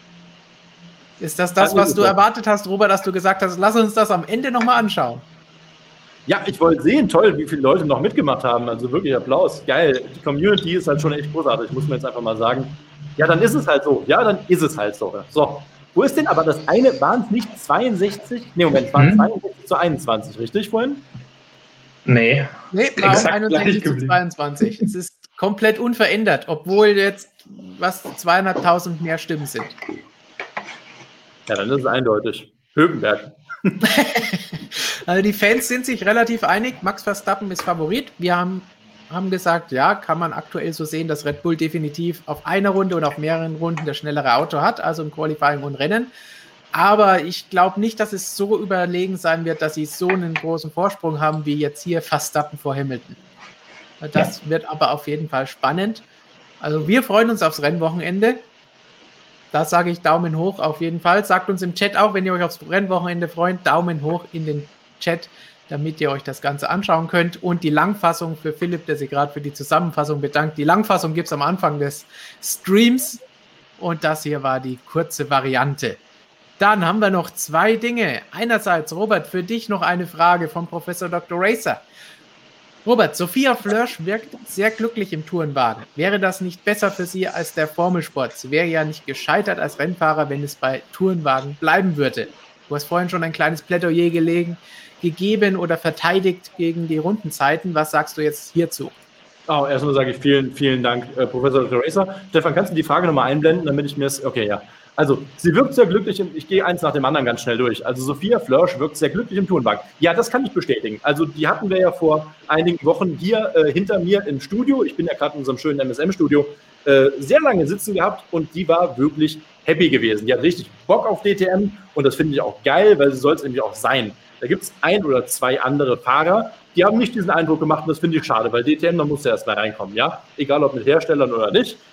Ist das das, was du erwartet hast, Robert, dass du gesagt hast, lass uns das am Ende nochmal anschauen?
Ja, ich wollte sehen, toll, wie viele Leute noch mitgemacht haben. Also wirklich Applaus, geil. Die Community ist halt schon echt großartig, muss man jetzt einfach mal sagen. Ja, dann ist es halt so. Ja, dann ist es halt so. So, wo ist denn aber das eine, waren es nicht zweiundsechzig? Nee, Moment, waren es hm? zweiundsechzig zu einundzwanzig, richtig vorhin?
Nee.
Nee, war einundsechzig zu zweiundzwanzig. Es ist komplett unverändert, obwohl jetzt was zweieinhalbtausend mehr Stimmen sind.
Ja, dann ist es eindeutig. Hülkenberg.
Also die Fans sind sich relativ einig, Max Verstappen ist Favorit. Wir haben, haben gesagt, ja, kann man aktuell so sehen, dass Red Bull definitiv auf einer Runde und auf mehreren Runden das schnellere Auto hat, also im Qualifying und Rennen. Aber ich glaube nicht, dass es so überlegen sein wird, dass sie so einen großen Vorsprung haben, wie jetzt hier Verstappen vor Hamilton. Das ja. wird aber auf jeden Fall spannend. Also wir freuen uns aufs Rennwochenende. Da sage ich Daumen hoch auf jeden Fall. Sagt uns im Chat auch, wenn ihr euch aufs Rennwochenende freut, Daumen hoch in den Chat, damit ihr euch das Ganze anschauen könnt. Und die Langfassung für Philipp, der sich gerade für die Zusammenfassung bedankt. Die Langfassung gibt es am Anfang des Streams. Und das hier war die kurze Variante. Dann haben wir noch zwei Dinge. Einerseits, Robert, für dich noch eine Frage von Professor Doktor Racer. Robert, Sophia Flörsch wirkt sehr glücklich im Tourenwagen. Wäre das nicht besser für sie als der Formelsport? Sie wäre ja nicht gescheitert als Rennfahrer, wenn es bei Tourenwagen bleiben würde. Du hast vorhin schon ein kleines Plädoyer gelegen, gegeben oder verteidigt gegen die Rundenzeiten. Was sagst du jetzt hierzu?
Oh, erstmal sage ich vielen, vielen Dank, äh, Professor Doktor Racer. Stefan, kannst du die Frage nochmal einblenden, damit ich mir es... Okay, ja. Also, sie wirkt sehr glücklich, im, ich gehe eins nach dem anderen ganz schnell durch. Also, Sophia Flörsch wirkt sehr glücklich im Tourenwagen. Ja, das kann ich bestätigen. Also, die hatten wir ja vor einigen Wochen hier äh, hinter mir im Studio. Ich bin ja gerade in unserem schönen M S M-Studio äh, sehr lange sitzen gehabt und die war wirklich happy gewesen. Die hat richtig Bock auf D T M und das finde ich auch geil, weil sie soll es nämlich auch sein. Da gibt es ein oder zwei andere Fahrer, die haben nicht diesen Eindruck gemacht und das finde ich schade, weil D T M, da muss ja erst mal reinkommen, ja? Egal ob mit Herstellern oder nicht.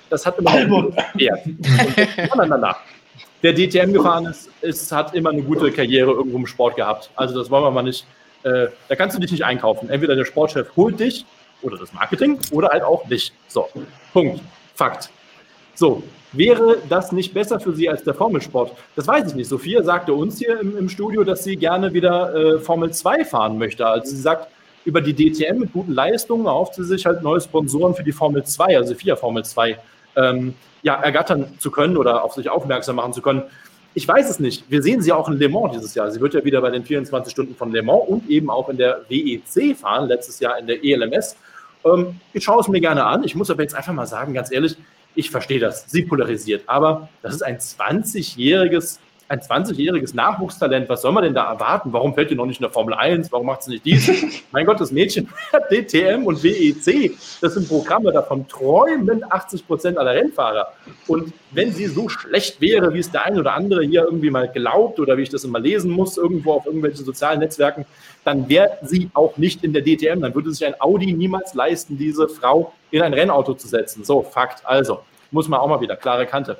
das hat immer einen Wert. Nein, nein, nein. Der D T M gefahren ist, ist, hat immer eine gute Karriere irgendwo im Sport gehabt. Also das wollen wir mal nicht, äh, da kannst du dich nicht einkaufen. Entweder der Sportchef holt dich oder das Marketing oder halt auch dich. So, Punkt, Fakt. So, wäre das nicht besser für Sie als der Formelsport? Das weiß ich nicht. Sophia sagte uns hier im, im Studio, dass sie gerne wieder äh, Formel zwei fahren möchte. Also sie sagt, über die D T M mit guten Leistungen erhofft sie sich halt neue Sponsoren für die Formel zwei, also FIA Formel zwei, ähm, ja, ergattern zu können oder auf sich aufmerksam machen zu können. Ich weiß es nicht. Wir sehen sie auch in Le Mans dieses Jahr. Sie wird ja wieder bei den vierundzwanzig Stunden von Le Mans und eben auch in der W E C fahren, letztes Jahr in der E L M S. Ähm, ich schaue es mir gerne an. Ich muss aber jetzt einfach mal sagen, ganz ehrlich, ich verstehe das. Sie polarisiert. Aber das ist ein zwanzigjähriges ein zwanzigjähriges Nachwuchstalent, was soll man denn da erwarten? Warum fällt ihr noch nicht in der Formel eins? Warum macht sie nicht dies? Mein Gott, das Mädchen hat D T M und W E C. Das sind Programme, davon träumen achtzig Prozent aller Rennfahrer. Und wenn sie so schlecht wäre, wie es der eine oder andere hier irgendwie mal glaubt oder wie ich das immer lesen muss, irgendwo auf irgendwelchen sozialen Netzwerken, dann wäre sie auch nicht in der D T M. Dann würde sich ein Audi niemals leisten, diese Frau in ein Rennauto zu setzen. So, Fakt. Also, muss man auch mal wieder, klare Kante.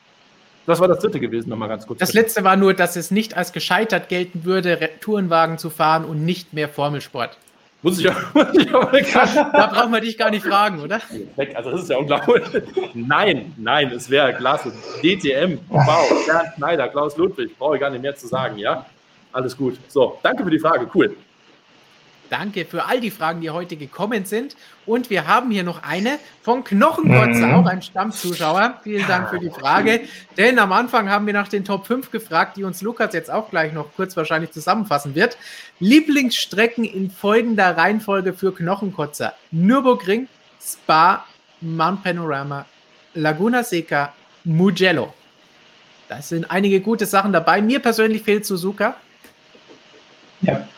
Das war das dritte gewesen, nochmal ganz kurz.
Das letzte war nur, dass es nicht als gescheitert gelten würde, Tourenwagen zu fahren und nicht mehr Formelsport.
Muss ich, muss ich aber
Da brauchen wir dich gar nicht fragen, oder?
Weg, also das ist ja unglaublich. Nein, nein, es wäre klasse. D T M, wow, Bernd Schneider, Klaus Ludwig, brauche ich gar nicht mehr zu sagen, ja? Alles gut. So, danke für die Frage, cool.
Danke für all die Fragen, die heute gekommen sind. Und wir haben hier noch eine von Knochenkotze, mhm. auch ein Stammzuschauer. Vielen Dank für die Frage. Denn am Anfang haben wir nach den Top fünf gefragt, die uns Lukas jetzt auch gleich noch kurz wahrscheinlich zusammenfassen wird. Lieblingsstrecken in folgender Reihenfolge für Knochenkotzer: Nürburgring, Spa, Mount Panorama, Laguna Seca, Mugello. Das sind einige gute Sachen dabei. Mir persönlich fehlt Suzuka.
Ja.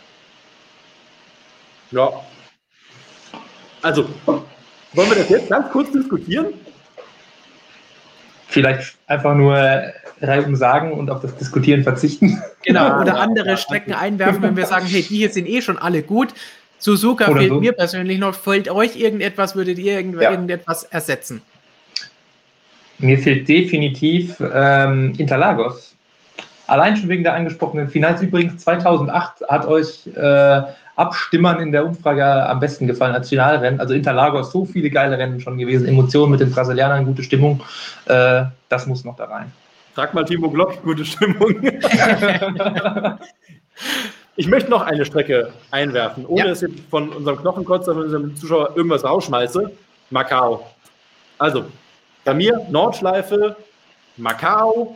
Ja. Also, wollen wir das jetzt ganz kurz diskutieren?
Vielleicht einfach nur reihum sagen und auf das Diskutieren verzichten.
Genau, oder andere Strecken einwerfen, wenn wir sagen, hey, die hier sind eh schon alle gut. Suzuka oder fehlt so. Mir persönlich noch. Fehlt euch irgendetwas, würdet ihr irgend- ja. irgendetwas ersetzen?
Mir fehlt definitiv ähm, Interlagos. Allein schon wegen der angesprochenen Finals. Übrigens zweitausendacht hat euch äh, Abstimmern in der Umfrage am besten gefallen als Finalrennen. Also Interlagos, so viele geile Rennen schon gewesen. Emotionen mit den Brasilianern, gute Stimmung. Äh, das muss noch da rein.
Frag mal Timo Glock, gute Stimmung. Ich möchte noch eine Strecke einwerfen, ohne ja. dass ich von unserem Knochenkotzer, von unserem Zuschauer irgendwas rausschmeiße. Macau. Also, bei mir Nordschleife, Macau,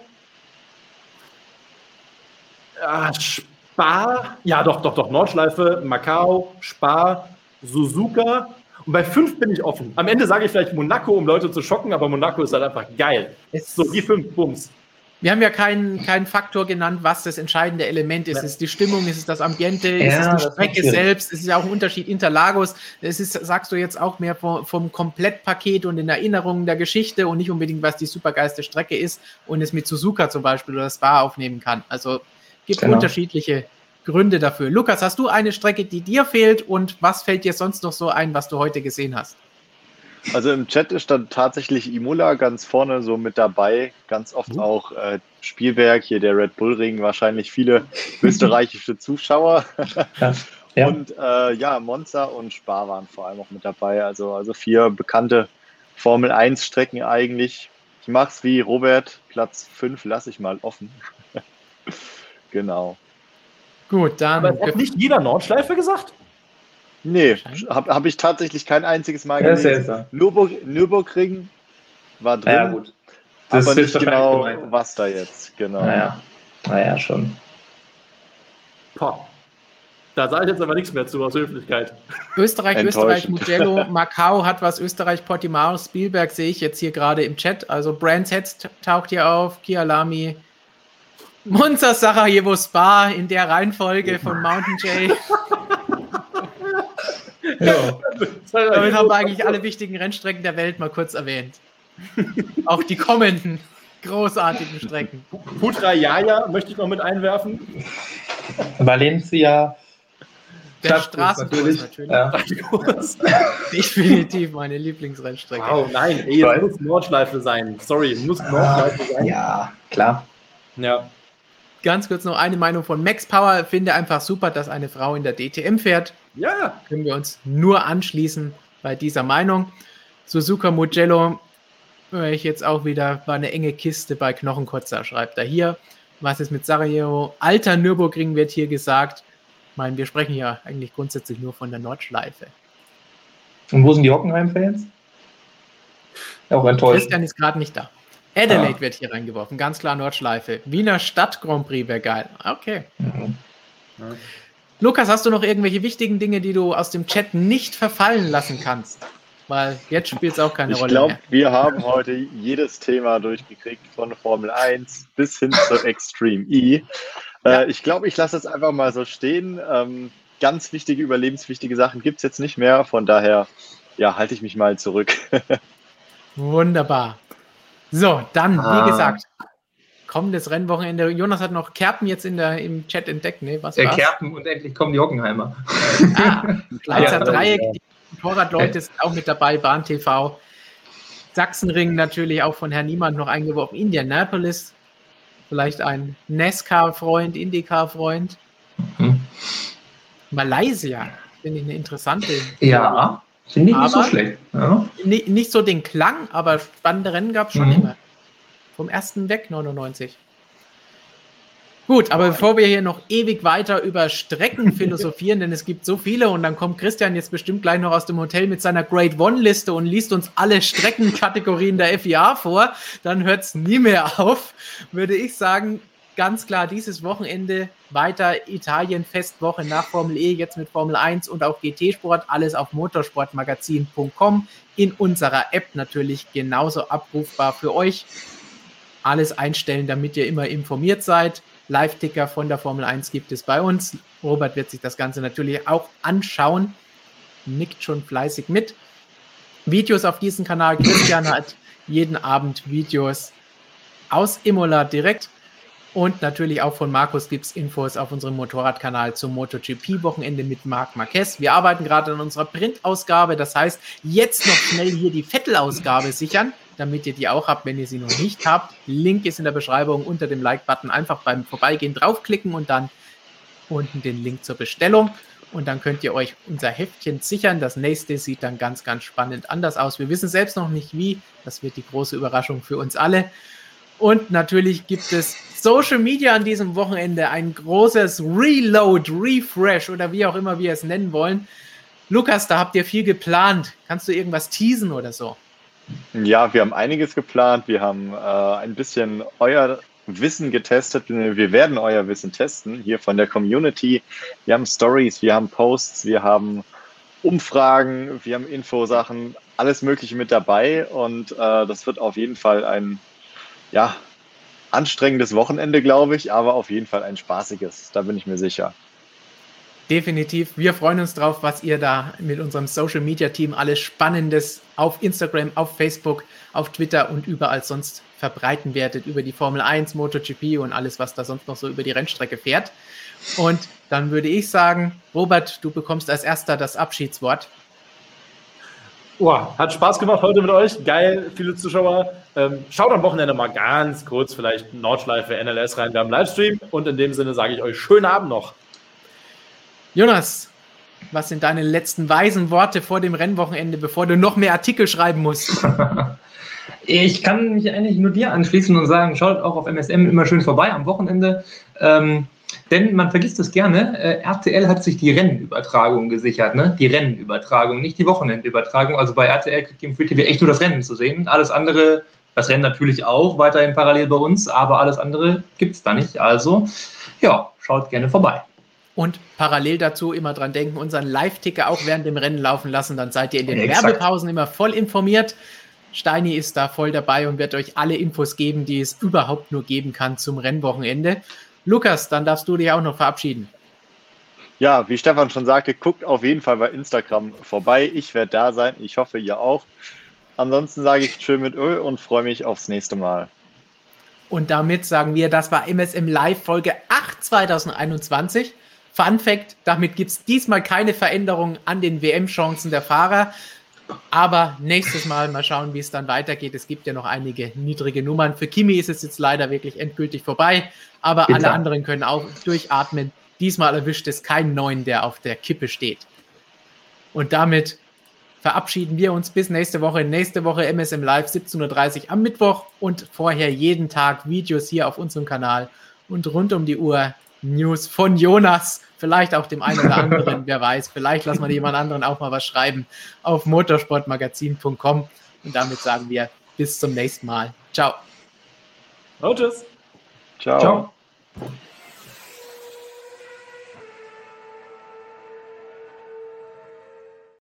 ah, Spa, ja doch, doch, doch, Nordschleife, Macau, Spa, Suzuka. Und bei fünf bin ich offen. Am Ende sage ich vielleicht Monaco, um Leute zu schocken, aber Monaco ist halt einfach geil. So, die fünf Bums. Wir haben ja keinen, keinen Faktor genannt, was das entscheidende Element ist. Ja. Ist es die Stimmung, ist es das Ambiente, ja, ist es die Strecke selbst? Es ist ja auch ein Unterschied. Interlagos, es ist, sagst du jetzt auch mehr vom, vom Komplettpaket und in Erinnerungen der Geschichte und nicht unbedingt, was die supergeilste Strecke ist und es mit Suzuka zum Beispiel oder Spa aufnehmen kann. Also gibt genau. unterschiedliche Gründe dafür. Lukas, hast du eine Strecke, die dir fehlt und was fällt dir sonst noch so ein, was du heute gesehen hast?
Also im Chat ist dann tatsächlich Imola ganz vorne so mit dabei, ganz oft uh. auch äh, Spielberg, hier der Red Bull Ring, wahrscheinlich viele österreichische Zuschauer. Ja. Ja. Und äh, ja, Monza und Spa waren vor allem auch mit dabei, also, also vier bekannte Formel eins Strecken eigentlich. Ich mache es wie Robert, Platz fünf lasse ich mal offen. Genau.
Gut, dann...
Aber hat nicht jeder Nordschleife gesagt?
Nee, habe hab ich tatsächlich kein einziges Mal gelesen. Nürburg, Nürburgring war drin,
ja, gut. Das
aber nicht genau, gemeint. Was da jetzt. Genau.
Naja, naja schon.
Boah. Da sage ich jetzt aber nichts mehr zu aus Höflichkeit.
Österreich, Österreich, Mugello, Macau hat was, Österreich, Portimao, Spielberg sehe ich jetzt hier gerade im Chat. Also Brands Heads taucht hier auf, Kyalami, Monza, Sarajevo, Spa in der Reihenfolge von Mountain J. Ja. Damit haben wir eigentlich alle wichtigen Rennstrecken der Welt mal kurz erwähnt. Auch die kommenden großartigen Strecken.
Putrajaya möchte ich noch mit einwerfen.
Valencia.
Der Straßenkurs natürlich.
natürlich. Ja.
Definitiv meine Lieblingsrennstrecke.
Wow, nein, ey, es muss Nordschleife sein. Sorry, muss Nordschleife sein.
Ja, klar.
Ja.
Ganz kurz noch eine Meinung von Max Power. Finde einfach super, dass eine Frau in der D T M fährt.
Ja.
Können wir uns nur anschließen bei dieser Meinung. Suzuka Mugello, höre ich jetzt auch wieder, war eine enge Kiste bei Knochenkotzer, schreibt er hier. Was ist mit Sarajevo? Alter Nürburgring wird hier gesagt. Ich meine, wir sprechen ja eigentlich grundsätzlich nur von der Nordschleife.
Und wo sind die Hockenheim-Fans? Auch enttäuscht.
Christian ist gerade nicht da. Adelaide ah. wird hier reingeworfen, ganz klar Nordschleife. Wiener Stadt Grand Prix wäre geil. Okay. Mhm. Ja. Lukas, hast du noch irgendwelche wichtigen Dinge, die du aus dem Chat nicht verfallen lassen kannst? Weil jetzt spielt es auch keine
ich
Rolle
glaub,
mehr.
Ich glaube, wir haben heute jedes Thema durchgekriegt, von Formel eins bis hin zur Extreme E.
Ja.
Äh, ich glaube, ich lasse es einfach mal so stehen. Ähm, ganz wichtige, überlebenswichtige Sachen gibt es jetzt nicht mehr. Von daher, ja, halte ich mich mal zurück.
Wunderbar. So, dann,
ah.
wie gesagt, kommendes Rennwochenende. Jonas hat noch Kerpen jetzt in der, im Chat entdeckt. Ne? Was
äh,
war's?
Kerpen und endlich kommen die Hockenheimer.
Ah, Schleizer
Ja,
Dreieck,
ja.
die Motorradleute sind auch mit dabei, Bahn T V. Sachsenring natürlich auch von Herrn Niemann noch eingeworfen. Indianapolis, vielleicht ein NASCAR-Freund, IndyCar-Freund.
Mhm.
Malaysia, finde ich eine interessante.
Ja, finde ich nicht so
Aber
schlecht. Ja.
Nicht, nicht so den Klang, aber spannende Rennen gab es schon
Mhm.
immer. Vom ersten weg, neunundneunzig. Gut, aber bevor wir hier noch ewig weiter über Strecken philosophieren, denn es gibt so viele und dann kommt Christian jetzt bestimmt gleich noch aus dem Hotel mit seiner Grade One-Liste und liest uns alle Streckenkategorien der F I A vor, dann hört es nie mehr auf, würde ich sagen, ganz klar dieses Wochenende weiter Italien-Festwoche nach Formel E, jetzt mit Formel eins und auch G T-Sport, alles auf motorsportmagazin punkt com, in unserer App natürlich genauso abrufbar für euch. Alles einstellen, damit ihr immer informiert seid. Live-Ticker von der Formel eins gibt es bei uns. Robert wird sich das Ganze natürlich auch anschauen. Nickt schon fleißig mit. Videos auf diesem Kanal. Christian hat jeden Abend Videos aus Imola direkt. Und natürlich auch von Markus gibt es Infos auf unserem Motorradkanal zum MotoGP-Wochenende mit Marc Marquez. Wir arbeiten gerade an unserer Printausgabe. Das heißt, jetzt noch schnell hier die Vettelausgabe sichern, damit ihr die auch habt, wenn ihr sie noch nicht habt. Link ist in der Beschreibung unter dem Like-Button. Einfach beim Vorbeigehen draufklicken und dann unten den Link zur Bestellung. Und dann könnt ihr euch unser Heftchen sichern. Das nächste sieht dann ganz, ganz spannend anders aus. Wir wissen selbst noch nicht wie. Das wird die große Überraschung für uns alle. Und natürlich gibt es Social Media an diesem Wochenende. Ein großes Reload, Refresh oder wie auch immer wir es nennen wollen. Lukas, da habt ihr viel geplant. Kannst du irgendwas teasen oder so?
Ja, wir haben einiges geplant. Wir haben äh, ein bisschen euer Wissen getestet. Wir werden euer Wissen testen, hier von der Community. Wir haben Stories, wir haben Posts, wir haben Umfragen, wir haben Infosachen, alles Mögliche mit dabei. Und äh, das wird auf jeden Fall ein ja, anstrengendes Wochenende, glaube ich, aber auf jeden Fall ein spaßiges. Da bin ich mir sicher.
Definitiv. Wir freuen uns drauf, was ihr da mit unserem Social Media Team alles Spannendes auf Instagram, auf Facebook, auf Twitter und überall sonst verbreiten werdet über die Formel eins, MotoGP und alles, was da sonst noch so über die Rennstrecke fährt. Und dann würde ich sagen, Robert, du bekommst als erster das Abschiedswort.
Oh, hat Spaß gemacht heute mit euch. Geil, viele Zuschauer. Ähm, schaut am Wochenende mal ganz kurz vielleicht Nordschleife, N L S rein. Wir haben Livestream und in dem Sinne sage ich euch schönen Abend noch.
Jonas, was sind deine letzten weisen Worte vor dem Rennwochenende, bevor du noch mehr Artikel schreiben musst?
Ich kann mich eigentlich nur dir anschließen und sagen, schaut auch auf M S M immer schön vorbei am Wochenende. Ähm, denn man vergisst es gerne, äh, R T L hat sich die Rennübertragung gesichert, ne? Die Rennübertragung, nicht die Wochenendübertragung. Also bei R T L kriegt ihr im Free T V echt nur das Rennen zu sehen. Alles andere, das Rennen natürlich auch, weiterhin parallel bei uns, aber alles andere gibt es da nicht. Also, ja, schaut gerne vorbei.
Und parallel dazu immer dran denken, unseren Live-Ticker auch während dem Rennen laufen lassen, dann seid ihr in den
Exakt.
Werbepausen immer voll informiert. Steini ist da voll dabei und wird euch alle Infos geben, die es überhaupt nur geben kann zum Rennwochenende. Lukas, dann darfst du dich auch noch verabschieden.
Ja, wie Stefan schon sagte, guckt auf jeden Fall bei Instagram vorbei. Ich werde da sein. Ich hoffe, ihr auch. Ansonsten sage ich tschö mit Ö und freue mich aufs nächste Mal.
Und damit sagen wir, das war M S M Live Folge acht zweitausendeinundzwanzig. Fun Fact, damit gibt es diesmal keine Veränderung an den W M-Chancen der Fahrer. Aber nächstes Mal mal schauen, wie es dann weitergeht. Es gibt ja noch einige niedrige Nummern. Für Kimi ist es jetzt leider wirklich endgültig vorbei. Aber
Bitte.
alle anderen können auch durchatmen. Diesmal erwischt es keinen Neuen, der auf der Kippe steht. Und damit verabschieden wir uns bis nächste Woche. Nächste Woche M S M Live, siebzehn Uhr dreißig am Mittwoch. Und vorher jeden Tag Videos hier auf unserem Kanal. Und rund um die Uhr News von Jonas. Vielleicht auch dem einen oder anderen, wer weiß. Vielleicht lassen wir jemand anderen auch mal was schreiben auf motorsportmagazin punkt com. Und damit sagen wir bis zum nächsten Mal. Ciao.
Oh, tschüss.
Ciao.
Ciao.